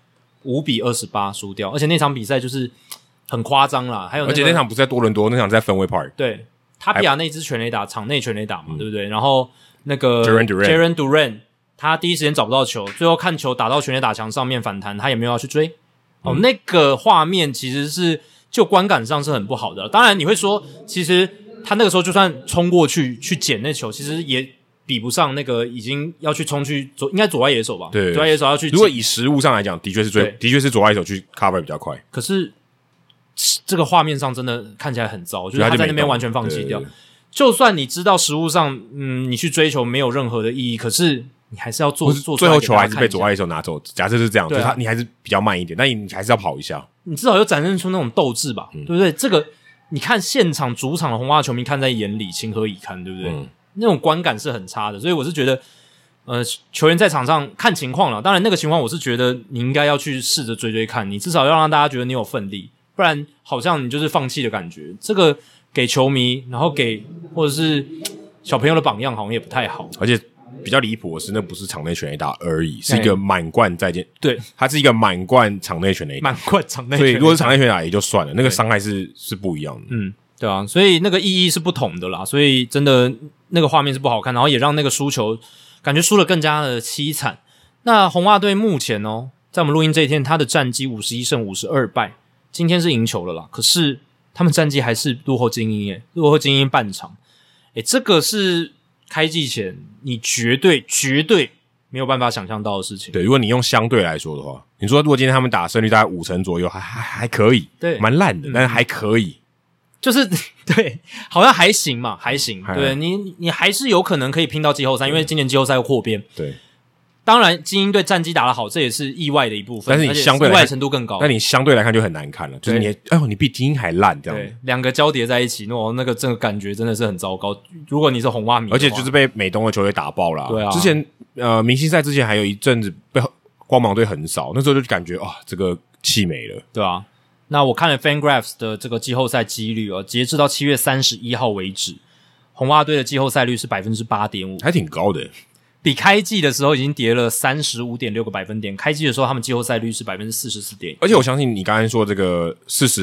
，5-28输掉，而且那场比赛就是很夸张啦。还有而且那场不是在多伦多，那场在芬威 Park。 对，塔比亚那支全垒打，场内全垒打嘛，对不对？然后那个 Jaren Duran。他第一时间找不到球，最后看球打到全垒打墙上面反弹，他也没有要去追。那个画面其实是就观感上是很不好的。当然你会说，其实他那个时候就算冲过去捡那球，其实也比不上那个已经要去冲去应该左外野手吧？ 对， 左外野手要去。 如果以实物上来讲，的确是左外野手去 cover 比较快。 可是这个画面上真的看起来很糟，就是他在那边完全放弃掉。对，就算你知道实物上，你去追求没有任何的意义，可是你还是要做最后球还是被左外野手拿走。假设是这样，就是你还是比较慢一点，但你还是要跑一下。 你至少有展现出那种斗志吧，对不对？这个你看现场主场的红袜球迷看在眼里，情何以堪，对不对？那种观感是很差的，所以我是觉得球员在场上看情况啦，当然那个情况我是觉得你应该要去试着追看，你至少要让大家觉得你有奋力，不然好像你就是放弃的感觉，这个给球迷然后给或者是小朋友的榜样好像也不太好。 而且比较离谱的是，那不是场内全垒打而已，是一个满贯再见， 对， 它是一个满贯场内全垒打， 满贯场内全垒打， 所以如果是场内全垒打也就算了，那个伤害是不一样的。 对啊，所以那个意义是不同的啦，所以真的那个画面是不好看，然后也让那个输球感觉输得更加的凄惨。那红袜队目前在我们录音这一天，他的战绩51胜52败，今天是赢球了啦，可是他们战绩还是落后精英落后精英半场。这个是开季前你绝对没有办法想象到的事情。 对，如果你用相对来说的话，你说如果今天他们打胜率大概50%左右，还可以， 对， 蛮烂的，但是还可以。 就是对，好像还行嘛，还行。对，你还是有可能可以拼到季后赛，因为今年季后赛又扩编。 对， 当然精英队战绩打得好，这也是意外的一部分， 但是你相对来看意外程度更高。 但你相对来看就很难看了，就是你比精英还烂这样。 对，两个交叠在一起，那个这个感觉真的是很糟糕。如果你是红袜迷， 而且就是被美东的球队打爆了。 对啊， 之前明星赛之前还有一阵子被光芒队横扫，那时候就感觉这个气没了。 对啊。那我看了 FanGraphs 的这个季后赛几率截至到7月31号为止，红袜队的季后赛率是 8.5%， 还挺高的。比开季的时候已经跌了 35.6 个百分点，开季的时候他们季后赛率是 44.1%。 而且我相信你刚才说这个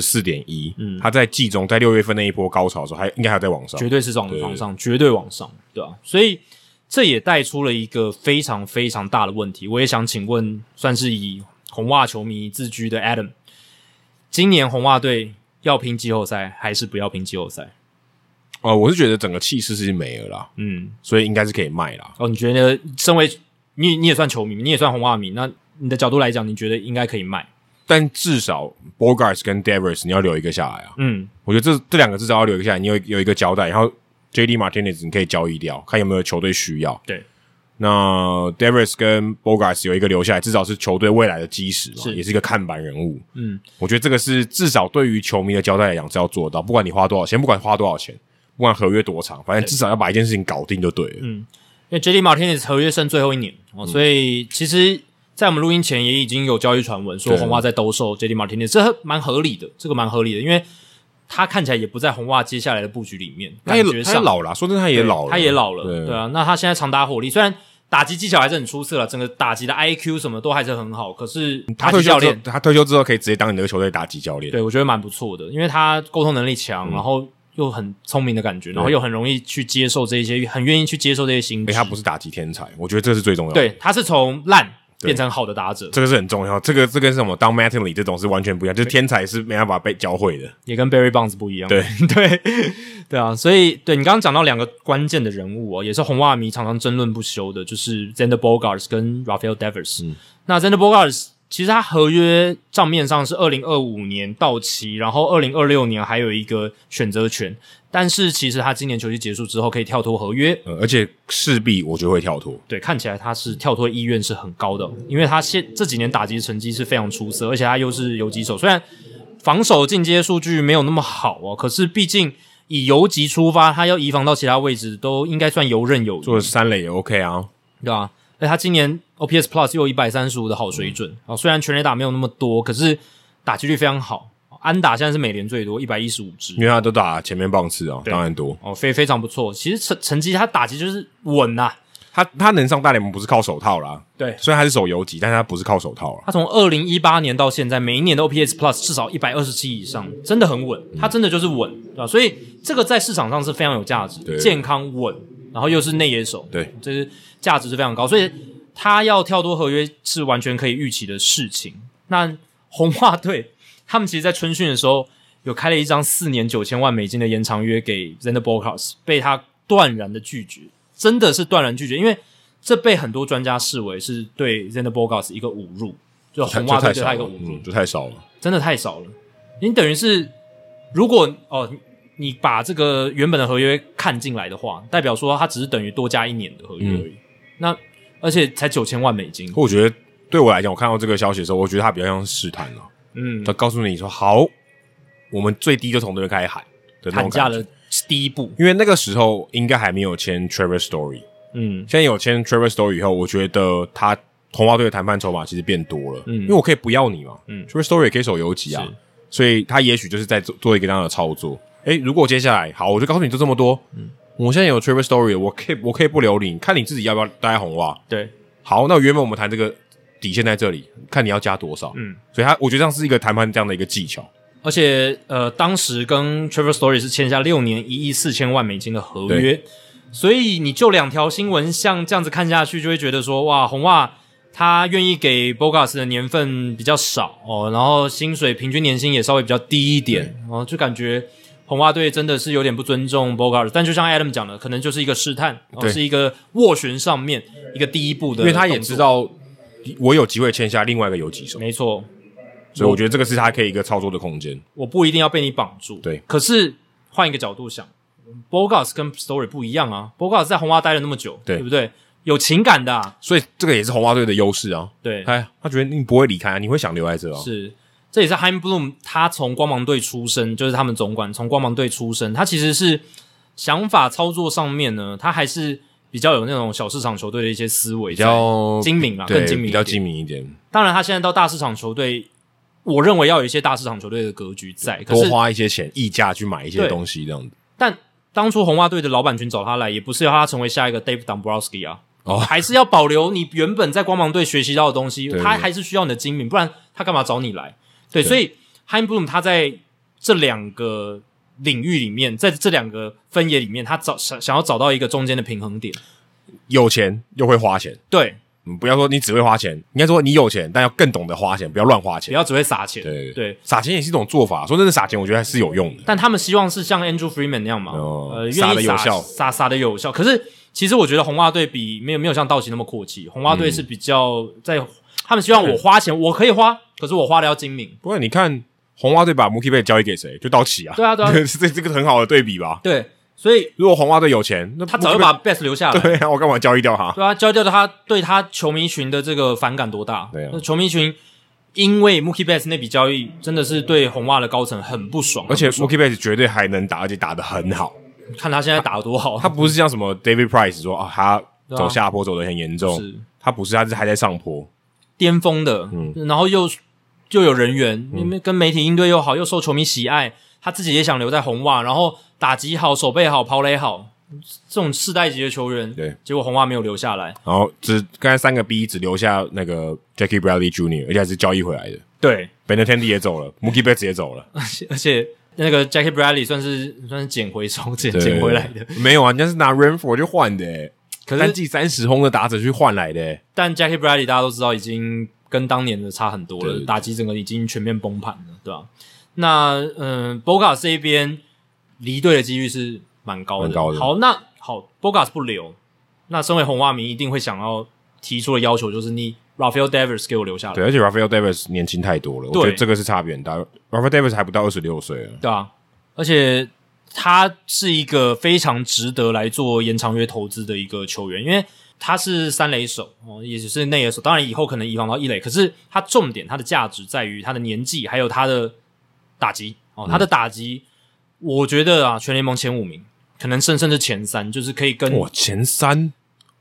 44.1%，他在季中在6月份那一波高潮的时候应该还在往上， 绝对是往上，绝对往上，对吧？所以这也带出了一个非常非常大的问题，我也想请问算是以红袜球迷自居的 Adam，今年红袜队要拼季后赛还是不要拼季后赛？ 我是觉得整个气势是没了啦，所以应该是可以卖啦。 你觉得身为你也算球迷，你也算红袜迷，那你的角度来讲，你觉得应该可以卖？ 但至少 Bogaerts 跟 Devers 你要留一个下来啊。我觉得这两个至少要留一个下来，你有一个交代，然后 JD Martinez 你可以交易掉，看有没有球队需要。 对。 那 Devers 跟 Bogaerts 有一个留下来，至少是球队未来的基石嘛，也是一个看板人物。我觉得这个是至少对于球迷的交代来讲是要做到，不管你花多少钱，不管花多少钱，不管合约多长，反正至少要把一件事情搞定就对了。 因为 JD Martinez 合约剩最后一年所以其实在我们录音前也已经有交易传闻说红袜在兜售 JD Martinez， 这蛮合理的，这个蛮合理的，因为他看起来也不在红袜接下来的布局里面， 他也老了，说真的他也老了， 他也老了，对啊，那他现在长打火力，虽然打击技巧还是很出色了，整个打击的 IQ 什么都还是很好，可是他退休之后可以直接当你那个球队打击教练， 对，我觉得蛮不错的，因为他沟通能力强，然后又很聪明的感觉，然后又很容易去接受这些，很愿意去接受这些新知。 他不是打击天才，我觉得这是最重要的。 对，他是从烂变成好的打者， 这个是很重要。这跟什么当 Mattingly 这种是完全不一样，就是天才是没办法被教会的， 也跟 Barry Bonds 不一样。 对对啊，所以对你刚刚讲到两个关键的人物也是红袜迷常常争论不休的，就是 Xander Bogaerts 跟 Rafael Devers。那 Xander Bogaerts 其实他合约账面上是2025年到期，然后2026年还有一个选择权，但是其实他今年球季结束之后可以跳脱合约， 而且势必我觉得会跳脱。 对，看起来他是跳脱意愿是很高的，因为他这几年打击成绩是非常出色，而且他又是游击手，虽然防守进阶数据没有那么好可是毕竟以游击出发，他要移防到其他位置都应该算游刃有余， 做三垒也 OK 啊， 对吧？而且他今年 OPS Plus 又有135的好水准虽然全垒打没有那么多，可是打击率非常好，安打现在是美联最多115支， 因为他都打前面棒次当然多非常不错。其实成绩他打击就是稳他能上大联盟不是靠手套啦， 对， 虽然他是守游击，但是他不是靠手套啦。 他从2018年到现在，每一年的 OPS Plus 至少127以上，真的很稳，他真的就是稳，对吧？所以这个在市场上是非常有价值，健康稳，然后又是内野手， 对， 这是价值是非常高，所以他要跳脱合约是完全可以预期的事情。那红袜队他们其实在春训的时候有开了一张4年$9000万的延长约给 Xander Bogaerts， 被他断然的拒绝，真的是断然拒绝，因为这被很多专家视为是对 Xander Bogaerts 一个侮辱，就红袜队对他一个侮辱， 就太少了， 真的太少了。你等于是如果你把这个原本的合约看进来的话，代表说他只是等于多加1年的合约而已。那而且才$9000万。 我觉得对我来讲，我看到这个消息的时候，我觉得他比较像是试探了。他告诉你说好，我们最低就从这边开始喊， 的那种感觉砍价的第一步， 因为那个时候应该还没有签 Trevor Story， 现在有签 Trevor Story 以后，我觉得他红袜队的谈判筹码其实变多了，因为我可以不要你嘛，Trevor Story 也可以守游击啊，所以他也许就是在做一个这样的操作。如果接下来好，我就告诉你就这么多，我现在有 Trevor Story， 我可以不留你，看你自己要不要待在红袜。 对， 好，那原本我们谈这个底线在这里，看你要加多少。所以我觉得这样是一个谈判这样的一个技巧。 而且当时跟 Trevor Story 是签下6年1亿4千万美金的合约，所以你就2条新闻像这样子看下去，就会觉得说，哇，红袜他愿意给 Bogaerts 的年份比较少然后薪水平均年薪也稍微比较低一点就感觉红袜队真的是有点不尊重 Bogaerts， 但就像 Adam 讲的，可能就是一个试探是一个斡旋上面一个第一步的， 因为他也知道我有机会签下另外一个游击手， 没错， 所以我觉得这个是他可以一个操作的空间。 我不一定要被你绑住， 对。 可是换一个角度想 ，Bogaerts 跟 Story 不一样啊 ，Bogaerts 在红袜待了那么久，对不对？有情感的啊， 所以这个也是红袜队的优势啊。 对， 他觉得你不会离开啊，你会想留在这啊。 是。这也是 Chaim Bloom 他从光芒队出身，就是他们总管从光芒队出身，他其实是想法操作上面呢，他还是比较有那种小市场球队的一些思维， 比较精明啦，更精明一点， 比较精明一点。 当然他现在到大市场球队，我认为要有一些大市场球队的格局在，可是多花一些钱溢价去买一些东西这样子。 但当初红袜队的老板群找他来，也不是要他成为下一个 Dave Dombrowski 啊，还是要保留你原本在光芒队学习到的东西，他还是需要你的精明，不然他干嘛找你来？对，所以 Chaim Bloom 他在这2个领域里面，在这2个分野里面，他想要找到一个中间的平衡点， 有钱又会花钱， 对， 不要说你只会花钱，应该说你有钱，但要更懂得花钱，不要乱花钱， 不要只会撒钱， 对，撒钱也是一种做法。说真的，撒钱我觉得还是有用的， 但他们希望是像 Andrew Freeman 那样嘛， 撒的有效， 撒的有效。可是其实我觉得红袜队比没有像道奇那么阔气，红袜队是比较在。他们希望我花钱，我可以花，可是我花的要精明。 不过你看红袜队把 Mookie Betts 交易给谁？就道奇啊。 对啊， 这个很好的对比吧？ 对，所以如果红袜队有钱，那他早就把 Betts 留下来。 对啊，我干嘛交易掉他？ 对啊，交易掉他对他球迷群的这个反感多大？ 对啊， 球迷群因为 Mookie Betts 那笔交易真的是对红袜的高层很不爽， 而且 Mookie Betts 绝对还能打，而且打得很好。 看他现在打得多好， 他不是像什么 David Price 说他走下坡走得很严重，他不是，他是还在上坡。 巅峰的，然后又有人缘，跟媒体应对又好，又受球迷喜爱，他自己也想留在红袜，然后打击好，手背好，跑垒好，这种世代级的球员， 对， 结果红袜没有留下来， 然后刚才3个 B 只留下那个 Jackie Bradley Jr.， 而且还是交易回来的， 对 ，Benintendi 也走了 ，Mookie Betts 也走了， 而且那个 Jackie Bradley 算是捡回来的， 没有啊，人家是拿 Renfroe 去换的，可是单季30轰的打者去换来的， 但 Jackie Bradley 大家都知道已经跟当年的差很多了，打击整个已经全面崩盘了，对吧？那Bogaerts 这一边离队的几率是蛮高的。好，Bogaerts 不留，那身为红袜迷一定会想要提出的要求就是你 Rafael Devers 给我留下来。 对，而且 Rafael Devers 年轻太多了，我觉得这个是差别很大。Rafael Devers 还不到26岁了， 对啊，而且他是一个非常值得来做延长约投资的一个球员，因为他是3垒手也是内野手，当然以后可能移防到1垒，可是他重点他的价值在于他的年纪还有他的打击他的打击我觉得啊全联盟前5名，可能甚至前3，就是可以跟前3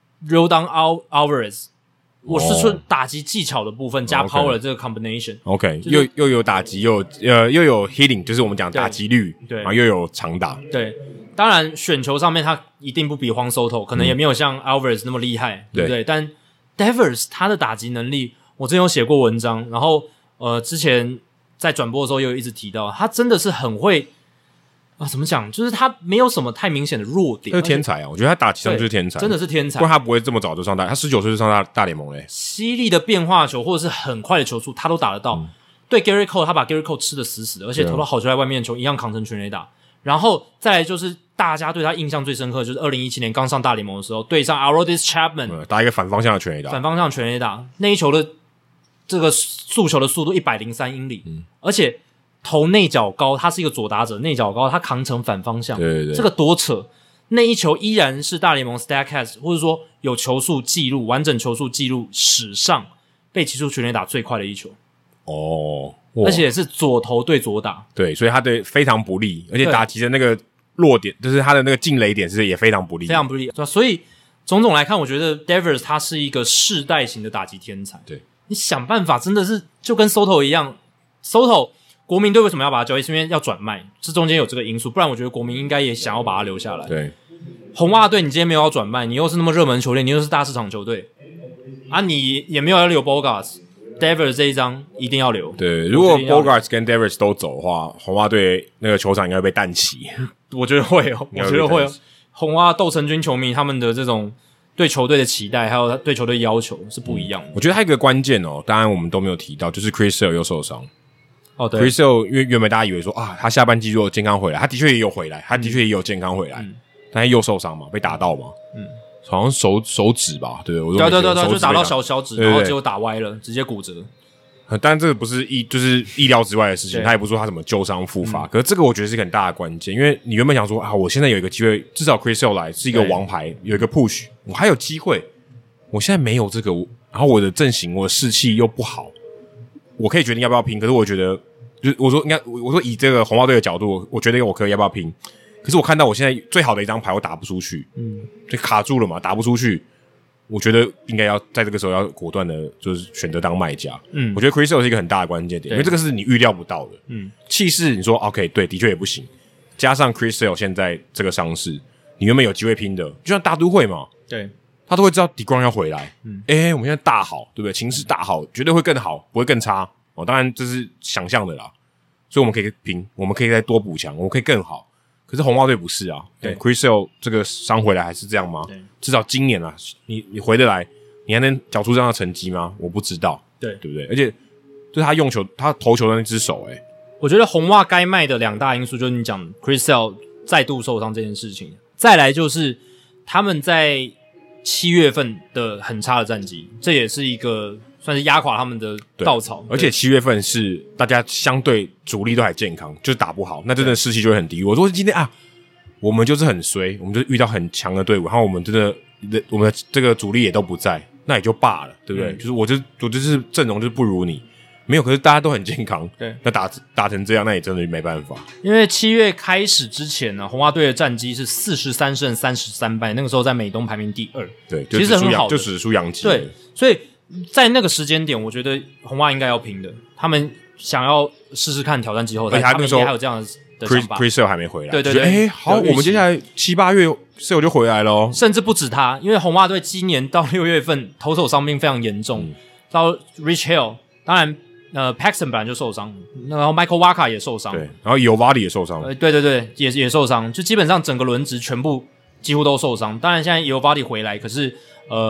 Rodon Alvarez， 我是说打击技巧的部分加 power 这个 combination， 又有打击又有 hitting， 就是我们讲打击率， 对， 然后又有长打， 对。当然选球上面他一定不比Juan Soto，可能也没有像 Alvarez 那么厉害，对不对？但 Devers 他的打击能力，我之前有写过文章，然后之前在转播的时候也有一直提到，他真的是很会怎么讲？就是他没有什么太明显的弱点， 他是天才啊！我觉得他打击上就是天才， 真的是天才。 不然他不会这么早就上他19岁就上大联盟嘞。 犀利的变化球或者是很快的球速，他都打得到。对 Gary Cole， 他把 Gary Cole 吃得死死的，而且投到好球在外面的球一样扛成全垒打。然后再来就是大家对他印象最深刻，就是2017年刚上大联盟的时候，对上 Aroldis Chapman， 打一个反方向的全垒打， 反方向全垒打，那一球的这个速球的速度103英里，而且投内角高，他是一个左打者，内角高，他扛成反方向， 对， 这个多扯！那一球依然是大联盟 Statcast 或者说有球速记录完整球速记录史上被击出全垒打最快的一球。 我而且是左投对左打， 对，所以他对非常不利，而且打击的那个弱点，就是他的那个进垒点是也非常不利， 非常不利，对吧？所以种种来看，我觉得 Devers 他是一个世代型的打击天才。 对， 你想办法真的是就跟 Soto 一样 ，Soto 国民队为什么要把他交易？是因为要转卖，这中间有这个因素，不然我觉得国民应该也想要把他留下来。 对， 红袜队你今天没有要转卖，你又是那么热门球队，你又是大市场球队啊，你也没有要留 Bogaerts。Devers 这一张一定要留。 对，如果 Bogaerts 跟 Devers 都走的话，红袜队那个球场应该会被淡起。 我觉得会哦，我觉得会哦。红袜斗城军球迷他们的这种对球队的期待，还有对球队要求是不一样的。 我觉得还有一个关键哦，当然我们都没有提到，就是 Chris Sale 又受伤。 哦，对 ，Chris Sale 因为原本大家以为说啊，他下半季如果健康回来，他的确也有回来，他的确也有健康回来，但是又受伤嘛，被打到嘛，好像手指吧，对，我对，就打到小指，然后结果打歪了，直接骨折。 但这个不是就是意料之外的事情，他也不说他怎么旧伤复发，可是这个我觉得是一个很大的关键，因为你原本想说啊，我现在有一个机会，至少 Chris Sale 来是一个王牌，有一个 push， 我还有机会，我现在没有这个，然后我的阵型、我的士气又不好，我可以决定要不要拼，可是我觉得，就是我说以这个红袜队的角度，我觉得我可以要不要拼，可是我看到我现在最好的一张牌我打不出去，就卡住了嘛，打不出去。我觉得应该要在这个时候要果断的，就是选择当卖家。我觉得 Chris Sale 是一个很大的关键点，因为这个是你预料不到的。气势你说 OK， 对，的确也不行。加上 Chris Sale 现在这个伤势，你原本有机会拼的，就像大都会嘛， 对， 他都会知道DeGrom要回来。我们现在大好，对不对？情势大好，绝对会更好，不会更差。哦，当然这是想象的啦，所以我们可以拼，我们可以再多补强，我们可以更好。可是红袜队不是啊，对 ，Chris Sale 这个伤回来还是这样吗？至少今年啊，你回得来，你还能缴出这样的成绩吗？我不知道，对不对？而且就是他投球的那只手， 我觉得红袜该卖的两大因素就是你讲 Chris Sale 再度受伤这件事情，再来就是他们在7月份的很差的战绩，这也是一个算是压垮他们的稻草。 而且7月份是大家相对主力都还健康，就是打不好，那真的士气就会很低。我说今天啊，我们就是很衰，我们就遇到很强的队伍，然后我们的这个主力也都不在，那也就罢了，对不对？就是我就是阵容就是不如你。没有，可是大家都很健康，对，那打成这样，那也真的没办法。 因为7月开始之前呢，红袜队的战绩是43胜33败，那个时候在美东排名第2， 对， 其实很好的， 就只输洋基。 对，所以在那个时间点，我觉得红袜应该要拼的，他们想要试试看挑战季后赛，他们也还有这样的想法。 Chris Sale 还没回来， 对， 好，我们接下来7、8月 Sale 就回来了， 甚至不止他，因为红袜队今年到6月份投手伤病非常严重，到 Rich Hill， 当然。Paxton 本来就受伤，然后 Michael Wacha 也受伤， 对，然后 Eovaldi 也受伤， 对，也受伤，就基本上整个轮值全部几乎都受伤。当然现在 Eovaldi 回来，可是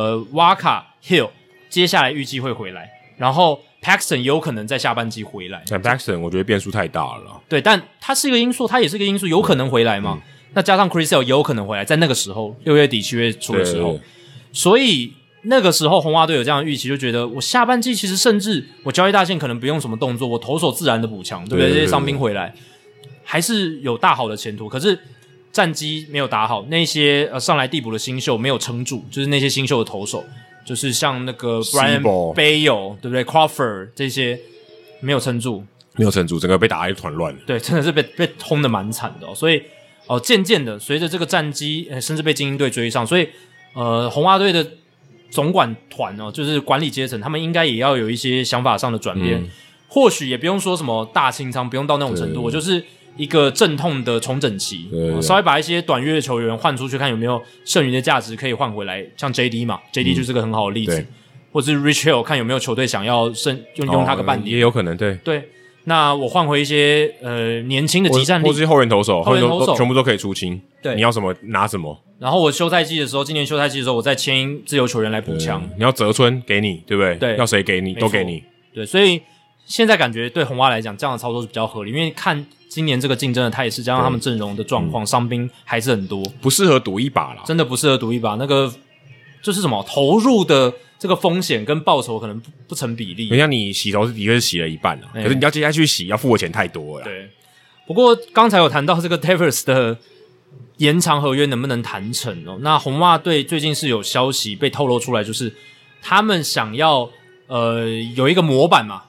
Wacha、Hill 接下来预计会回来，然后 Paxton 也有可能在下半季回来。 但 Paxton 我觉得变数太大了啦， 对，但它是一个因素，它也是一个因素，有可能回来嘛。那加上 Chris Sale 也有可能回来，在那个时候6月底7月初的时候，所以。那个时候红袜队有这样的预期，就觉得我下半季其实甚至我交易大线可能不用什么动作，我投手自然的补强，对不对？这些伤兵回来还是有大好的前途。可是战绩没有打好，那些上来递补的新秀没有撑住，就是那些新秀的投手，就是像那个 Brian Bayo 对不对 Crawford 这些没有撑住， 整个被打得一团乱。 对，真的是被轰得蛮惨的所以渐渐的随着这个战绩甚至被精英队追上，所以红袜队的总管团就是管理阶层，他们应该也要有一些想法上的转变，或许也不用说什么大清仓，不用到那种程度，我就是一个阵痛的重整期，稍微把一些短约的球员换出去，看有没有剩余的价值可以换回来，像 JD 嘛，JD 就是个很好的例子，或是 Rich Hill 看有没有球队想要用他个半年， 也有可能，对。 那我换回一些年轻的即战力， 或是后援投手全部都可以出清。 对， 你要什么拿什么。 然后我休赛季的时候，今年休赛季的时候，我再签自由球员来补强。 你要泽村给你，对不对？ 对， 要谁给你都给你。 对，所以现在感觉对红袜来讲，这样的操作是比较合理，因为看今年这个竞争的态势，加上他们阵容的状况，伤兵还是很多， 不适合赌一把啦。 真的不适合赌一把，那个就是什么投入的。这个风险跟报酬可能不成比例。 人家你洗头的确是洗了一半可是你要接下去洗，要付的钱太多了。 对。不过刚才有谈到这个 Devers 的延长合约能不能谈成那红袜队最近是有消息被透露出来，就是他们想要有一个模板嘛，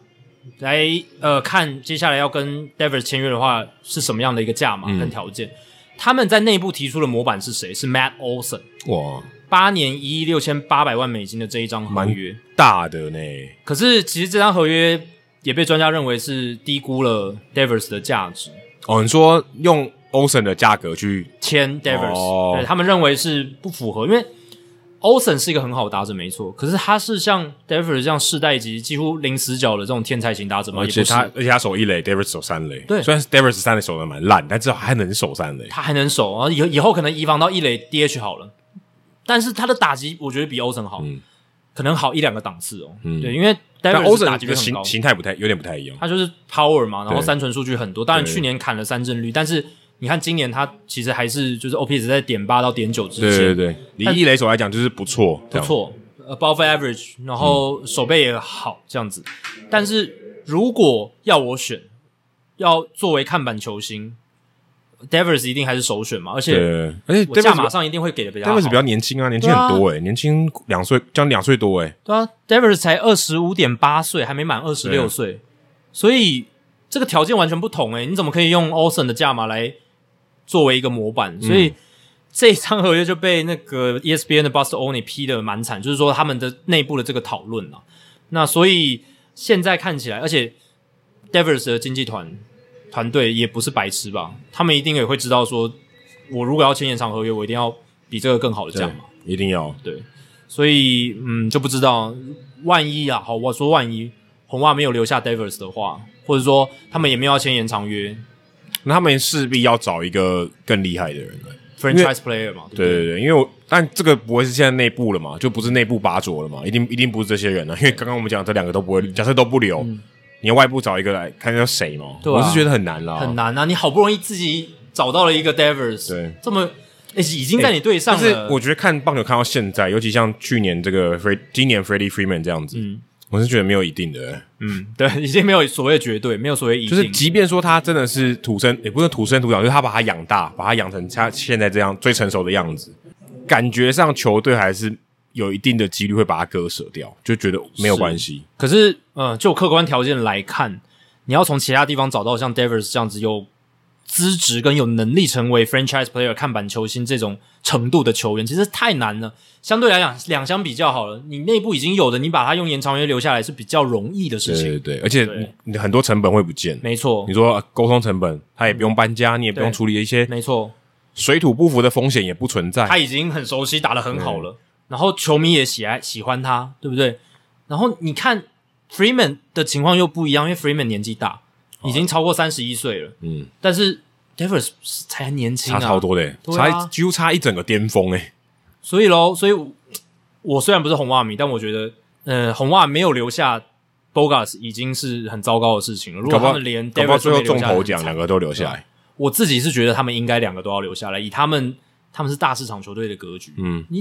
来看接下来要跟 Devers 签约的话是什么样的一个价码跟条件。他们在内部提出的模板是谁？是 Matt Olson。 哇 ，8年1亿6800万美金的这一张合约， 蛮大的呢。 可是其实这张合约也被专家认为是低估了 Devers 的价值。 哦，你说用 Olsen 的价格去签 Devers，对，他们认为是不符合，因为 Olsen 是一个很好的打者没错，可是他是像 Devers 这样世代级几乎零死角的这种天才型打者吗？ 而且他守一垒 ，Devers 守三垒。 对， 虽然 Devers 三垒守的蛮烂，但至少还能守三垒。 他还能守啊，以后可能移防到一垒 DH 好了，但是他的打击我觉得比 Olsen 好，可能好1-2个档次哦。对，因为 Devers 打击率很高， 形态有点不太一样。 他就是 power 嘛，然后三纯数据很多，当然去年砍了三振率，但是你看今年他其实还是就是 OPS 在0.8到0.9之间。 对，以一垒手来讲就是不错 above average， 然后手背也好这样子。但是如果要我选，要作为看板球星 ，Devers 一定还是首选嘛，而且我价码上一定会给的比较好。 Devers 比较年轻啊，年轻很多年轻2岁，将2岁多对啊 ，Devers 才25.8岁，还没满26岁，所以这个条件完全不同你怎么可以用 Olsen 的价码来作为一个模板？所以这一张合约就被那个 ESPN 的 Buster Olney 批的蛮惨，就是说他们的内部的这个讨论啊。那所以现在看起来，而且 Devers 的经纪团队也不是白痴吧？他们一定也会知道说，我如果要签延长合约，我一定要比这个更好的价码， 一定要对。所以就不知道万一啊，好，我说万一红袜没有留下 Devers 的话，或者说他们也没有要签延长约， 那他们势必要找一个更厉害的人了。 franchise player 嘛， 对，因为但这个不会是现在内部了嘛，就不是内部拔擢了嘛，一定不是这些人啊，因为刚刚我们讲这两个都不会，假设都不留，你要外部找一个来看要谁嘛，我是觉得很难啦， 很难啊，你好不容易自己找到了一个 Devers， 对， 这么已经在你队上了， 但是我觉得看棒球看到现在，尤其像去年这个今年 Freddie Freeman 这样子，我是觉得没有一定的， 对，已经没有所谓绝对，没有所谓一定， 就是即便说他真的是土生，也不是土生土长，就是他把他养大，把他养成他现在这样最成熟的样子，感觉上球队还是有一定的几率会把他割舍掉，就觉得没有关系。 可是就客观条件来看，你要从其他地方找到像 Devers 这样子有资质跟有能力成为 franchise player 看板球星这种程度的球员，其实太难了。相对来讲，两相比较好了，你内部已经有的，你把他用延长约留下来是比较容易的事情。 对，而且你很多成本会不见。 没错， 你说沟通成本，他也不用搬家，你也不用处理一些没错水土不服的风险也不存在。 他已经很熟悉，打得很好了，然后球迷也喜欢他，对不对？然后你看 Freeman 的情况又不一样，因为 Freeman 年纪大，已经超过31岁了，但是 Devers 才年轻啊， 差超多的，几乎差一整个巅峰所以我虽然不是红袜迷，但我觉得红袜没有留下 Bogaerts 已经是很糟糕的事情了。如果他们连 Devers 最后中头奖两个都留下来， 我自己是觉得他们应该两个都要留下来，以他们是大市场球队的格局。你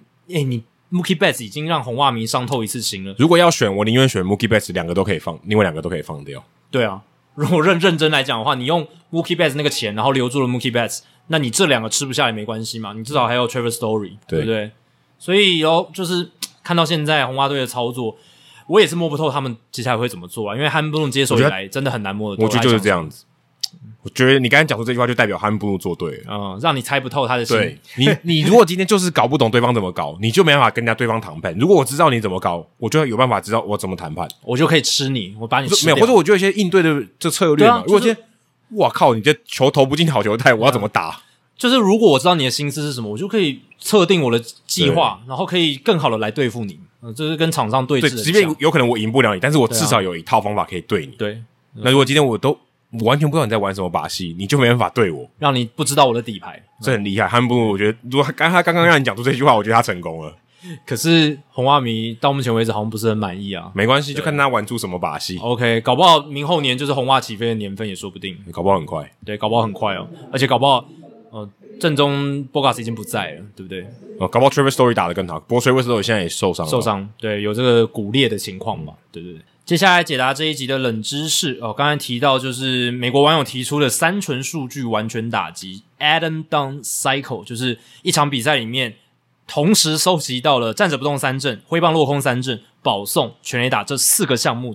Mookie Betts 已经让红袜迷伤透一次心了。 如果要选，我宁愿选 Mookie Betts， 两个都可以放，另外两个都可以放掉。 对啊，如果认真来讲的话，你用 Mookie Betts 那个钱，然后留住了 Mookie Betts， 那你这两个吃不下也没关系嘛，你至少还有 Trevor Story， 对不对？所以就是看到现在红袜队的操作，我也是摸不透他们接下来会怎么做啊，因为汉布鲁接手以来真的很难摸得透。 我觉得就是这样子。我觉得你刚才讲出这句话，就代表汉布鲁做对了， 让你猜不透他的心。 对你如果今天就是搞不懂对方怎么搞，你就没办法跟人家对方谈判。如果我知道你怎么搞，我就有办法知道我怎么谈判， 我就可以吃你，我把你吃掉。 没有，或者我就有一些应对的这策略嘛。如果今天哇靠，你这球投不进好球带，我要怎么打？ 就是如果我知道你的心思是什么，我就可以测定我的计划，然后可以更好的来对付你。这是跟场上对峙的。 即便有可能我赢不了你，但是我至少有一套方法可以对你。 对， 那如果今天我完全不知道你在玩什么把戏，你就没办法对我， 让你不知道我的底牌， 这很厉害。汉布鲁，我觉得如果他刚刚让你讲出这句话，我觉得他成功了。 可是红袜迷到目前为止好像不是很满意啊。 没关系，就看他玩出什么把戏。 OK， 搞不好明后年就是红袜起飞的年份也说不定， 搞不好很快。 对，搞不好很快哦，而且搞不好正中 Bogaerts 已经不在了，对不对？ 搞不好 Trevor Story 打得更好，不过 Trevor Story 现在也受伤， 对，有这个骨裂的情况嘛，对。接下来解答这一集的冷知识刚才提到就是美国网友提出的三纯数据完全打击 Adam Dunn Cycle， 就是一场比赛里面同时收集到了站着不动三振、挥棒落空三振、保送、全垒打这4个项目的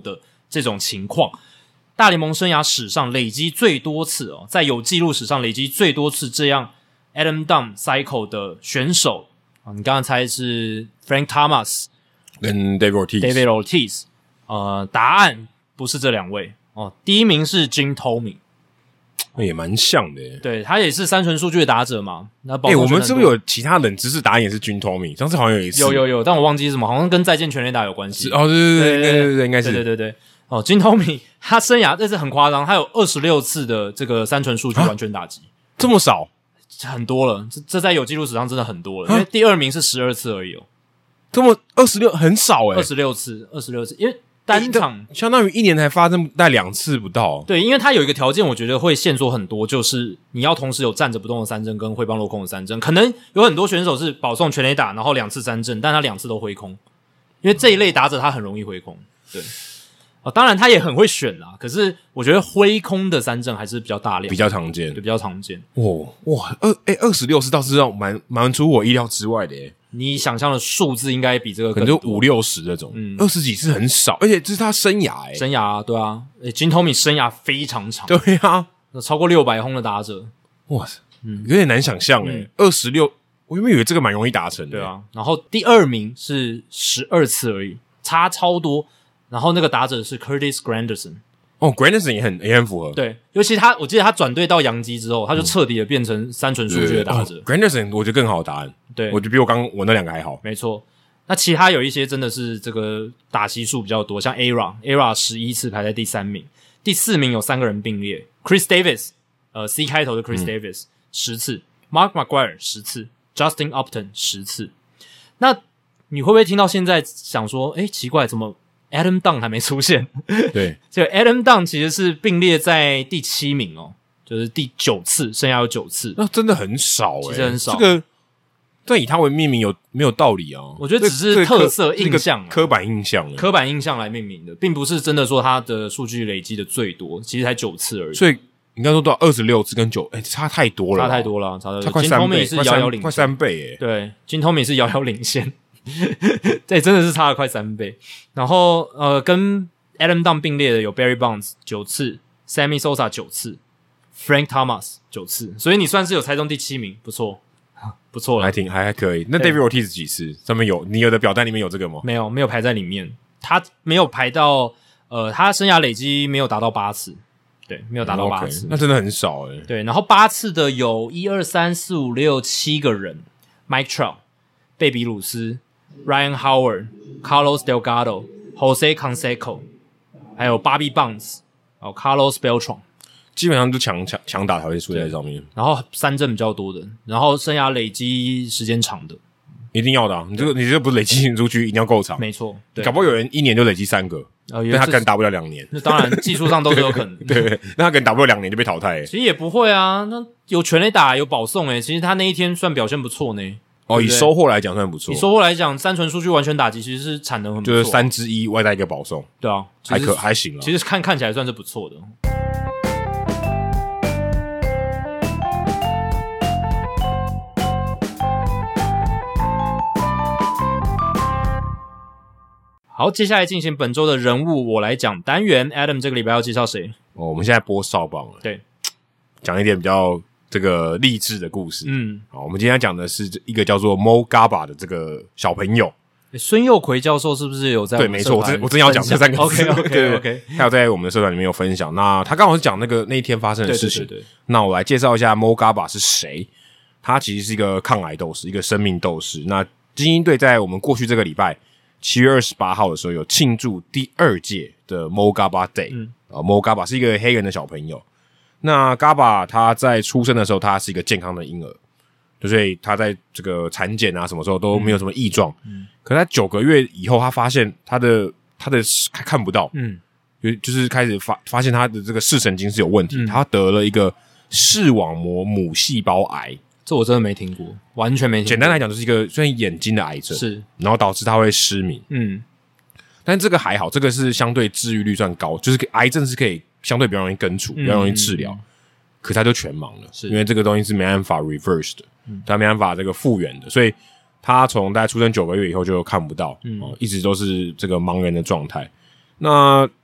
这种情况。大联盟生涯史上累积最多次在有记录史上累积最多次这样 Adam Dunn cycle 的选手你刚刚猜是 Frank Thomas 跟 David Ortiz 答案不是这两位第一名是 Jim Thome， 也蛮像的耶。 对，他也是三纯数据的打者嘛。那我们是不是有其他冷知识答案也是 Jim Thome？ 上次好像有一次有，但我忘记是什么，好像跟再见全垒打有关系。 对，应该是对。Jim Thome 他生涯这是很夸张，他有26次的这个三纯数据完全打击， 这么少， 很多了。这在有记录史上真的很多了，因为第二名是12次而已这么26很少 26次，因为单场相当于一年才发生大概2次不到。 对，因为他有一个条件，我觉得会限缩很多，就是你要同时有站着不动的三振跟挥棒落空的三振。可能有很多选手是保送全垒打，然后2次三振，但他2次都挥空，因为这一类打者他很容易挥空。对。当然他也很会选啦，可是我觉得挥空的三振还是比较大量， 比较常见， 对，比较常见。 哇，26是倒是让蛮出我意料之外的耶。 你想象的数字应该比这个可能就50-60那种，20几是很少，而且这是他生涯耶。 生涯对啊，Jim Thome生涯非常长， 对啊， 超过600轰的打者， 哇塞，有点难想象耶。26，我原本以为这个蛮容易达成的。 对啊，然后第二名是12次而已，差超多。然后那个打者是 Curtis Granderson， Granderson 也很符合。 对，尤其我记得他转队到洋基之后，他就彻底的变成三纯数据的打者。 Granderson 我觉得更好的答案， 对， 我觉得比我那两个还好。 没错，那其他有一些真的是这个打席数比较多，像 ERA 11次排在第3名，第4名有3个人并列 ，Chris Davis， C 开头的 Chris Davis 10次 ，Mark McGwire 10次 ，Justin Upton 10次。那你会不会听到现在想说，奇怪，怎么Adam Dunn 还没出现？ 对， 这个 Adam Dunn 其实是并列在第7名就是第9次，生涯有9次， 那真的很少其实很少。 这个但以他为命名没有道理啊？ 我觉得只是特色印象， 刻板印象来命名的，并不是真的说他的数据累积的最多，其实才9次而已。 所以应该说到26次跟9，差太多了， 差太多了，差快3倍， 是遥遥领先， 快3倍耶。 对，Jim Thome是遥遥领先。这真的是差了快3倍。然后跟 Adam Dunn 并列的有 Barry Bonds 9次 Sammy Sosa 9次 Frank Thomas 9次，所以你算是有猜中第7名，不错了， 还可以。那 David Ortiz 几次？上面你有的表单里面有这个吗？ 没有排在里面，他没有排到他生涯累积没有达到8次，对，没有达到8次， 那真的很少耶。 对，然后8次的有1、2、3、4、5、6、7个人 ，Mike Trout、贝比鲁斯、Ryan Howard、Carlos Delgado、Jose Canseco， 还有 Bobby Bonds、Carlos Beltran， 基本上就强打才会出在上面。 然后三振比较多的，然后生涯累积时间长的， 一定要的啊！你这个不是累积出去一定要够长， 没错。 搞不好有人1年就累积3个，但他可能打不了2年。 那当然技术上都是有可能。 对，那他可能打不了2年就被淘汰。 其实也不会啊，那有全垒打有保送其实他那一天算表现不错呢。 以收获来讲算不错。 以收获来讲，三纯数据完全打击其实是产能很不错， 就是1/3外带一个保送。 对啊， 还行啦。 其实看起来算是不错的。好，接下来进行本周的人物我来讲单元。Adam 这个礼拜要介绍谁？ 我们现在播少棒了。 对， 讲一点比较这个励志的故事。好，我们今天讲的是一个叫做 Mo Gaba 的这个小朋友。 孙佑奎教授是不是有在我们对，没错，我真要讲这3个字。 OK， 他有在我们的社团里面有分享。那他刚好是讲那一天发生的事情。 对。 那我来介绍一下 Mo Gaba 是谁。他其实是一个抗癌斗士，一个生命斗士。那精英队在我们过去这个礼拜7月28号的时候有庆祝第2届的 Mo Gaba Day。Mo Gaba 是一个黑人的小朋友。那 Gaba 他在出生的时候，他是一个健康的婴儿，所以他在这个产检啊什么时候都没有什么异状。可是他9个月以后，他发现他的看不到，就是开始发现他的这个视神经是有问题，他得了一个视网膜母细胞癌。 这我真的没听过，完全没听过。 简单来讲，就是一个算眼睛的癌症， 是， 然后导致他会失明。但这个还好，这个是相对治愈率算高，就是癌症是可以相对比较容易根除，比较容易治疗。可他就全盲了，因为这个东西是没办法 reverse 的，他没办法这个复原的，所以他从大概出生9个月以后就看不到，一直都是这个盲人的状态。那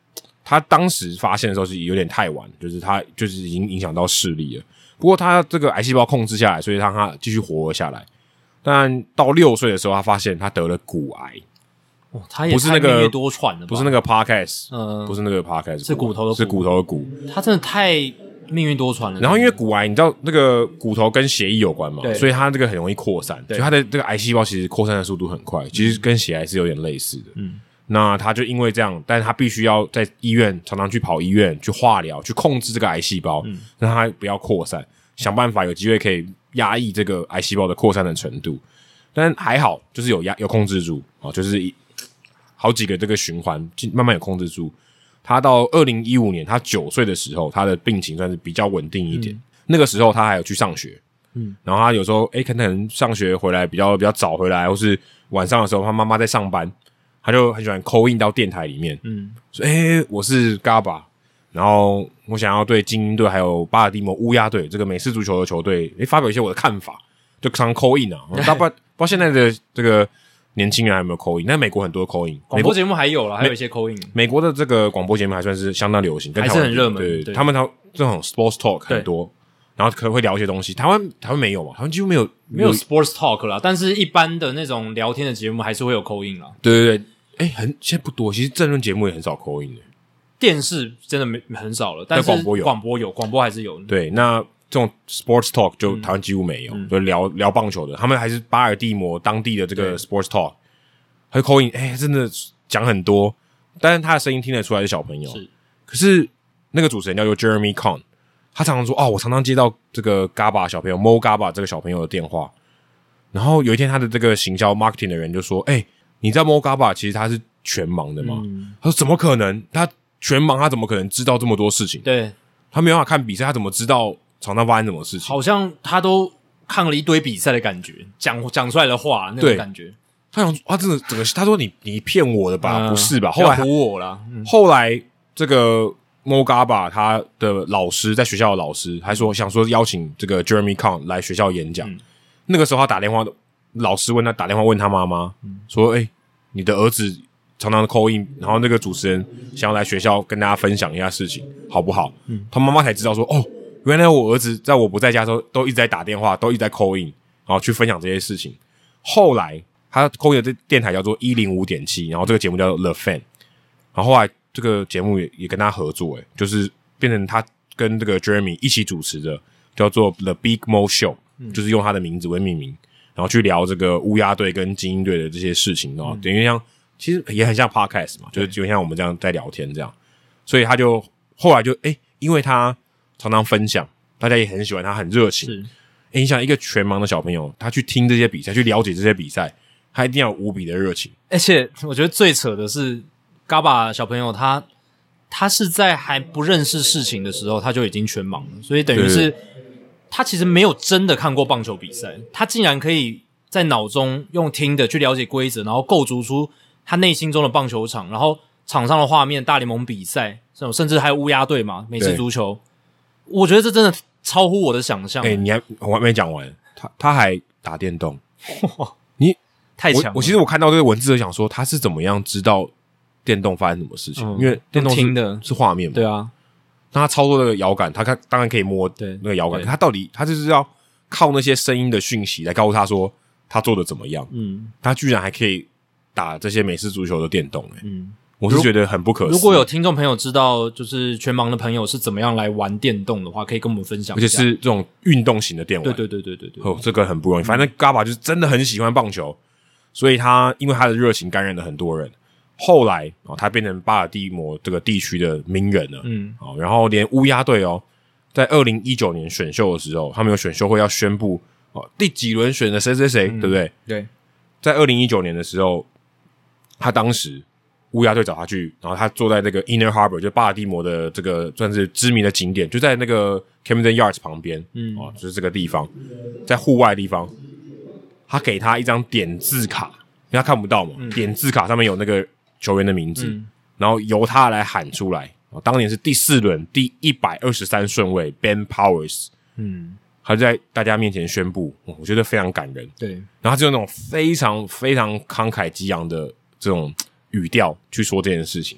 他当时发现的时候是有点太晚，就是他就是已经影响到视力了。不过他这个癌细胞控制下来，所以让他继续活了下来。但到6岁的时候，他发现他得了骨癌。 哦，他也太命运多舛了吧？ 不是那个 podcast，不是那个 podcast， 是骨头的骨， 是骨头的骨。 他真的太命运多舛了。 然后因为骨癌，你知道那个骨头跟血液有关嘛， 对， 所以它这个很容易扩散，所以它的这个癌细胞其实扩散的速度很快，其实跟血癌是有点类似的。那他就因为这样，但是他必须要在医院常常去跑医院去化疗，去控制这个癌细胞，让它不要扩散，想办法有机会可以压抑这个癌细胞的扩散的程度。但还好，就是有控制住啊，就是好几个这个循环慢慢有控制住。他到2015年，他9岁的时候，他的病情算是比较稳定一点。那个时候他还有去上学，然后他有时候可能上学回来比较早回来，或是晚上的时候，他妈妈在上班，他就很喜欢 call in 到电台里面，说我是 GABA， 然后我想要对精英队还有巴尔的摩乌鸦队这个美式足球的球队发表一些我的看法，就常 call in 啊。不知道现在的这个年轻人还有没有 call in？ 但美国很多 call in， 广播节目还有啦，还有一些 call in。 美国的这个广播节目还算是相当流行，跟还是很热门。 对，他们这种 sports talk 很多，然后可能会聊一些东西。台湾没有嘛？台湾几乎没有 sports talk 啦，但是一般的那种聊天的节目还是会有 call in 啦。 对，现在不多。其实政论节目也很少 call in 的， 电视真的很少了，但是广播还是有。 对，那这种 sports talk 就台湾几乎没有，就聊棒球的，他们还是巴尔的摩当地的这个 sports talk， 还有 call in，真的讲很多，但是他的声音听得出来是小朋友。是，可是那个主持人叫做 Jeremy Kahn， 他常常说我常常接到这个 GABA 小朋友 Mo GABA 这个小朋友的电话，然后有一天他的这个行销 marketing 的人就说，你知道 Mo GABA 其实他是全盲的吗？他说怎么可能？他全盲，他怎么可能知道这么多事情？ 对， 他没办法看比赛，他怎么知道场上发生什么事情？ 好像他都看了一堆比赛的感觉，讲出来的话那种感觉。 他想他真的整个，他说你骗我的吧？不是吧？后来唬我啦。 后来这个 Mo GABA 他的老师在学校的老师还想说邀请这个 Jeremy Kahn 来学校演讲。那个时候他打电话，老师打电话问他妈妈说：“你的儿子常常 call in， 然后那个主持人想要来学校跟大家分享一下事情，好不好？”他妈妈才知道说：“原来我儿子在我不在家的时候都一直在打电话，都一直在 call in， 然后去分享这些事情。”后来他 call in 的电台叫做 105.7， 然后这个节目叫做 The Fan， 然后后来这个节目也跟他合作，就是变成他跟这个 Jeremy 一起主持的，叫做 The Big Mo Show，就是用他的名字为命名，然后去聊这个乌鸦队跟精英队的这些事情，等于像其实也很像 podcast 嘛，就是就像我们这样在聊天这样，所以他就后来就因为他常常分享，大家也很喜欢他，很热情。你想一个全盲的小朋友，他去听这些比赛，去了解这些比赛，他一定要有无比的热情。 而且我觉得最扯的是 GABA 小朋友他是在还不认识事情的时候他就已经全盲了，所以等于是他其实没有真的看过棒球比赛，他竟然可以在脑中用听的去了解规则，然后构筑出他内心中的棒球场，然后场上的画面，大联盟比赛，甚至还有乌鸦队嘛，美式足球，我觉得这真的超乎我的想象。 我还没讲完，他还打电动，你太强了。 我其实我看到这个文字，就想说他是怎么样知道电动发生什么事情？因为电动听的是画面嘛， 对啊。 那他操作那个摇杆，他当然可以摸那个摇杆，他到底他就是要靠那些声音的讯息来告诉他说他做的怎么样。他居然还可以打这些美式足球的电动，我是觉得很不可思议。 如果有听众朋友知道，就是全盲的朋友是怎么样来玩电动的话，可以跟我们分享一下。 而且是这种运动型的电玩， 对， 这个很不容易。反正 GABA 就是真的很喜欢棒球，所以他因为他的热情感染了很多人。后来他变成巴尔的摩这个地区的名人了。然后连乌鸦队在2019年选秀的时候，他们有选秀会要宣布第几轮选的谁谁谁，对不对？ 对， 在2019年的时候，他当时乌鸦队找他去，然后他坐在那个 Inner Harbor， 就巴尔的摩的这个算是知名的景点，就在那个 Camden Yards 旁边，就是这个地方，在户外的地方，他给他一张点字卡，因为他看不到嘛，点字卡上面有那个球员的名字，然后由他来喊出来。当年是第4轮第123顺位 Ben Powers， 他就在大家面前宣布，我觉得非常感人。 对， 然后他就用那种非常非常慷慨激昂的这种语调去说这件事情。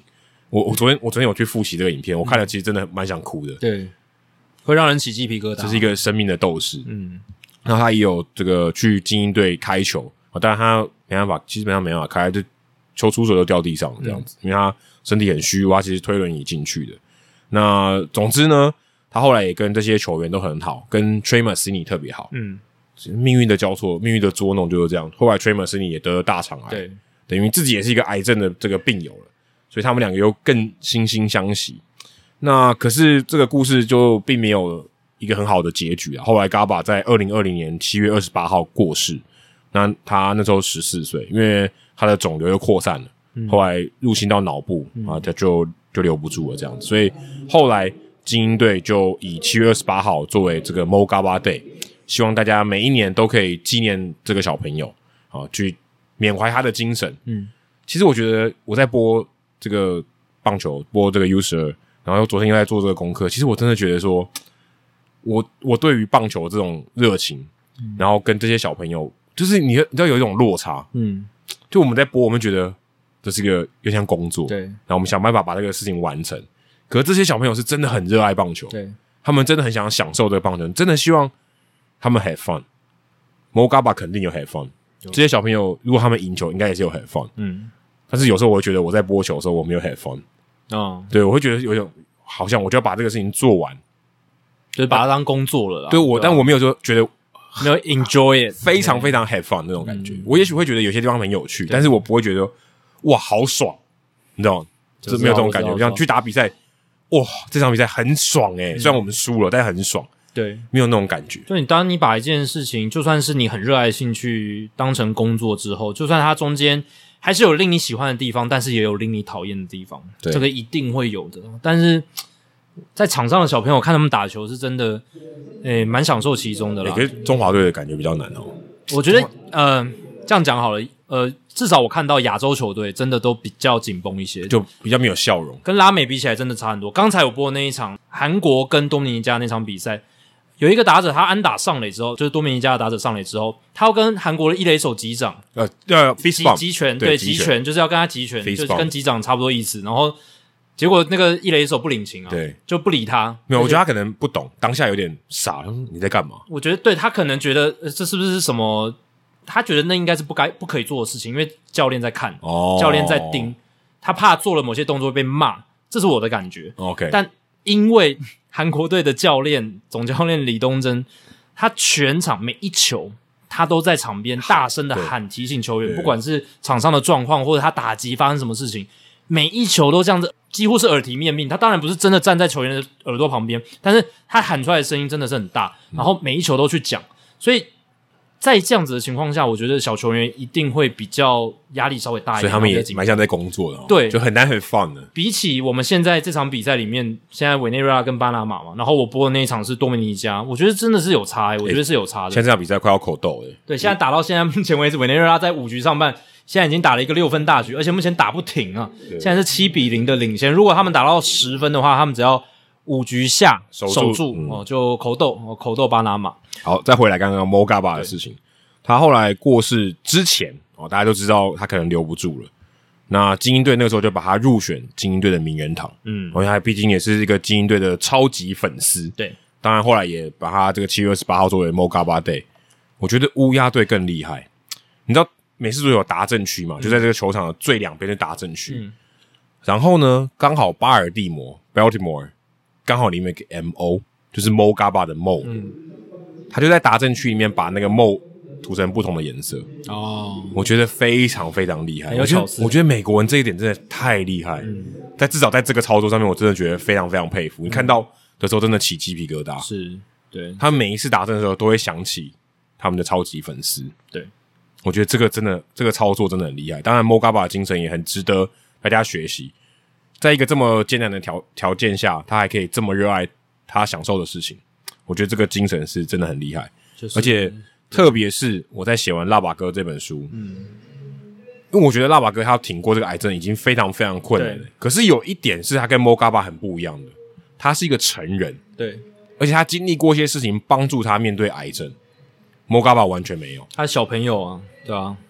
我昨天有去复习这个影片，我看了其实真的蛮想哭的。 对，会让人起鸡皮疙瘩。 这是一个生命的斗士。然后他也有这个去精英队开球，当然他没办法，基本上没办法开，就球出手就掉地上这样子，因为他身体很虚弱，他其实推轮椅进去的。那总之呢，他后来也跟这些球员都很好，跟 Trey Mancini 特别好。命运的交错，命运的捉弄就是这样。后来 Trey Mancini 也得了大肠癌， 对， 等于自己也是一个癌症的这个病友了，所以他们两个又更惺惺相惜。那可是这个故事就并没有一个很好的结局啊。后来 Garba 在2020年7月28号过世，那他那时候14岁，因为他的肿瘤又扩散了，后来入侵到脑部啊，他就留不住了这样子。所以后来精英队就以7月28号作为这个 Mo Garba Day， 希望大家每一年都可以纪念这个小朋友啊，去缅怀他的精神。其实我觉得我在播这个棒球，播这个 U12， 然后昨天又在做这个功课，其实我真的觉得说，我对于棒球这种热情，然后跟这些小朋友，就是你知道有一种落差。就我们在播，我们觉得这是一个有点像工作， 对， 然后我们想办法把这个事情完成。可是这些小朋友是真的很热爱棒球， 对， 他们真的很想享受这个棒球，真的希望他们 have fun。Mo Garba 肯定有 have fun， 这些小朋友如果他们赢球，应该也是有 have fun。但是有时候我会觉得我在播球的时候我没有 have fun。对，我会觉得有种好像我就要把这个事情做完， 就是把它当工作了啦。 对，但我没有说觉得没有 enjoy it， 非常非常 have fun 那种感觉。我也许会觉得有些地方很有趣，但是我不会觉得哇好爽，你知道吗？就是没有这种感觉。像去打比赛，哇，这场比赛很爽虽然我们输了，但很爽。 对， 没有那种感觉。 就当你把一件事情，就算是你很热爱的兴趣当成工作之后，就算它中间还是有令你喜欢的地方，但是也有令你讨厌的地方，这个一定会有的。但是在场上的小朋友看他们打球是真的蛮享受其中的啦。 可是中华队的感觉比较难哦。 我觉得这样讲好了，至少我看到亚洲球队真的都比较紧绷一些， 就比较没有笑容， 跟拉美比起来真的差很多。刚才我播的那一场韩国跟多米尼加那场比赛，有一个打者他安打上垒之后，就是多米尼加的打者上垒之后，他要跟韩国的一垒手击掌击拳，对，击拳就是要跟他击拳，就是跟击掌差不多意思。然后结果那个一垒手不领情啊， 对， 就不理他。 没有，我觉得他可能不懂，当下有点傻，你在干嘛？ 我觉得对，他可能觉得这是不是什么？他觉得那应该是不可以做的事情，因为教练在看，教练在盯，他怕做了某些动作会被骂，这是我的感觉。 OK， 但因为韩国队的总教练李东珍，他全场每一球他都在场边大声的喊提醒球员，不管是场上的状况或者他打击发生什么事情，每一球都这样子，几乎是耳提面命。他当然不是真的站在球员的耳朵旁边，但是他喊出来的声音真的是很大，然后每一球都去讲，所以在这样子的情况下，我觉得小球员一定会比较压力稍微大一点， 所以他们也蛮像在工作的对， 就很难很 fun 的。 比起我们现在这场比赛里面，现在委内瑞拉跟巴拿马嘛，然后我播的那一场是多米尼加，我觉得真的是有差我觉得是有差的。 现在这场比赛快要口斗了。 对，现在打到现在目前为止，委内瑞拉在5局上半，现在已经打了一个6分大局，而且目前打不停啊，现在是7-0的领先。如果他们打到10分的话，他们只要5局下守住就口斗巴拿马。 好，再回来刚刚 Mo Garba 的事情。他后来过世之前大家都知道他可能留不住了。那精英队那个时候就把他入选精英队的名人堂，因为他毕竟也是一个精英队的超级粉丝。 对， 当然后来也把他这个7月28号作为 Mo Garba Day。我觉得乌鸦队更厉害，你知道美式足球有达阵区嘛？就在这个球场的最两边是达阵区，然后呢，刚好巴尔的摩 Baltimore 刚好里面有个 MO， 就是 Mo Garba 的 Mo，他就在达阵区里面把那个 Mo涂成不同的颜色我觉得非常非常厉害。我觉得美国人这一点真的太厉害，至少在这个操作上面，我真的觉得非常非常佩服。你看到的时候，真的起鸡皮疙瘩。 是，对， 他们每一次打阵的时候，都会想起他们的超级粉丝。 对， 我觉得这个操作真的很厉害。当然 Mo Garba 的精神也很值得大家学习。在一个这么艰难的条件下，他还可以这么热爱他享受的事情，我觉得这个精神是真的很厉害。而且特别是我在写完《辣爸哥》这本书，因为我觉得辣爸哥他要挺过这个癌症已经非常非常困难了。可是有一点是他跟 Mo Garba 很不一样的，他是一个成人， 对， 而且他经历过一些事情帮助他面对癌症。Mo Garba 完全没有， 他小朋友啊，对啊，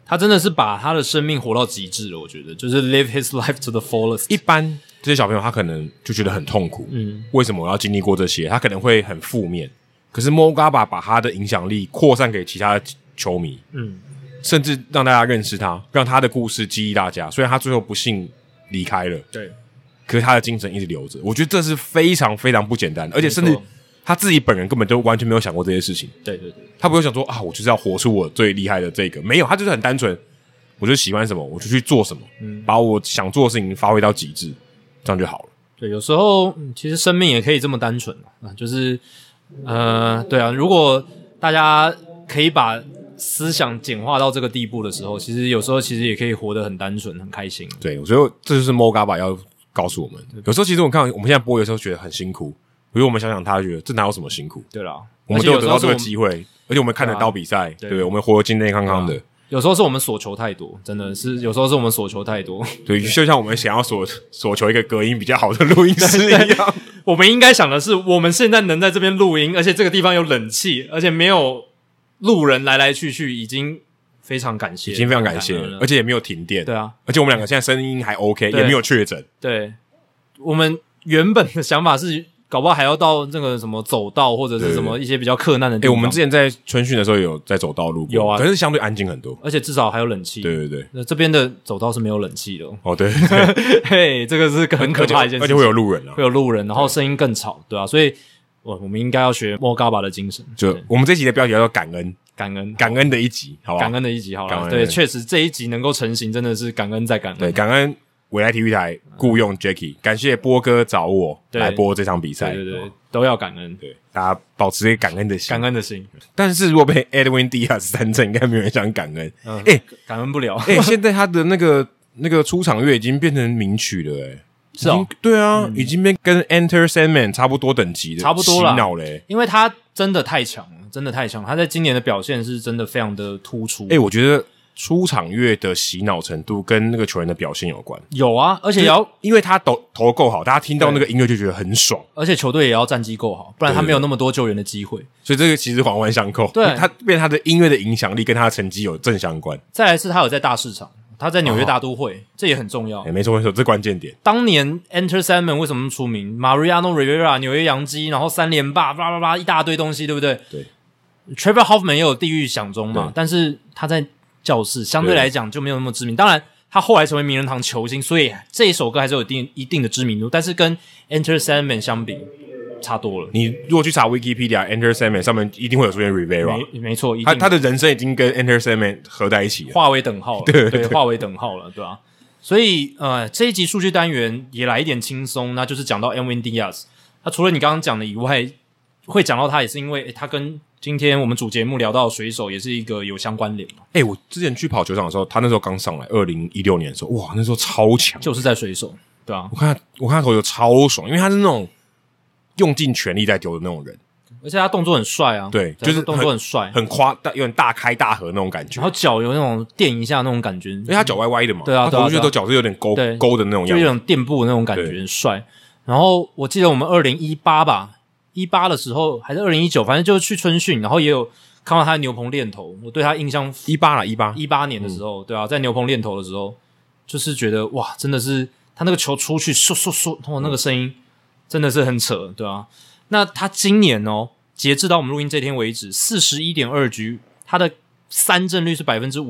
他真的是把他的生命活到极致了，我觉得就是 live his life to the fullest。 一般这些小朋友他可能就觉得很痛苦，为什么我要经历过这些？他可能会很负面。可是 Mo Gaba 把他的影响力扩散给其他的球迷，甚至让大家认识他，让他的故事激励大家。虽然他最后不幸离开了， 对， 可是他的精神一直留着。我觉得这是非常非常不简单的，而且甚至他自己本人根本就完全没有想过这些事情。 对对对， 他不会想说啊，我就是要活出我最厉害的这个，没有，他就是很单纯，我就喜欢什么我就去做什么，把我想做的事情发挥到极致，这样就好了。 对，有时候其实生命也可以这么单纯就是对啊，如果大家可以把思想简化到这个地步的时候，其实有时候其实也可以活得很单纯很开心。 对，我觉得这就是 Mo Gaba 要告诉我们。有时候其实我看我们现在播的时候觉得很辛苦，比如我们想想他觉得这哪有什么辛苦？ 对啦， 我们都有得到这个机会，而且我们看得到比赛，对不对？我们活得健健康康的。 有时候是我们所求太多，真的是有时候是我们所求太多。 对，就像我们想要所求一个隔音比较好的录音室一样， 我们应该想的是，我们现在能在这边录音，而且这个地方有冷气，而且没有路人来来去去，已经非常感谢， 已经非常感谢了，而且也没有停电。 对啊， 而且我们两个现在声音还 OK， 也没有确诊。 对，我们原本的想法是，搞不好还要到那个什么走道或者是什么一些比较克难的地方。 我们之前在春训的时候有在走道路过， 有啊， 可是相对安静很多， 而且至少还有冷气。 对对对， 那这边的走道是没有冷气的哦，对对嘿，这个是很可怕的一件事情， 而且会有路人啊， 会有路人，然后声音更吵，对啊，所以我们应该要学 Mo Gaba 的精神。 就我们这集的标题叫做感恩。感恩的一集，好不好？ 感恩的一集，好了。对，确实这一集能够成型，真的是感恩再感恩。 对，感恩未来体育台雇用 Jacky，感谢波哥找我来播这场比赛。 对对对，都要感恩。 对，大家保持一个感恩的心， 感恩的心。 但是如果被 Edwin Diaz 三振，应该没有人想感恩。 感恩不了。 现在他的那个出场乐已经变成名曲了， 是哦， 对啊，已经变跟 Enter Sandman 差不多等级的， 差不多了， 洗脑嘞。 因为他真的太强了，真的太强，他在今年的表现是真的非常的突出。 我觉得出场乐的洗脑程度跟那个球员的表现有关。 有啊，而且也要因为他投够好，大家听到那个音乐就觉得很爽， 而且球队也要战绩够好，不然他没有那么多救援的机会。 所以这个其实环环相扣， 对， 他变他的音乐的影响力跟他的成绩有正相关。 再来是他有在大市场。他在纽约大都会，这也很重要。 没错没错，这关键点。 当年 Enter Sandman 为什么出名 ？Mariano Rivera 纽约洋基，然后3连霸，叭叭叭一大堆东西，对不对？ 对。 Trevor Hoffman 也有地狱响钟嘛，但是他在教室相对来讲就没有那么知名。当然，他后来成为名人堂球星，所以这一首歌还是有一定的知名度，但是跟 Enter Sandman 相比，差多了。 你如果去查 Wikipedia Enter Sandman 上面一定会有出现 Rivera， 没错， 他的人生已经跟 Enter Sandman 合在一起了， 划为等号了，对，划为等号了，对吧？所以这一集数据单元也来一点轻松，那就是讲到 Edwin Diaz。他除了你刚刚讲的以外，会讲到他也是因为他跟今天我们主节目聊到的水手也是一个有相关联嘛。 我之前去跑球场的时候，他那时候刚上来，2016年的时候，哇，那时候超强， 就是在水手，对吧？ 我看他投球超爽，因为他是那种用尽全力在丢的那种人， 而且他动作很帅啊， 对，就是动作很帅， 很有点大开大合那种感觉， 然后脚有那种垫一下那种感觉，因为他脚歪歪的嘛， 对啊， 他投出去都脚是有点勾的那种样子， 就有点垫步的那种感觉，很帅。然后我记得我们2018吧，18的时候还是2019，反正就去春训，然后也有看到他在牛棚练投，我对他印象18年的时候，对啊，在牛棚练投的时候，就是觉得哇，真的是他那个球出去嗖嗖嗖，通过那个声音真的是很扯，对啊。那他今年截至到我们录音这天为止 41.2 局，他的三振率是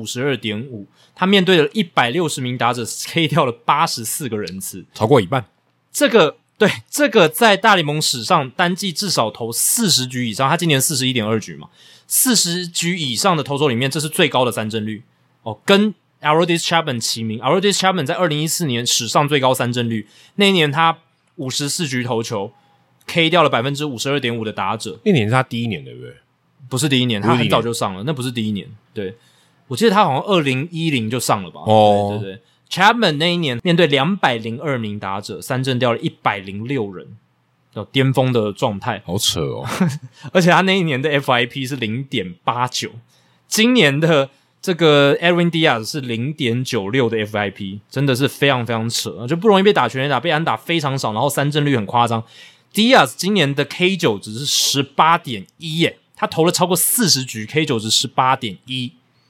52.5%， 他面对了160名打者 K 掉了84个人次， 超过一半。 这个在大联盟史上单季至少投40局以上，他今年 41.2 局嘛，40局以上的投手里面，这是最高的三振率跟 Aroldis Chapman 齐名。Aroldis Chapman 在2014年史上最高三振率，那一年他54局投球 K 掉了 52.5% 的打者。 那年是他第一年对不对？ 不是第一年，他很早就上了，那不是第一年。对，我记得他好像2010就上了吧？对对对。Chapman 那一年面对202名打者，三振掉了106人，有巅峰的状态， 好扯哦！ 而且他那一年的 FIP 是 0.89， 今年的这个 Edwin Diaz 是 0.96 的 FIP， 真的是非常非常扯，就不容易被打全垒打，被安打非常少，然后三振率很夸张。Diaz 今年的 K9 值是 18.1 耶，他投了超过40局 ，K9 值 18.1，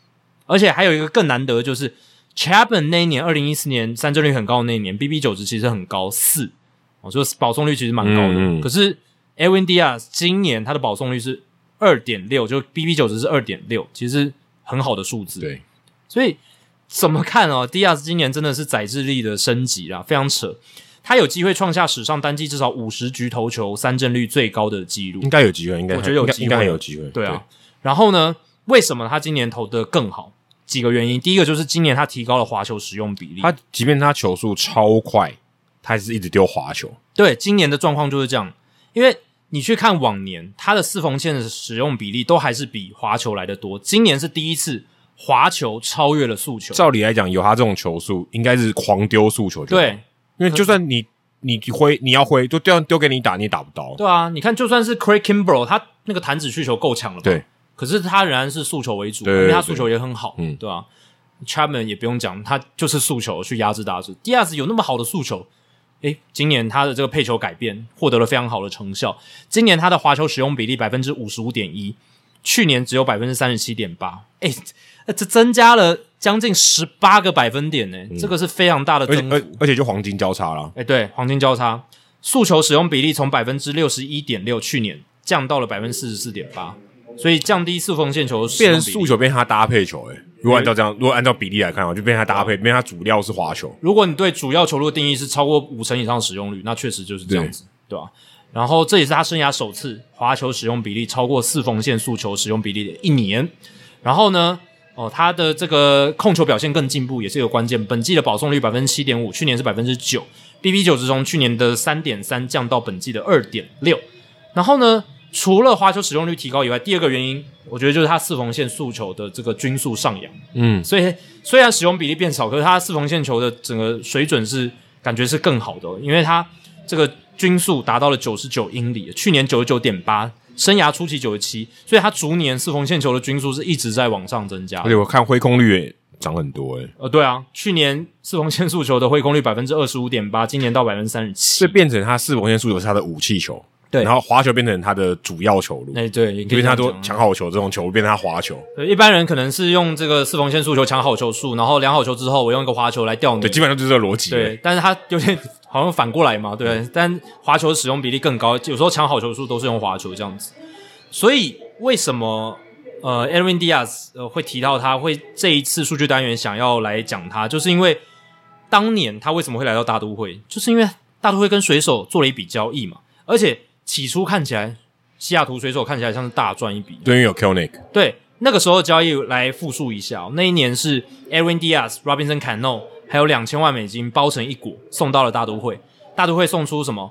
而且还有一个更难得的就是 Chapman 那一年2014年三振率很高的那一年 BB9 值其实很高4，就是保送率其实蛮高的。可是 Edwin Diaz 今年他的保送率是 2.6， 就 BB9 值是 2.6， 其实很好的数字。 对， 所以怎么看哦 Diaz 今年真的是载智力的升级啦，非常扯。他有机会创下史上单季至少50局投球三振率最高的纪录， 应该有机会，我觉得有机会， 应该有机会。 对啊，然后呢，为什么他今年投得更好？几个原因，第一个就是今年他提高了滑球使用比例， 他即便他球速超快，他还是一直丢滑球。 对，今年的状况就是这样，因为你去看往年他的四缝线的使用比例都还是比滑球来得多，今年是第一次滑球超越了速球。 照理来讲，有他这种球速，应该是狂丢速球就好。 对。 因为就算你要挥，就丢给你打，你也打不到。 对啊，你看，就算是 Craig Kimbrell， 他那个弹指去球够强了吧？ 对。 可是他仍然是速球为主，因为他速球也很好，对吧？Chapman 也不用讲，他就是速球去压制打者。Diaz 有那么好的速球，今年他的这个配球改变获得了非常好的成效。今年他的滑球使用比例 55.1%， 去年只有 37.8%， 这增加了将近18个百分点呢，这个是非常大的增幅， 而且就黄金交叉了。 对，黄金交叉，速球使用比例从 61.6% 去年降到了 44.8%， 所以降低四缝线球的使用比例， 变成速球变成他搭配球。如果按照比例来看的话，就变成他搭配，变成他主料是滑球。 如果你对主要球路的定义是超过50%以上使用率，那确实就是这样子，对吧？然后这也是他生涯首次滑球使用比例超过四缝线速球使用比例的一年。然后呢，他的这个控球表现更进步，也是一个关键。本季的保送率 7.5%， 去年是 9%， BB9 值从去年的 3.3 降到本季的 2.6。然后呢，除了滑球使用率提高以外，第二个原因，我觉得就是他四缝线速球的这个均速上扬。所以虽然使用比例变少，可是他四缝线球的整个水准是感觉是更好的，因为他这个均速达到了99英里，去年 99.8， 生涯初期97，所以他逐年四缝线球的均速是一直在往上增加。 而且我看挥空率也涨很多对啊，去年四缝线速球的挥空率 25.8%， 今年到 37%， 所以变成他四缝线速球是他的武器球。 对， 然后滑球变成他的主要球路。 对， 因为他多抢好球这种球路变成他滑球。 对，一般人可能是用这个四缝线速球抢好球数，然后量好球之后，我用一个滑球来吊你。 对，基本上就是这个逻辑。 对，但是他有点好像反过来嘛，对。但滑球使用比例更高，有时候抢好球数都是用滑球这样子。所以为什么Edwin Diaz 会提到他，会这一次数据单元想要来讲他，就是因为当年他为什么会来到大都会，就是因为大都会跟水手做了一笔交易嘛，而且起初看起来西雅图水手看起来像是大赚一笔， 对，因为有 Kelenic。 对，那个时候的交易来复述一下，那一年是 Edwin Diaz、Robinson Cano 还有$2000万包成一果送到了大都会，大都会送出什么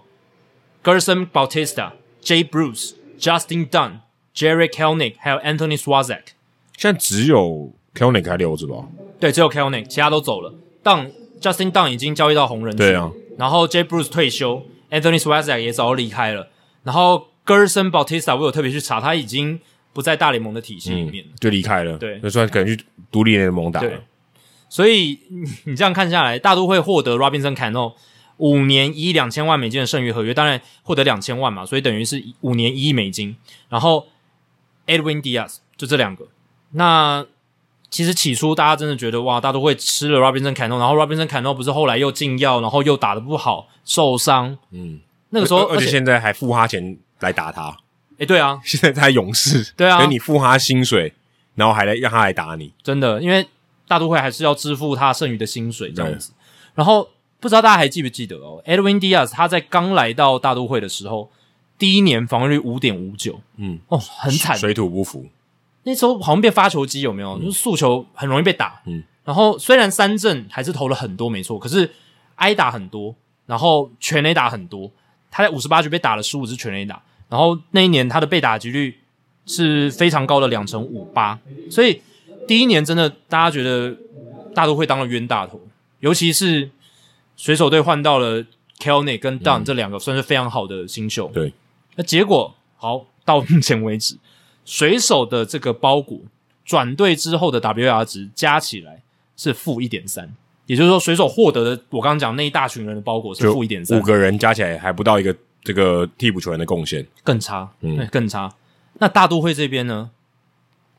Gerson Bautista、Jay Bruce、Justin Dunn、Jerry Kelenic 还有 Anthony Swarzak。 现在只有 Kelenic 还留着吧？ 对，只有 Kelenic， 其他都走了。Justin Dunn 已经交易到红人去， 对啊， 然后 Jay Bruce 退休， Anthony Swarzak 也早就离开了，然后 Gerson Bautista 我有特别去查，他已经不在大联盟的体系里面就离开了， 对， 就算可能去独立联盟打了。 对，所以你这样看下来，大都会获得 Robinson Cano 5年1亿$2000万的剩余合约，当然获得$2000万嘛，所以等于是5年1亿美金，然后 Edwin Diaz 就这两个。那其实起初大家真的觉得哇，大都会吃了 Robinson Cano， 然后 Robinson Cano 不是后来又禁药，然后又打得不好受伤，那个时候而且现在还付他钱来打他。 对啊， 现在在勇士， 对啊， 所以你付他薪水，然后还来让他来打你， 真的，因为大都会还是要支付他剩余的薪水这样子。然后不知道大家还记不记得Edwin Diaz 他在刚来到大都会的时候，第一年防御率 5.59， 很惨， 水土不服。 那时候好像变发球机，有没有？就是速球很容易被打，然后虽然三振还是投了很多没错，可是挨打很多，然后全垒打很多，他在58局被打了15支全垒打，然后那一年他的被打击率是非常高的2.58%，所以第一年真的大家觉得大都会当了冤大头，尤其是水手队换到了 Kelenic 跟 Dunn 这两个算是非常好的新秀， 对， 那结果好到目前为止，水手的这个包裹转队之后的 WAR 值加起来是-1.3，也就是说水手获得的我刚刚讲那一大群人的包裹是-1.3， 5个人加起来还不到一个这个替补球员的贡献， 更差，更差。那大都会这边呢，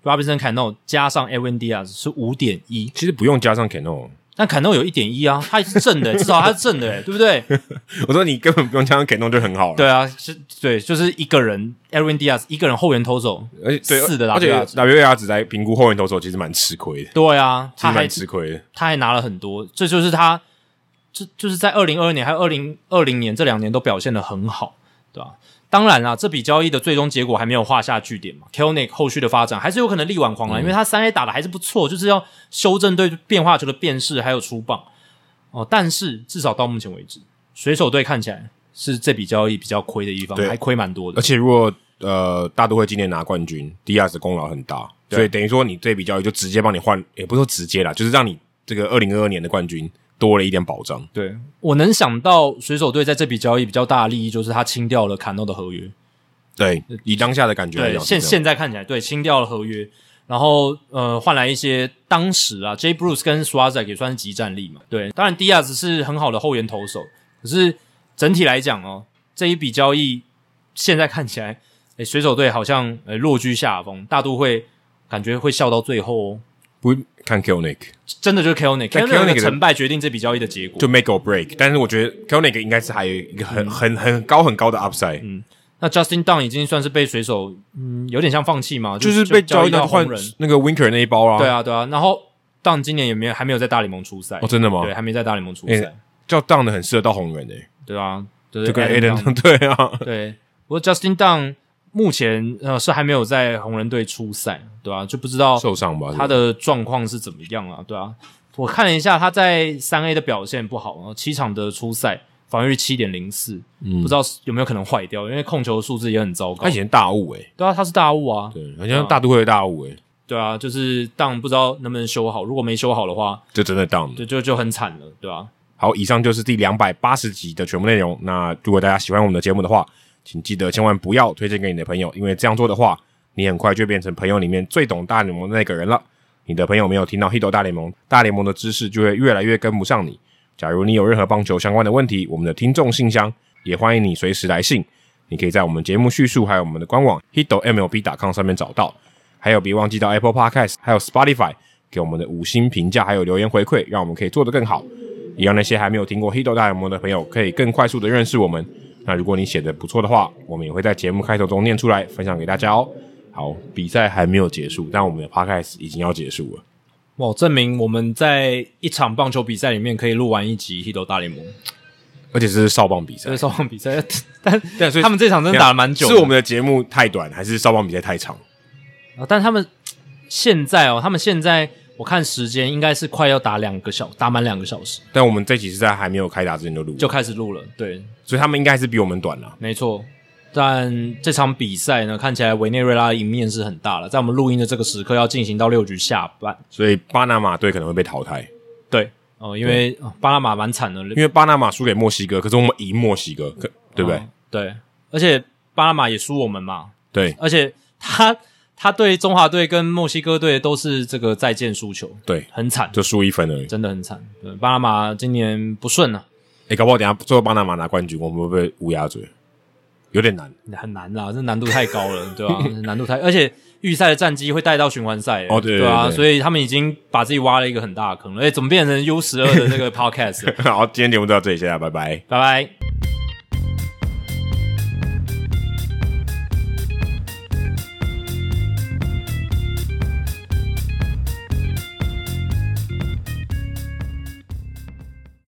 Robinson Cano 加上 Edwin Diaz 是 5.1， 其实不用加上 Cano， 但 Cano 有 1.1 啊，他是正的至少他是正的对不对？ 我说你根本不用加上 Cano 就很好了。 对啊，对，就是一个人 Edwin Diaz 一个人后援投手4的 WAR 值， 而且WAR 值在评估后援投手其实蛮吃亏的。 对啊，他还蛮吃亏的， 他还拿了很多，这就是他就是在2022年还有2020年这2年都表现得很好，对吧？当然啦，这笔交易的最终结果还没有画下句点嘛 Kelenic 后续的发展还是有可能力挽狂澜，因为他3A 打的还是不错，就是要修正对变化球的辨识还有出棒但是至少到目前为止，水手队看起来是这笔交易比较亏的一方，还亏蛮多的。 而且如果大都会今年拿冠军 Diaz 的功劳很大，所以等于说你这笔交易就直接帮你换，也不是说直接啦，就是让你这个2022年的冠军多了一点保障。 对，我能想到水手队在这笔交易比较大的利益就是他清掉了卡诺的合约。 对，以当下的感觉来讲， 现在看起来对清掉了合约，然后换来一些当时啊 Jay Bruce 跟 Schwarzer 也算是即战力嘛。对，当然 Diaz 是很好的后援投手，可是整体来讲这一笔交易现在看起来水手队好像落居下风，大都会感觉会笑到最后不看 Kelenic， 真的就是 Kelenic 的成败决定这笔交易的结果， 就 make or break。但是我觉得 Kelenic 应该是还有一个很高的 upside。 那 Justin Dunn 已经算是被水手有点像放弃嘛， 就是被交易到换那个 Winker 那一包啊。 对啊，然后 Dunn 今年还没有在大联盟出赛。 真的吗？ 对，还没在大联盟出赛。 叫 Dunn 的很适合到红人对啊， 就跟 Aiden 对啊。 对，不过 Justin Dunn 目前是还没有在红人队出赛，对啊，就不知道受伤吧， 他的状况是怎么样啊？对啊，我看了一下他在 3A 的表现不好，7场的出赛防御率 7.04， 不知道有没有可能坏掉，因为控球数字也很糟糕。 他以前大雾对啊，他是大雾啊， 对，好像大都会的大雾对啊，就是Dunn不知道能不能修好，如果没修好的话， 就真的Dunn 就很惨了，对吧？ 好，以上就是第280集的全部内容。那如果大家喜欢我们的节目的话，请记得千万不要推荐给你的朋友，因为这样做的话，你很快就变成朋友里面最懂大联盟的那个人了。你的朋友没有听到 Hito 大联盟，大联盟的知识就会越来越跟不上你。假如你有任何棒球相关的问题，我们的听众信箱也欢迎你随时来信。你可以在我们节目叙述还有我们的官网 hitomlb.com 上面找到。还有别忘记到 Apple Podcast 还有 Spotify 给我们的5星评价还有留言回馈，让我们可以做得更好，也让那些还没有听过 Hito 大联盟的朋友可以更快速的认识我们。那如果你写得不错的话，我们也会在节目开头中念出来分享给大家哦。好，比赛还没有结束，但我们的 Podcast 已经要结束了。 哇，证明我们在一场棒球比赛里面可以录完一集 Hito 大联盟， 而且是少棒比赛， 是少棒比赛，但所以他们这场真的打了蛮久的。 是我们的节目太短，还是少棒比赛太长？ 但他们现在我看时间应该是快要打满2个小时。 但我们这集是在还没有开打之前就开始录了，对， 所以他们应该是比我们短了， 没错。但这场比赛呢，看起来委内瑞拉的赢面是很大了，在我们录音的这个时刻要进行到6局下半， 所以巴拿马队可能会被淘汰。 对因为巴拿马蛮惨的， 因为巴拿马输给墨西哥，可是我们赢墨西哥，对不对？ 对，而且巴拿马也输我们嘛， 对， 而且他对中华队跟墨西哥队都是这个再见输球， 对， 很惨， 就输1分而已， 真的很惨。对，巴拿马今年不顺啊， 搞不好等一下最后巴拿马拿冠军，我们会不会乌鸦嘴？有点难， 很难啦，这难度太高了，对吧？难度太，而且预赛的战绩会带到循环赛，对啊，所以他们已经把自己挖了一个很大的坑了。怎么变成 U12 的这个 podcast？ 好，今天节目就到这里，谢谢大家，拜拜， 拜拜。